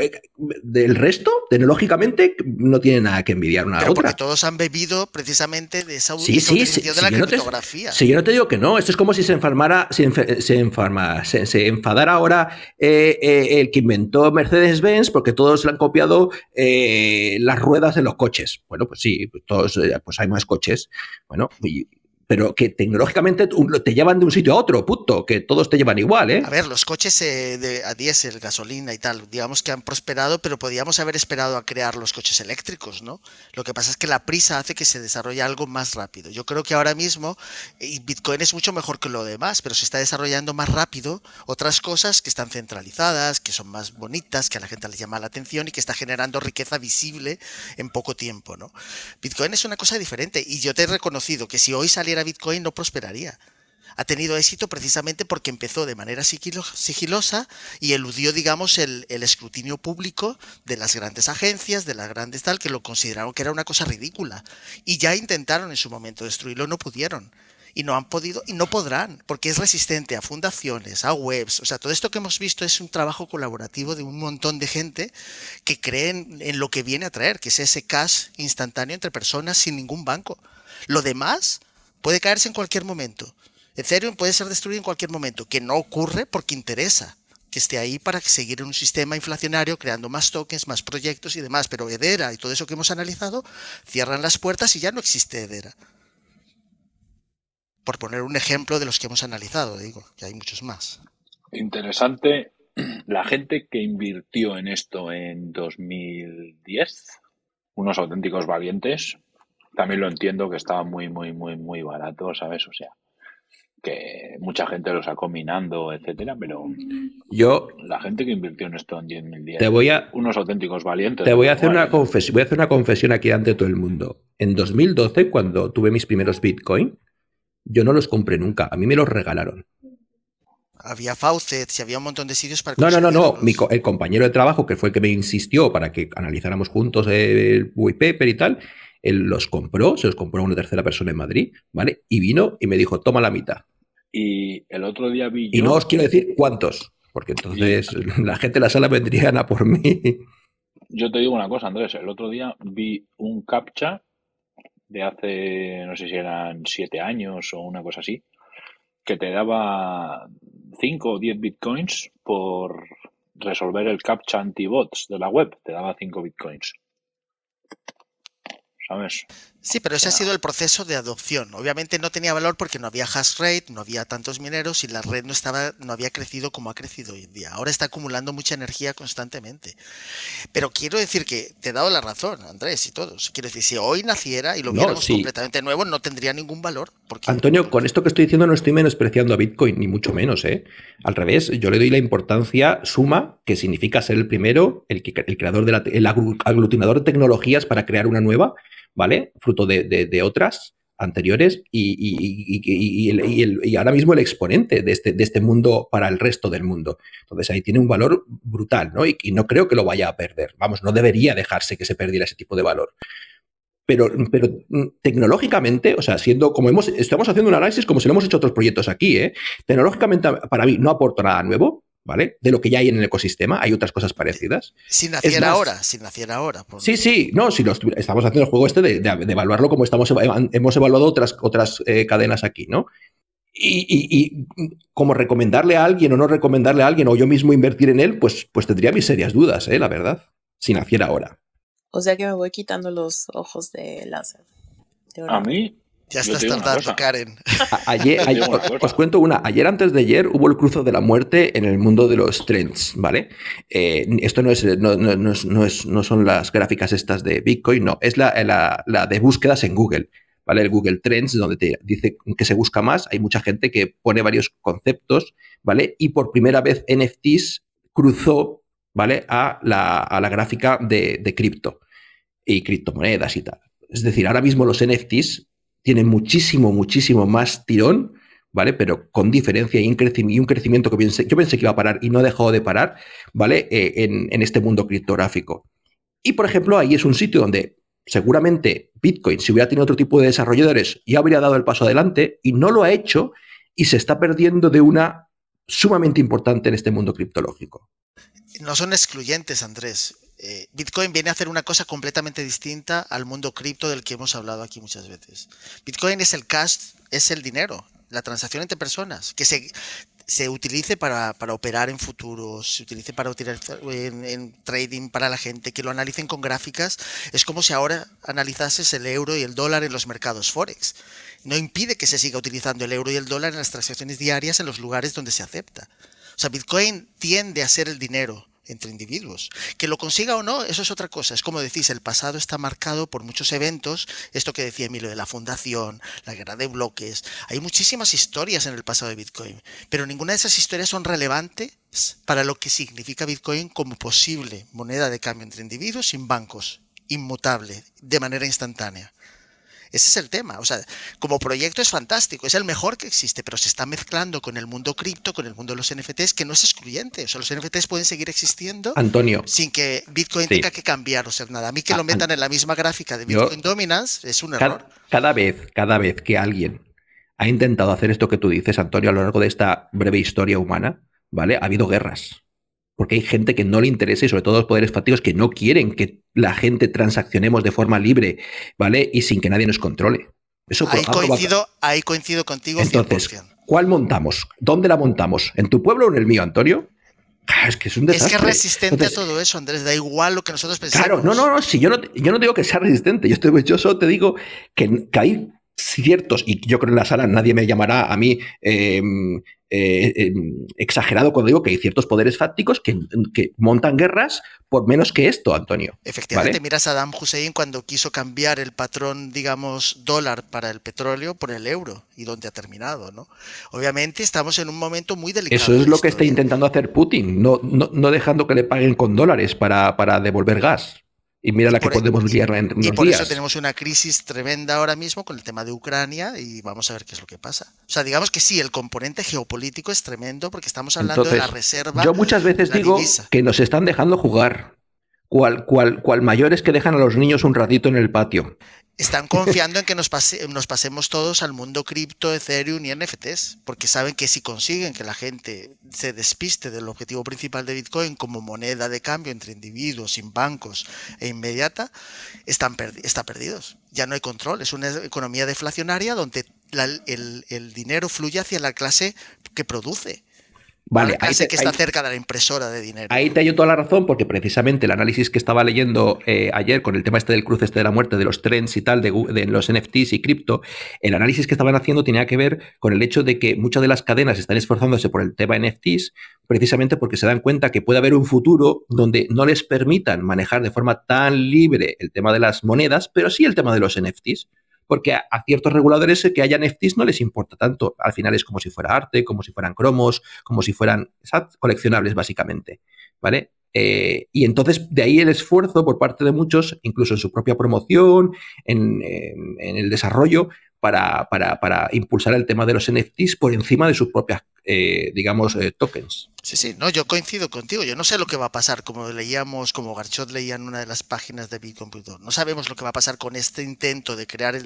del resto, tecnológicamente, no tiene nada que envidiar una a otra. Porque todos han bebido precisamente de esa utilización de la criptografía. Si yo no te digo que no, esto es como si se enfadara ahora el que inventó Mercedes-Benz porque todos le han copiado las ruedas de los coches. Bueno, pues sí, todos, pues hay más coches. Bueno, pero que tecnológicamente te llevan de un sitio a otro, punto, que todos te llevan igual, ¿eh? A ver, los coches a diésel, gasolina y tal, digamos que han prosperado, pero podíamos haber esperado a crear los coches eléctricos, ¿no? Lo que pasa es que la prisa hace que se desarrolle algo más rápido. Yo creo que ahora mismo, y Bitcoin es mucho mejor que lo demás, pero se está desarrollando más rápido otras cosas que están centralizadas, que son más bonitas, que a la gente les llama la atención y que está generando riqueza visible en poco tiempo, ¿no? Bitcoin es una cosa diferente y yo te he reconocido que si hoy saliera Bitcoin no prosperaría. Ha tenido éxito precisamente porque empezó de manera sigilosa y eludió, digamos, el escrutinio público de las grandes agencias, de las grandes tal, que lo consideraron que era una cosa ridícula. Y ya intentaron en su momento destruirlo, no pudieron. Y no han podido y no podrán, porque es resistente a fundaciones, a webs. O sea, todo esto que hemos visto es un trabajo colaborativo de un montón de gente que creen en lo que viene a traer, que es ese cash instantáneo entre personas sin ningún banco. Lo demás puede caerse en cualquier momento. Ethereum puede ser destruido en cualquier momento, que no ocurre porque interesa que esté ahí para seguir en un sistema inflacionario, creando más tokens, más proyectos y demás. Pero Hedera y todo eso que hemos analizado cierran las puertas y ya no existe Hedera. Por poner un ejemplo de los que hemos analizado, digo, que hay muchos más. Interesante. La gente que invirtió en esto en 2010, unos auténticos valientes, también lo entiendo que estaba muy, muy, muy, muy barato, ¿sabes? O sea, que mucha gente lo sacó minando, etcétera, pero la gente que invirtió en esto en 2010, unos auténticos valientes. Te voy a hacer una confesión aquí ante todo el mundo. En 2012, cuando tuve mis primeros Bitcoin, yo no los compré nunca, a mí me los regalaron. Había faucets y había un montón de sitios para... No. El compañero de trabajo, que fue el que me insistió para que analizáramos juntos el white paper y tal, él los compró, se los compró a una tercera persona en Madrid, ¿vale? Y vino y me dijo, toma la mitad. Y el otro día vi yo... Y no os quiero decir cuántos, porque entonces la gente de la sala vendrían a por mí. Yo te digo una cosa, Andrés, el otro día vi un captcha de hace, no sé si eran 7 años o una cosa así, que te daba 5 o 10 bitcoins por resolver el captcha anti-bots de la web. Te daba 5 bitcoins. ¿Sabes? Sí, pero ese ha sido el proceso de adopción. Obviamente no tenía valor porque no había hash rate, no había tantos mineros y la red no había crecido como ha crecido hoy en día. Ahora está acumulando mucha energía constantemente. Pero quiero decir que te he dado la razón, Andrés y todos. Quiero decir, si hoy naciera y lo viéramos completamente nuevo, no tendría ningún valor. Antonio, con esto que estoy diciendo no estoy menospreciando a Bitcoin, ni mucho menos, ¿eh? Al revés, yo le doy la importancia suma, que significa ser el primero, el creador el aglutinador de tecnologías para crear una nueva, ¿vale? Fruto de otras anteriores y ahora mismo el exponente de este mundo para el resto del mundo. Entonces ahí tiene un valor brutal, ¿no? Y no creo que lo vaya a perder. Vamos, no debería dejarse que se perdiera ese tipo de valor. Pero tecnológicamente, o sea, estamos haciendo un análisis como si lo hemos hecho otros proyectos aquí, ¿eh? Tecnológicamente, para mí, no aporta nada nuevo, ¿vale? De lo que ya hay en el ecosistema, hay otras cosas parecidas. Si naciera ahora. Sí, no, si estamos haciendo el juego de evaluarlo como hemos evaluado otras cadenas aquí, ¿no? Y como recomendarle a alguien o no recomendarle a alguien o yo mismo invertir en él, pues tendría mis serias dudas, la verdad, si naciera ahora. O sea que me voy quitando los ojos de láser. A mí... Ya estás tardando, Karen. Ayer, os cuento una. Ayer antes de ayer hubo el cruce de la muerte en el mundo de los trends, ¿vale? Esto no son las gráficas estas de Bitcoin, no. Es la de búsquedas en Google, ¿vale? El Google Trends, donde te dice que se busca más. Hay mucha gente que pone varios conceptos, ¿vale? Y por primera vez NFTs cruzó, ¿vale? A la gráfica de cripto y criptomonedas y tal. Es decir, ahora mismo los NFTs tienen muchísimo más tirón, ¿vale? Pero con diferencia y un crecimiento que yo pensé que iba a parar y no ha dejado de parar, ¿vale? En este mundo criptográfico. Y, por ejemplo, ahí es un sitio donde seguramente Bitcoin, si hubiera tenido otro tipo de desarrolladores, ya habría dado el paso adelante y no lo ha hecho y se está perdiendo de una sumamente importante en este mundo criptológico. No son excluyentes, Andrés. Bitcoin viene a hacer una cosa completamente distinta al mundo cripto del que hemos hablado aquí muchas veces. Bitcoin es el cash, es el dinero, la transacción entre personas, que se utilice para operar en futuros, se utilice para utilizar en trading para la gente, que lo analicen con gráficas. Es como si ahora analizases el euro y el dólar en los mercados Forex. No impide que se siga utilizando el euro y el dólar en las transacciones diarias en los lugares donde se acepta. O sea, Bitcoin tiende a ser el dinero entre individuos. Que lo consiga o no, eso es otra cosa. Es como decís, el pasado está marcado por muchos eventos, esto que decía Emilio de la fundación, la guerra de bloques. Hay muchísimas historias en el pasado de Bitcoin, pero ninguna de esas historias son relevantes para lo que significa Bitcoin como posible moneda de cambio entre individuos sin bancos, inmutable, de manera instantánea. Ese es el tema. O sea, como proyecto es fantástico, es el mejor que existe, pero se está mezclando con el mundo cripto, con el mundo de los NFTs, que no es excluyente. O sea, los NFTs pueden seguir existiendo, Antonio, sin que Bitcoin tenga que cambiar o ser nada. A mí que lo metan en la misma gráfica de Bitcoin Dominance es un error. Cada vez que alguien ha intentado hacer esto que tú dices, Antonio, a lo largo de esta breve historia humana, ¿vale? Ha habido guerras. Porque hay gente que no le interesa y sobre todo los poderes fácticos que no quieren que la gente transaccionemos de forma libre, ¿vale? Y sin que nadie nos controle. Eso ahí coincido contigo. Entonces, 100%. ¿Cuál montamos? ¿Dónde la montamos? ¿En tu pueblo o en el mío, Antonio? Es que es un desastre. Es que es resistente a todo eso, Andrés. Da igual lo que nosotros pensemos. Claro, no. Si yo no digo que sea resistente. Yo solo te digo que hay ciertos, y yo creo en la sala nadie me llamará a mí exagerado cuando digo que hay ciertos poderes fácticos que montan guerras por menos que esto, Antonio. Efectivamente, ¿vale? mira a Saddam Hussein cuando quiso cambiar el patrón, digamos, dólar para el petróleo por el euro y dónde ha terminado, ¿no? Obviamente estamos en un momento muy delicado. Eso es lo que está intentando hacer Putin, no dejando que le paguen con dólares para devolver gas. Y mira la que podemos liar en unos días. Y por eso tenemos una crisis tremenda ahora mismo con el tema de Ucrania y vamos a ver qué es lo que pasa. O sea, digamos que sí, el componente geopolítico es tremendo porque estamos hablando de la reserva. Yo muchas veces digo que nos están dejando jugar. Cual mayores que dejan a los niños un ratito en el patio. Están confiando en que nos pasemos todos al mundo cripto, Ethereum y NFTs, porque saben que si consiguen que la gente se despiste del objetivo principal de Bitcoin como moneda de cambio entre individuos, sin bancos e inmediata, están perdidos. Ya no hay control, es una economía deflacionaria donde el dinero fluye hacia la clase que produce. Vale, que está cerca de la impresora de dinero. Ahí te doy toda la razón, porque precisamente el análisis que estaba leyendo ayer con el tema de del cruce de la muerte, de los trends y tal, de los NFTs y cripto, el análisis que estaban haciendo tenía que ver con el hecho de que muchas de las cadenas están esforzándose por el tema NFTs, precisamente porque se dan cuenta que puede haber un futuro donde no les permitan manejar de forma tan libre el tema de las monedas, pero sí el tema de los NFTs. Porque a ciertos reguladores que haya NFTs no les importa tanto. Al final es como si fuera arte, como si fueran cromos, como si fueran coleccionables, básicamente. ¿Vale? Y entonces de ahí el esfuerzo por parte de muchos, incluso en su propia promoción, en el desarrollo, para impulsar el tema de los NFTs por encima de sus propias, tokens. Sí, no, yo coincido contigo. Yo no sé lo que va a pasar, como Garchot leía en una de las páginas de Bitcomputer. No sabemos lo que va a pasar con este intento de crear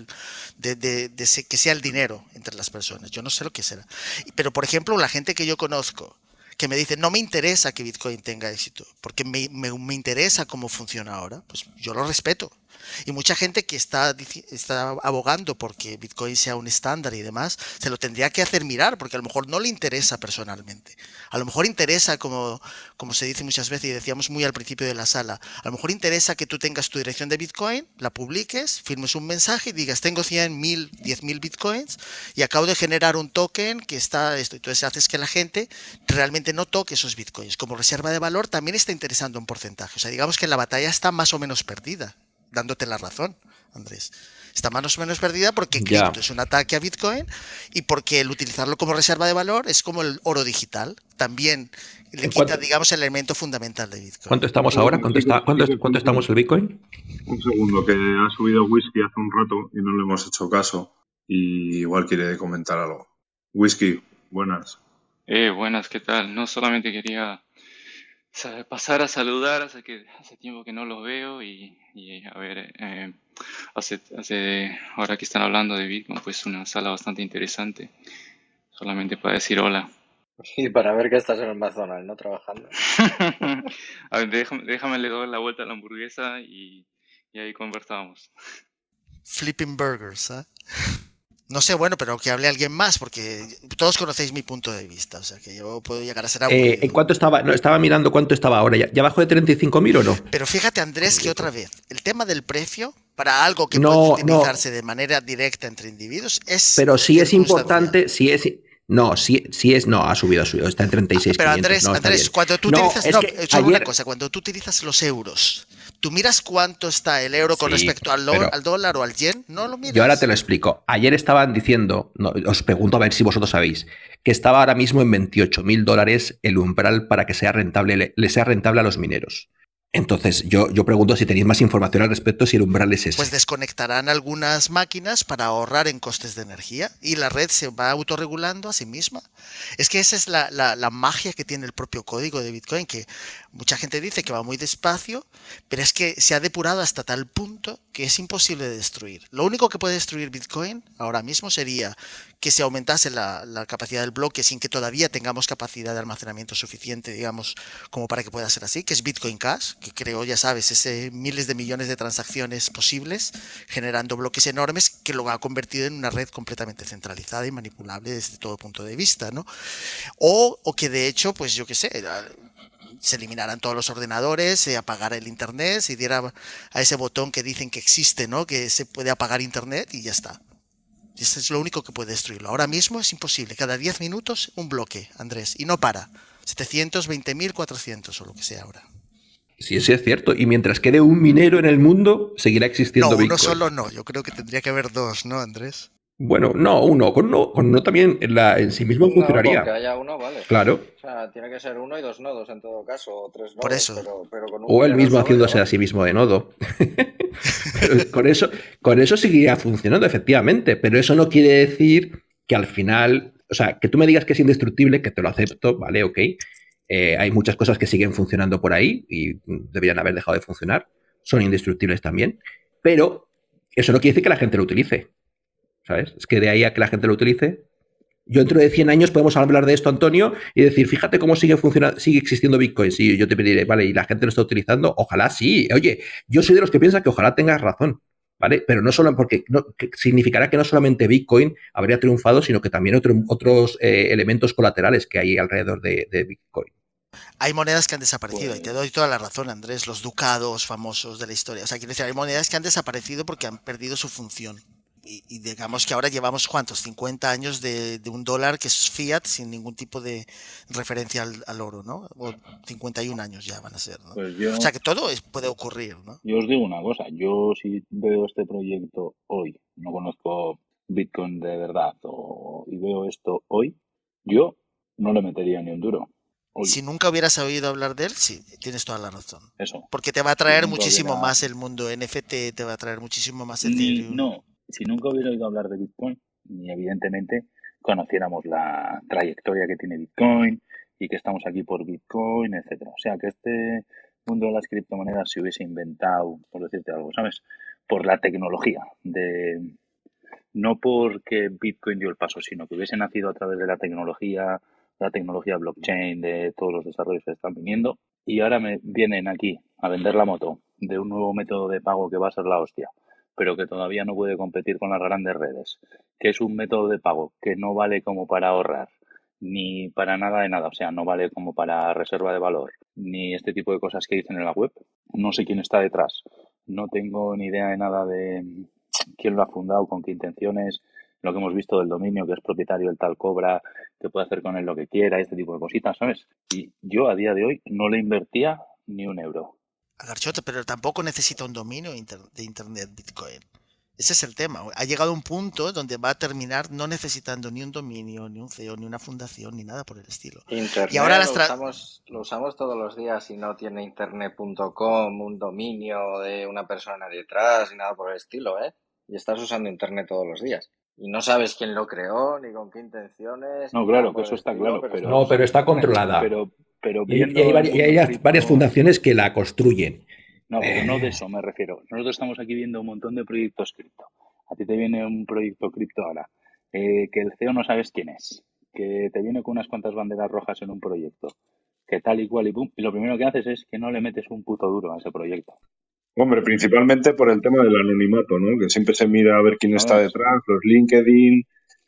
que sea el dinero entre las personas. Yo no sé lo que será. Pero, por ejemplo, la gente que yo conozco, que me dice, no me interesa que Bitcoin tenga éxito, porque me interesa cómo funciona ahora, pues yo lo respeto. Y mucha gente que está abogando porque Bitcoin sea un estándar y demás, se lo tendría que hacer mirar, porque a lo mejor no le interesa personalmente. A lo mejor interesa, como se dice muchas veces y decíamos muy al principio de la sala, a lo mejor interesa que tú tengas tu dirección de Bitcoin, la publiques, firmes un mensaje y digas, tengo 100.000, 10.000 Bitcoins y acabo de generar un token que está esto. Entonces haces que la gente realmente no toque esos Bitcoins. Como reserva de valor también está interesando un porcentaje. O sea, digamos que la batalla está más o menos perdida. Dándote la razón, Andrés. Está más o menos perdida porque cripto es un ataque a Bitcoin y porque el utilizarlo como reserva de valor es como el oro digital. También le quita, digamos, el elemento fundamental de Bitcoin. ¿Cuánto estamos ahora? ¿Cuánto estamos el Bitcoin? Un segundo, que ha subido Whisky hace un rato y no le hemos hecho caso. Y igual quiere comentar algo. Whisky, buenas. Buenas, ¿qué tal? No solamente quería pasar a saludar, hace tiempo que no los veo y a ver, ahora que están hablando de Bitcoin, pues una sala bastante interesante, solamente para decir hola. Y para ver que estás en el McDonald's, ¿no? Trabajando. A ver, déjame le doy la vuelta a la hamburguesa y ahí conversamos. Flipping burgers, ¿eh? No sé, bueno, pero que hable alguien más, porque todos conocéis mi punto de vista, o sea que yo puedo llegar a ser aburrido. ¿En cuánto estaba? No, estaba mirando cuánto estaba ahora. ¿Ya bajó de 35.000 o no? Pero fíjate, Andrés, que otra vez, el tema del precio, para algo que puede No, utilizarse de manera directa entre individuos, es pero sí es circunstancial. importante, no, no, ha subido, está en 36.500. Pero Andrés, no, Andrés, cuando tú utilizas, es que solo ayer, una cosa, cuando tú utilizas los euros, ¿tú miras cuánto está el euro con sí, respecto al dólar o al yen? No lo miras. Yo ahora te lo explico. Ayer estaban diciendo, no, os pregunto a ver si vosotros sabéis, que estaba ahora mismo en $28.000 el umbral para que sea rentable, le sea rentable a los mineros. Entonces, yo pregunto si tenéis más información al respecto, si el umbral es ese. Pues desconectarán algunas máquinas para ahorrar en costes de energía y la red se va autorregulando a sí misma. Es que esa es la magia que tiene el propio código de Bitcoin, que mucha gente dice que va muy despacio, pero es que se ha depurado hasta tal punto que es imposible de destruir. Lo único que puede destruir Bitcoin ahora mismo sería que se aumentase la capacidad del bloque sin que todavía tengamos capacidad de almacenamiento suficiente, digamos, como para que pueda ser así, que es Bitcoin Cash, que creo, ya sabes, es miles de millones de transacciones posibles, generando bloques enormes que lo ha convertido en una red completamente centralizada y manipulable desde todo punto de vista, ¿no? O que de hecho, pues yo qué sé, se eliminaran todos los ordenadores, se apagara el internet, se diera a ese botón que dicen que existe, ¿no? Que se puede apagar internet y ya está. Eso es lo único que puede destruirlo. Ahora mismo es imposible. Cada 10 minutos un bloque, Andrés. Y no para. 720.400 o lo que sea ahora. Sí, sí es cierto. Y mientras quede un minero en el mundo, seguirá existiendo Bitcoin. No, uno solo no. Yo creo que tendría que haber dos, ¿no, Andrés? Bueno, no, uno. Con uno también en sí mismo funcionaría. No, que haya uno, vale. Claro. O sea, tiene que ser uno y dos nodos en todo caso, o tres nodos. Por eso. Pero con un o él mismo solo, haciéndose a sí mismo de nodo. Pero con eso seguiría funcionando, efectivamente. Pero eso no quiere decir que al final, o sea, que tú me digas que es indestructible, que te lo acepto, vale, ok. Hay muchas cosas que siguen funcionando por ahí y deberían haber dejado de funcionar. Son indestructibles también. Pero eso no quiere decir que la gente lo utilice. ¿Sabes? Es que de ahí a que la gente lo utilice. Yo dentro de 100 años podemos hablar de esto, Antonio, y decir, fíjate cómo sigue funcionando, sigue existiendo Bitcoin. Sí, yo te pediré, vale, y la gente lo está utilizando, ojalá sí. Oye, yo soy de los que piensan que ojalá tengas razón, ¿vale? Pero no solo porque que significará que no solamente Bitcoin habría triunfado, sino que también otros elementos colaterales que hay alrededor de Bitcoin. Hay monedas que han desaparecido, y te doy toda la razón, Andrés, los ducados famosos de la historia. O sea, quiero decir, hay monedas que han desaparecido porque han perdido su función. Y digamos que ahora llevamos, ¿cuántos? 50 años de un dólar que es fiat sin ningún tipo de referencia al oro, ¿no? O 51 años ya van a ser, ¿no? Pues o sea, que todo puede ocurrir, ¿no? Yo os digo una cosa, yo si veo este proyecto hoy, no conozco Bitcoin de verdad, y veo esto hoy, yo no le metería ni un duro. Hoy. Si nunca hubieras oído hablar de él, sí, tienes toda la razón. Eso. Porque te va a traer muchísimo más el mundo NFT, te va a traer muchísimo más Ethereum. No, si nunca hubiera oído hablar de Bitcoin, ni evidentemente conociéramos la trayectoria que tiene Bitcoin y que estamos aquí por Bitcoin, etcétera. O sea, que este mundo de las criptomonedas se hubiese inventado, por decirte algo, ¿sabes? Por la tecnología, no porque Bitcoin dio el paso, sino que hubiese nacido a través de la tecnología blockchain, de todos los desarrollos que están viniendo, y ahora me vienen aquí a vender la moto de un nuevo método de pago que va a ser la hostia, pero que todavía no puede competir con las grandes redes, que es un método de pago que no vale como para ahorrar, ni para nada de nada, o sea, no vale como para reserva de valor, ni este tipo de cosas que dicen en la web. No sé quién está detrás, no tengo ni idea de nada de quién lo ha fundado, con qué intenciones, lo que hemos visto del dominio, que es propietario, el tal cobra, que puede hacer con él lo que quiera, este tipo de cositas, ¿sabes? Y yo a día de hoy no le invertía ni un euro. Garchote, pero tampoco necesita un dominio de Internet Bitcoin. Ese es el tema. Ha llegado a un punto donde va a terminar no necesitando ni un dominio, ni un CEO, ni una fundación, ni nada por el estilo. Internet y ahora lo usamos todos los días y no tiene internet.com, un dominio de una persona detrás, ni nada por el estilo, ¿eh? Y estás usando Internet todos los días. Y no sabes quién lo creó, ni con qué intenciones. No, claro, que eso está claro. Pero está controlada. Pero y hay varias fundaciones que la construyen. No, pero no de eso me refiero. Nosotros estamos aquí viendo un montón de proyectos cripto. A ti te viene un proyecto cripto ahora, que el CEO no sabes quién es, que te viene con unas cuantas banderas rojas en un proyecto, que tal y cual y pum, y lo primero que haces es que no le metes un puto duro a ese proyecto. Hombre, principalmente por el tema del anonimato, ¿no? Que siempre se mira a ver quién está detrás, los LinkedIn,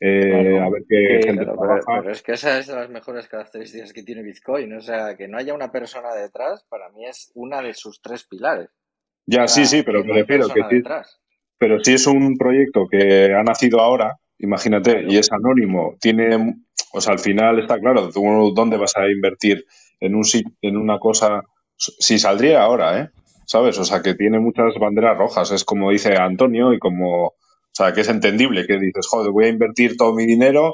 a ver qué gente trabaja. Pero es que esa es de las mejores características que tiene Bitcoin. O sea, que no haya una persona detrás, para mí es una de sus 3 pilares. Ya, O sea, sí, pero que me no hay refiero que persona sí. detrás. Pero si es un proyecto que ha nacido ahora, imagínate, Claro. y es anónimo, tiene, o sea, al final está claro, tú dónde vas a invertir en una cosa, si saldría ahora, ¿eh? ¿Sabes? O sea, que tiene muchas banderas rojas, es como dice Antonio y como, o sea, que es entendible, que dices, joder, voy a invertir todo mi dinero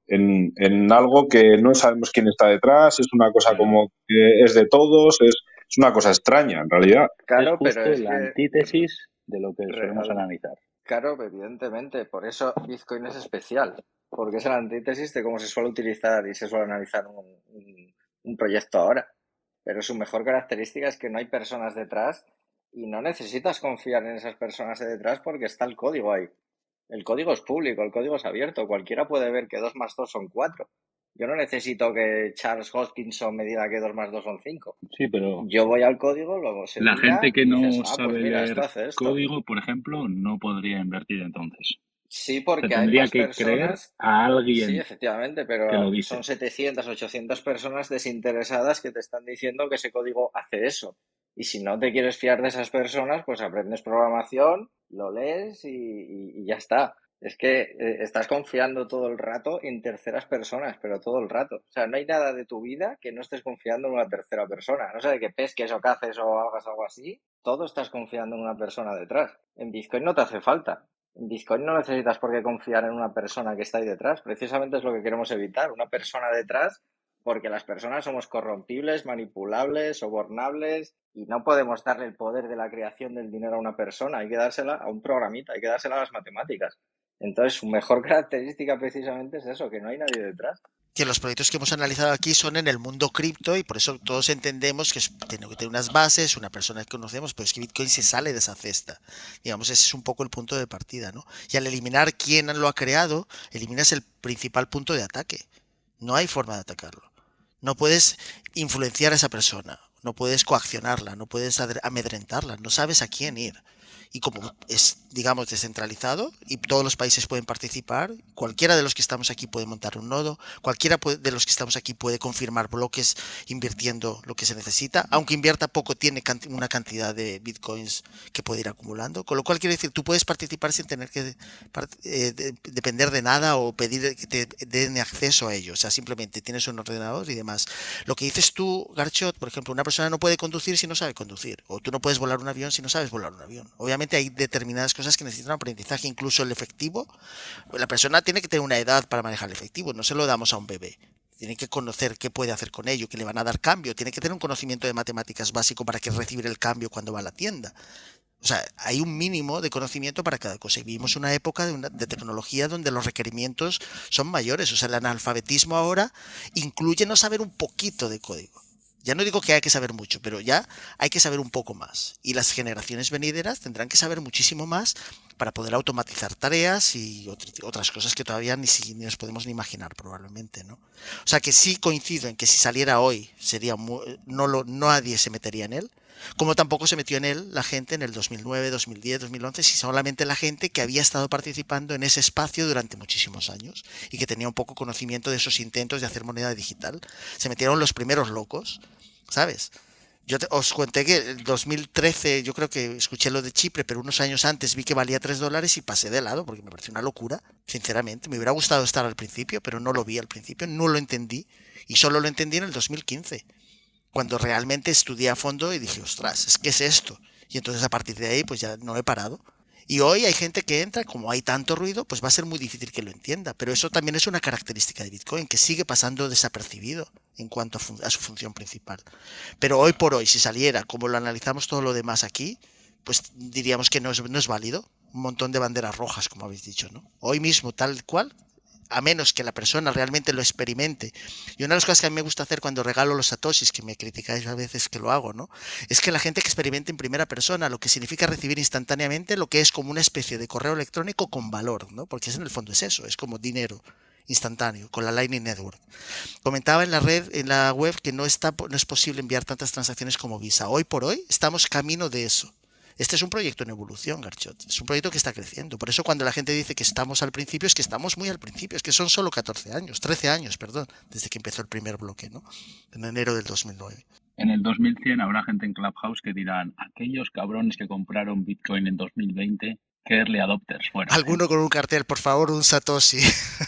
en algo que no sabemos quién está detrás, es una cosa como que es de todos, es una cosa extraña en realidad. Claro, es justo pero es la que antítesis de lo que solemos analizar. Claro, evidentemente, por eso Bitcoin es especial, porque es la antítesis de cómo se suele utilizar y se suele analizar un proyecto ahora. Pero su mejor característica es que no hay personas detrás y no necesitas confiar en esas personas de detrás porque está el código ahí. El código es público, el código es abierto, cualquiera puede ver que 2 más 2 son 4. Yo no necesito que Charles Hoskinson me diga que 2 más 2 son 5. Sí, pero yo voy al código, luego se la mira gente que y dices, no sabe pues mira, leer esto hace esto. código, por ejemplo, no podría invertir entonces. Sí, porque Se hay tendría más que creer personas. a alguien Sí, efectivamente, que lo pero dice. son 700, 800 personas desinteresadas que te están diciendo que ese código hace eso. Y si no te quieres fiar de esas personas, pues aprendes programación, lo lees y ya está. Es que estás confiando todo el rato en terceras personas, pero todo el rato. O sea, no hay nada de tu vida que no estés confiando en una tercera persona. No sé, que pesques o caces o hagas algo así, todo estás confiando en una persona detrás. En Bitcoin no te hace falta. En Bitcoin no necesitas por qué confiar en una persona que está ahí detrás. Precisamente es lo que queremos evitar, una persona detrás, porque las personas somos corrompibles, manipulables, sobornables y no podemos darle el poder de la creación del dinero a una persona. Hay que dársela a un programita, hay que dársela a las matemáticas. Entonces, su mejor característica precisamente es eso, que no hay nadie detrás. Que los proyectos que hemos analizado aquí son en el mundo cripto y por eso todos entendemos que tiene que tener unas bases, una persona que conocemos, pero es que Bitcoin se sale de esa cesta. Digamos, ese es un poco el punto de partida, ¿no? Y al eliminar quién lo ha creado, eliminas el principal punto de ataque. No hay forma de atacarlo. No puedes influenciar a esa persona, no puedes coaccionarla, no puedes amedrentarla, no sabes a quién ir. Y como es, digamos, descentralizado y todos los países pueden participar, cualquiera de los que estamos aquí puede montar un nodo, cualquiera de los que estamos aquí puede confirmar bloques invirtiendo lo que se necesita, aunque invierta poco, tiene una cantidad de bitcoins que puede ir acumulando, con lo cual quiere decir, tú puedes participar sin tener que depender de nada o pedir que te den acceso a ello, o sea, simplemente tienes un ordenador y demás. Lo que dices tú, Garchot, por ejemplo, una persona no puede conducir si no sabe conducir, o tú no puedes volar un avión si no sabes volar un avión. Obviamente hay determinadas cosas que necesitan aprendizaje, incluso el efectivo. La persona tiene que tener una edad para manejar el efectivo, no se lo damos a un bebé. Tiene que conocer qué puede hacer con ello, que le van a dar cambio, tiene que tener un conocimiento de matemáticas básico para que recibir el cambio cuando va a la tienda. O sea, hay un mínimo de conocimiento para cada cosa. Y vivimos una época de tecnología donde los requerimientos son mayores. O sea, el analfabetismo ahora incluye no saber un poquito de código. Ya no digo que hay que saber mucho, pero ya hay que saber un poco más. Y las generaciones venideras tendrán que saber muchísimo más para poder automatizar tareas y otras cosas que todavía ni nos podemos ni imaginar probablemente, ¿no? O sea que sí coincido en que si saliera hoy sería nadie se metería en él, como tampoco se metió en él la gente en el 2009, 2010, 2011, si solamente la gente que había estado participando en ese espacio durante muchísimos años y que tenía un poco conocimiento de esos intentos de hacer moneda digital. Se metieron los primeros locos, ¿sabes? Yo os conté que en 2013 yo creo que escuché lo de Chipre, pero unos años antes vi que valía $3 y pasé de lado porque me pareció una locura, sinceramente. Me hubiera gustado estar al principio, pero no lo vi al principio, no lo entendí y solo lo entendí en el 2015, cuando realmente estudié a fondo y dije, ostras, ¿qué es esto? Y entonces a partir de ahí pues ya no he parado. Y hoy hay gente que entra, como hay tanto ruido, pues va a ser muy difícil que lo entienda. Pero eso también es una característica de Bitcoin, que sigue pasando desapercibido en cuanto a su función principal. Pero hoy por hoy, si saliera, como lo analizamos todo lo demás aquí, pues diríamos que no es válido. Un montón de banderas rojas, como habéis dicho, ¿no? Hoy mismo, tal cual, a menos que la persona realmente lo experimente. Y una de las cosas que a mí me gusta hacer cuando regalo los satoshis, que me criticáis a veces que lo hago, ¿no? Es que la gente que experimente en primera persona, lo que significa recibir instantáneamente lo que es como una especie de correo electrónico con valor, ¿no? Porque en el fondo es eso, es como dinero instantáneo con la Lightning Network. Comentaba en la web que no es posible enviar tantas transacciones como Visa. Hoy por hoy estamos camino de eso. Este es un proyecto en evolución, Garchot. Es un proyecto que está creciendo. Por eso cuando la gente dice que estamos al principio, es que estamos muy al principio. Es que son solo 13 años, perdón, desde que empezó el primer bloque, ¿no? En enero del 2009. En el 2100 habrá gente en Clubhouse que dirán, aquellos cabrones que compraron Bitcoin en 2020, que early adopters fuera. Alguno con un cartel, por favor, un Satoshi.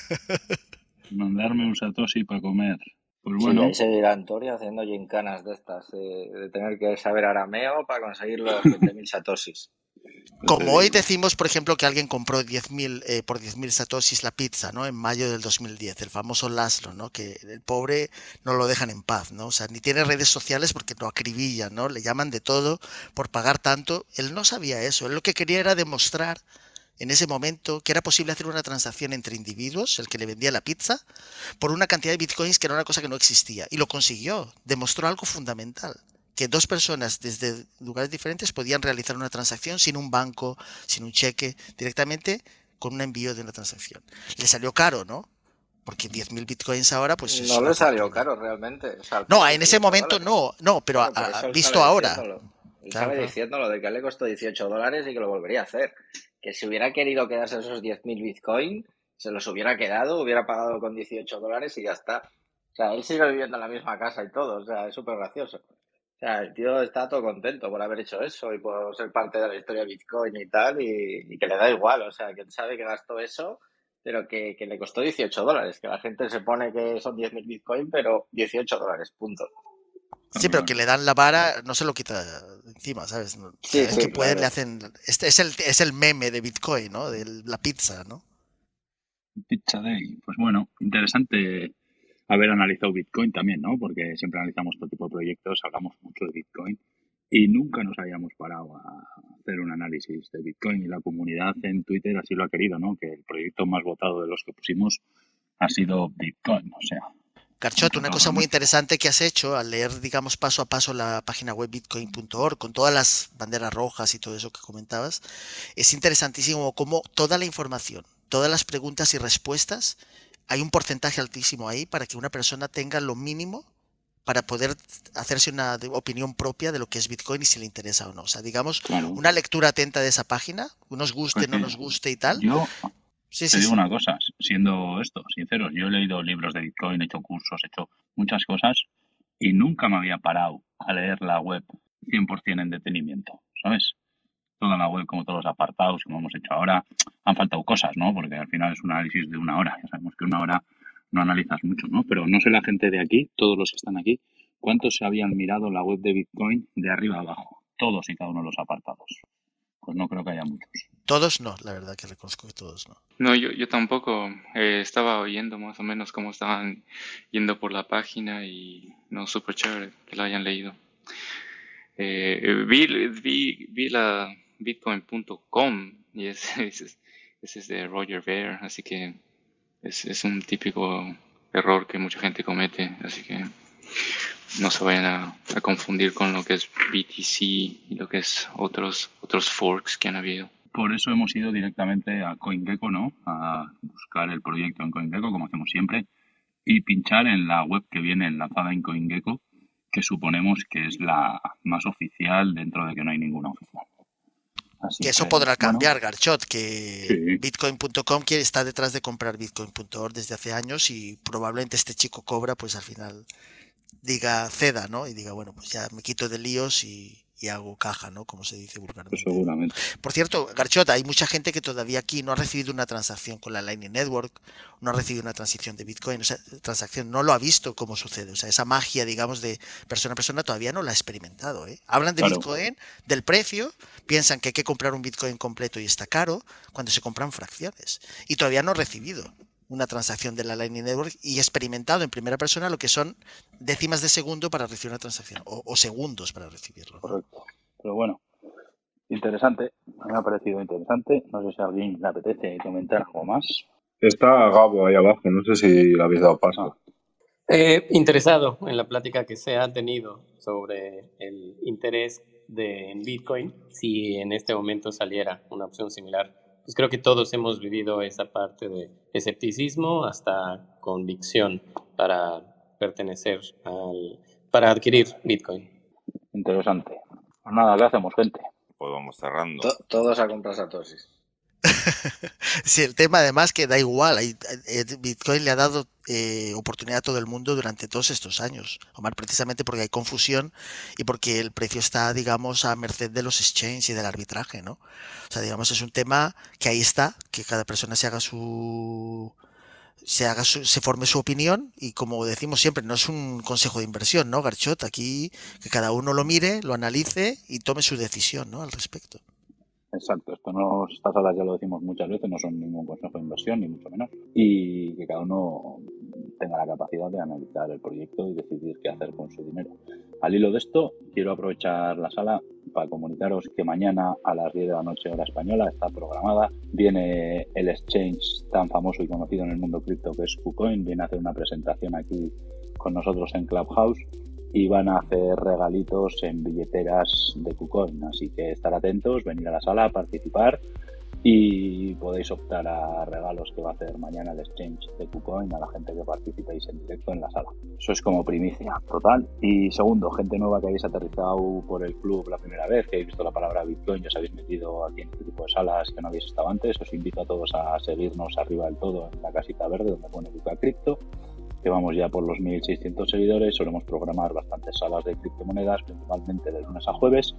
Mandarme un Satoshi para comer. Pues Sí, bueno. ahí se dirá Antonio haciendo gincanas de estas, de tener que saber arameo para conseguir los 20.000 satoshis. Como hoy decimos, por ejemplo, que alguien compró 10.000 por 10.000 satoshis la pizza, ¿no? En mayo del 2010, el famoso Laszlo, ¿no? Que el pobre no lo dejan en paz, ¿no? O sea, ni tiene redes sociales porque lo acribillan, ¿no? Le llaman de todo por pagar tanto. Él no sabía eso. Él lo que quería era demostrar en ese momento que era posible hacer una transacción entre individuos, el que le vendía la pizza, por una cantidad de bitcoins que era una cosa que no existía. Y lo consiguió. Demostró algo fundamental. Que dos personas desde lugares diferentes podían realizar una transacción sin un banco, sin un cheque, directamente con un envío de una transacción. Le salió caro, ¿no? Porque 10.000 bitcoins ahora, pues... No le salió caro realmente. O sea, no, en ese momento no, pero claro, visto ahora... Él sabe diciéndolo de que le costó $18 y que lo volvería a hacer. Que si hubiera querido quedarse esos 10.000 bitcoin, se los hubiera quedado, hubiera pagado con $18 y ya está. O sea, él sigue viviendo en la misma casa y todo. O sea, es súper gracioso. O sea, el tío está todo contento por haber hecho eso y por ser parte de la historia de Bitcoin y tal, y que le da igual. O sea, que él sabe que gastó eso, pero que le costó $18. Que la gente se pone que son 10.000 Bitcoin, pero $18, punto. Sí, pero que le dan la vara, no se lo quita encima, ¿sabes? Sí, es que pueden, claro. le hacen... es el meme de Bitcoin, ¿no? De la pizza, ¿no? Pizza Day. Pues bueno, interesante haber analizado Bitcoin también, ¿no? Porque siempre analizamos todo tipo de proyectos, hablamos mucho de Bitcoin y nunca nos habíamos parado a hacer un análisis de Bitcoin, y la comunidad en Twitter así lo ha querido, ¿no? Que el proyecto más votado de los que pusimos ha sido Bitcoin, o sea... Garchot, una cosa muy interesante que has hecho al leer, digamos, paso a paso la página web bitcoin.org, con todas las banderas rojas y todo eso que comentabas, es interesantísimo cómo toda la información, todas las preguntas y respuestas, hay un porcentaje altísimo ahí para que una persona tenga lo mínimo para poder hacerse una opinión propia de lo que es Bitcoin y si le interesa o no. O sea, digamos, una lectura atenta de esa página, nos guste, no nos guste y tal. Te digo una cosa, siendo sinceros, yo he leído libros de Bitcoin, he hecho cursos, he hecho muchas cosas y nunca me había parado a leer la web 100% en detenimiento, ¿sabes? Toda la web, como todos los apartados, como hemos hecho ahora, han faltado cosas, ¿no? Porque al final es un análisis de 1 hora, ya sabemos que 1 hora no analizas mucho, ¿no? Pero no sé la gente de aquí, todos los que están aquí, cuántos se habían mirado la web de Bitcoin de arriba a abajo, todos y cada uno de los apartados. Pues no creo que haya muchos. Todos no, la verdad que reconozco que todos no. No, yo tampoco. Estaba oyendo más o menos cómo estaban yendo por la página y no, súper chévere que la hayan leído. Vi la bitcoin.com y ese es de Roger Ver, así que es un típico error que mucha gente comete, así que no se vayan a confundir con lo que es BTC y lo que es otros forks que han habido. Por eso hemos ido directamente a CoinGecko, ¿no? A buscar el proyecto en CoinGecko, como hacemos siempre, y pinchar en la web que viene enlazada en CoinGecko, que suponemos que es la más oficial dentro de que no hay ninguna oficial. Así que eso podrá cambiar, Garchot, que sí. Bitcoin.com está detrás de comprar Bitcoin.org desde hace años y probablemente este chico Cobra, pues al final diga ceda, ¿no? Y diga, bueno, pues ya me quito de líos y hago caja, ¿no? Como se dice vulgarmente. Pues seguramente. Por cierto, Garchot, hay mucha gente que todavía aquí no ha recibido una transacción con la Lightning Network, no ha recibido una transición de Bitcoin, o sea, transacción, no lo ha visto cómo sucede. O sea, esa magia, digamos, de persona a persona todavía no la ha experimentado, ¿eh? Hablan de Bitcoin, del precio, piensan que hay que comprar un Bitcoin completo y está caro, cuando se compran fracciones. Y todavía no ha recibido una transacción de la Lightning Network y experimentado en primera persona lo que son décimas de segundo para recibir una transacción o segundos para recibirlo, ¿no? Correcto. Pero bueno, interesante. Me ha parecido interesante. No sé si a alguien le apetece comentar algo más. Está Gabo ahí abajo. No sé si le habéis dado paso. Interesado en la plática que se ha tenido sobre el interés en Bitcoin, si en este momento saliera una opción similar. Pues creo que todos hemos vivido esa parte de escepticismo hasta convicción para pertenecer para adquirir Bitcoin. Interesante. Pues nada, ¿qué hacemos, gente? pues vamos cerrando. Todos a comprar Satoshis. Sí, el tema además que da igual, Bitcoin le ha dado oportunidad a todo el mundo durante todos estos años, Omar, precisamente porque hay confusión y porque el precio está, digamos, a merced de los exchanges y del arbitraje, ¿no? O sea, digamos, es un tema que ahí está, que cada persona se forme su opinión y, como decimos siempre, no es un consejo de inversión, ¿no, Garchot? Aquí que cada uno lo mire, lo analice y tome su decisión, ¿no?, al respecto. Exacto, estas salas ya lo decimos muchas veces, no son ningún consejo de inversión, ni mucho menos, y que cada uno tenga la capacidad de analizar el proyecto y decidir qué hacer con su dinero. Al hilo de esto, quiero aprovechar la sala para comunicaros que mañana a las 10 de la noche hora española está programada, viene el exchange tan famoso y conocido en el mundo cripto que es KuCoin, viene a hacer una presentación aquí con nosotros en Clubhouse y van a hacer regalitos en billeteras de KuCoin, así que estar atentos, venir a la sala, participar y podéis optar a regalos que va a hacer mañana el exchange de KuCoin a la gente que participéis en directo en la sala. Eso es como primicia total. Y segundo, gente nueva que habéis aterrizado por el club la primera vez, que habéis visto la palabra Bitcoin y os habéis metido aquí en este tipo de salas que no habéis estado antes, os invito a todos a seguirnos arriba del todo en la casita verde donde pone Duca Cripto, que vamos ya por los 1.600 seguidores. Solemos programar bastantes salas de criptomonedas, principalmente de lunes a jueves,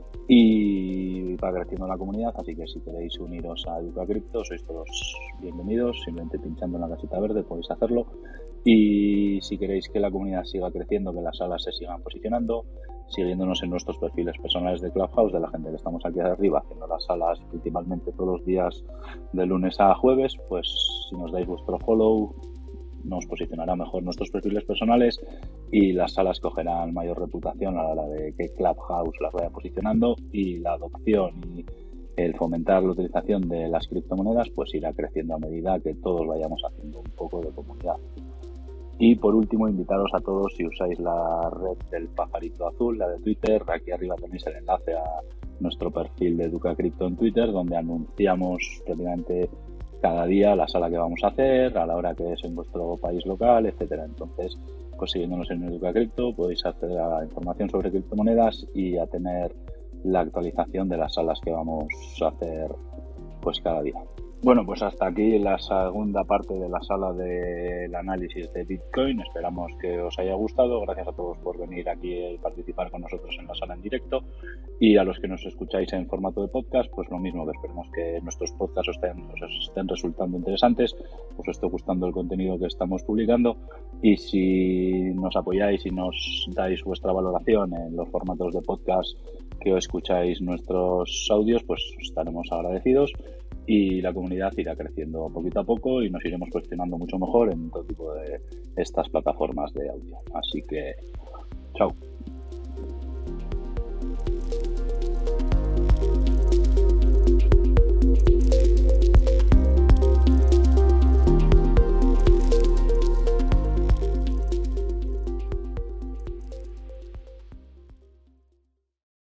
y va creciendo la comunidad, así que si queréis uniros a Duca Cripto sois todos bienvenidos, simplemente pinchando en la casita verde podéis hacerlo. Y si queréis que la comunidad siga creciendo, que las salas se sigan posicionando, siguiéndonos en nuestros perfiles personales de Clubhouse, de la gente que estamos aquí arriba haciendo las salas principalmente todos los días de lunes a jueves, pues si nos dais vuestro follow nos posicionará mejor nuestros perfiles personales y las salas cogerán mayor reputación a la hora de que Clubhouse las vaya posicionando, y la adopción y el fomentar la utilización de las criptomonedas pues irá creciendo a medida que todos vayamos haciendo un poco de comunidad. Y por último, invitaros a todos, si usáis la red del pajarito azul, la de Twitter, aquí arriba tenéis el enlace a nuestro perfil de Duca Cripto en Twitter, donde anunciamos prácticamente cada día la sala que vamos a hacer, a la hora que es en vuestro país local, etcétera. Entonces, pues siguiéndonos en Educa Cripto podéis acceder a la información sobre criptomonedas y a tener la actualización de las salas que vamos a hacer pues cada día. Bueno, pues hasta aquí la segunda parte de la sala del análisis de Bitcoin. Esperamos que os haya gustado. Gracias a todos por venir aquí y participar con nosotros en la sala en directo. Y a los que nos escucháis en formato de podcast, pues lo mismo, que esperemos que nuestros podcasts os estén resultando interesantes, os esté gustando el contenido que estamos publicando. Y si nos apoyáis y nos dais vuestra valoración en los formatos de podcast que os escucháis nuestros audios, pues estaremos agradecidos. Y la comunidad irá creciendo poquito a poco y nos iremos posicionando mucho mejor en todo tipo de estas plataformas de audio. Así que, chao.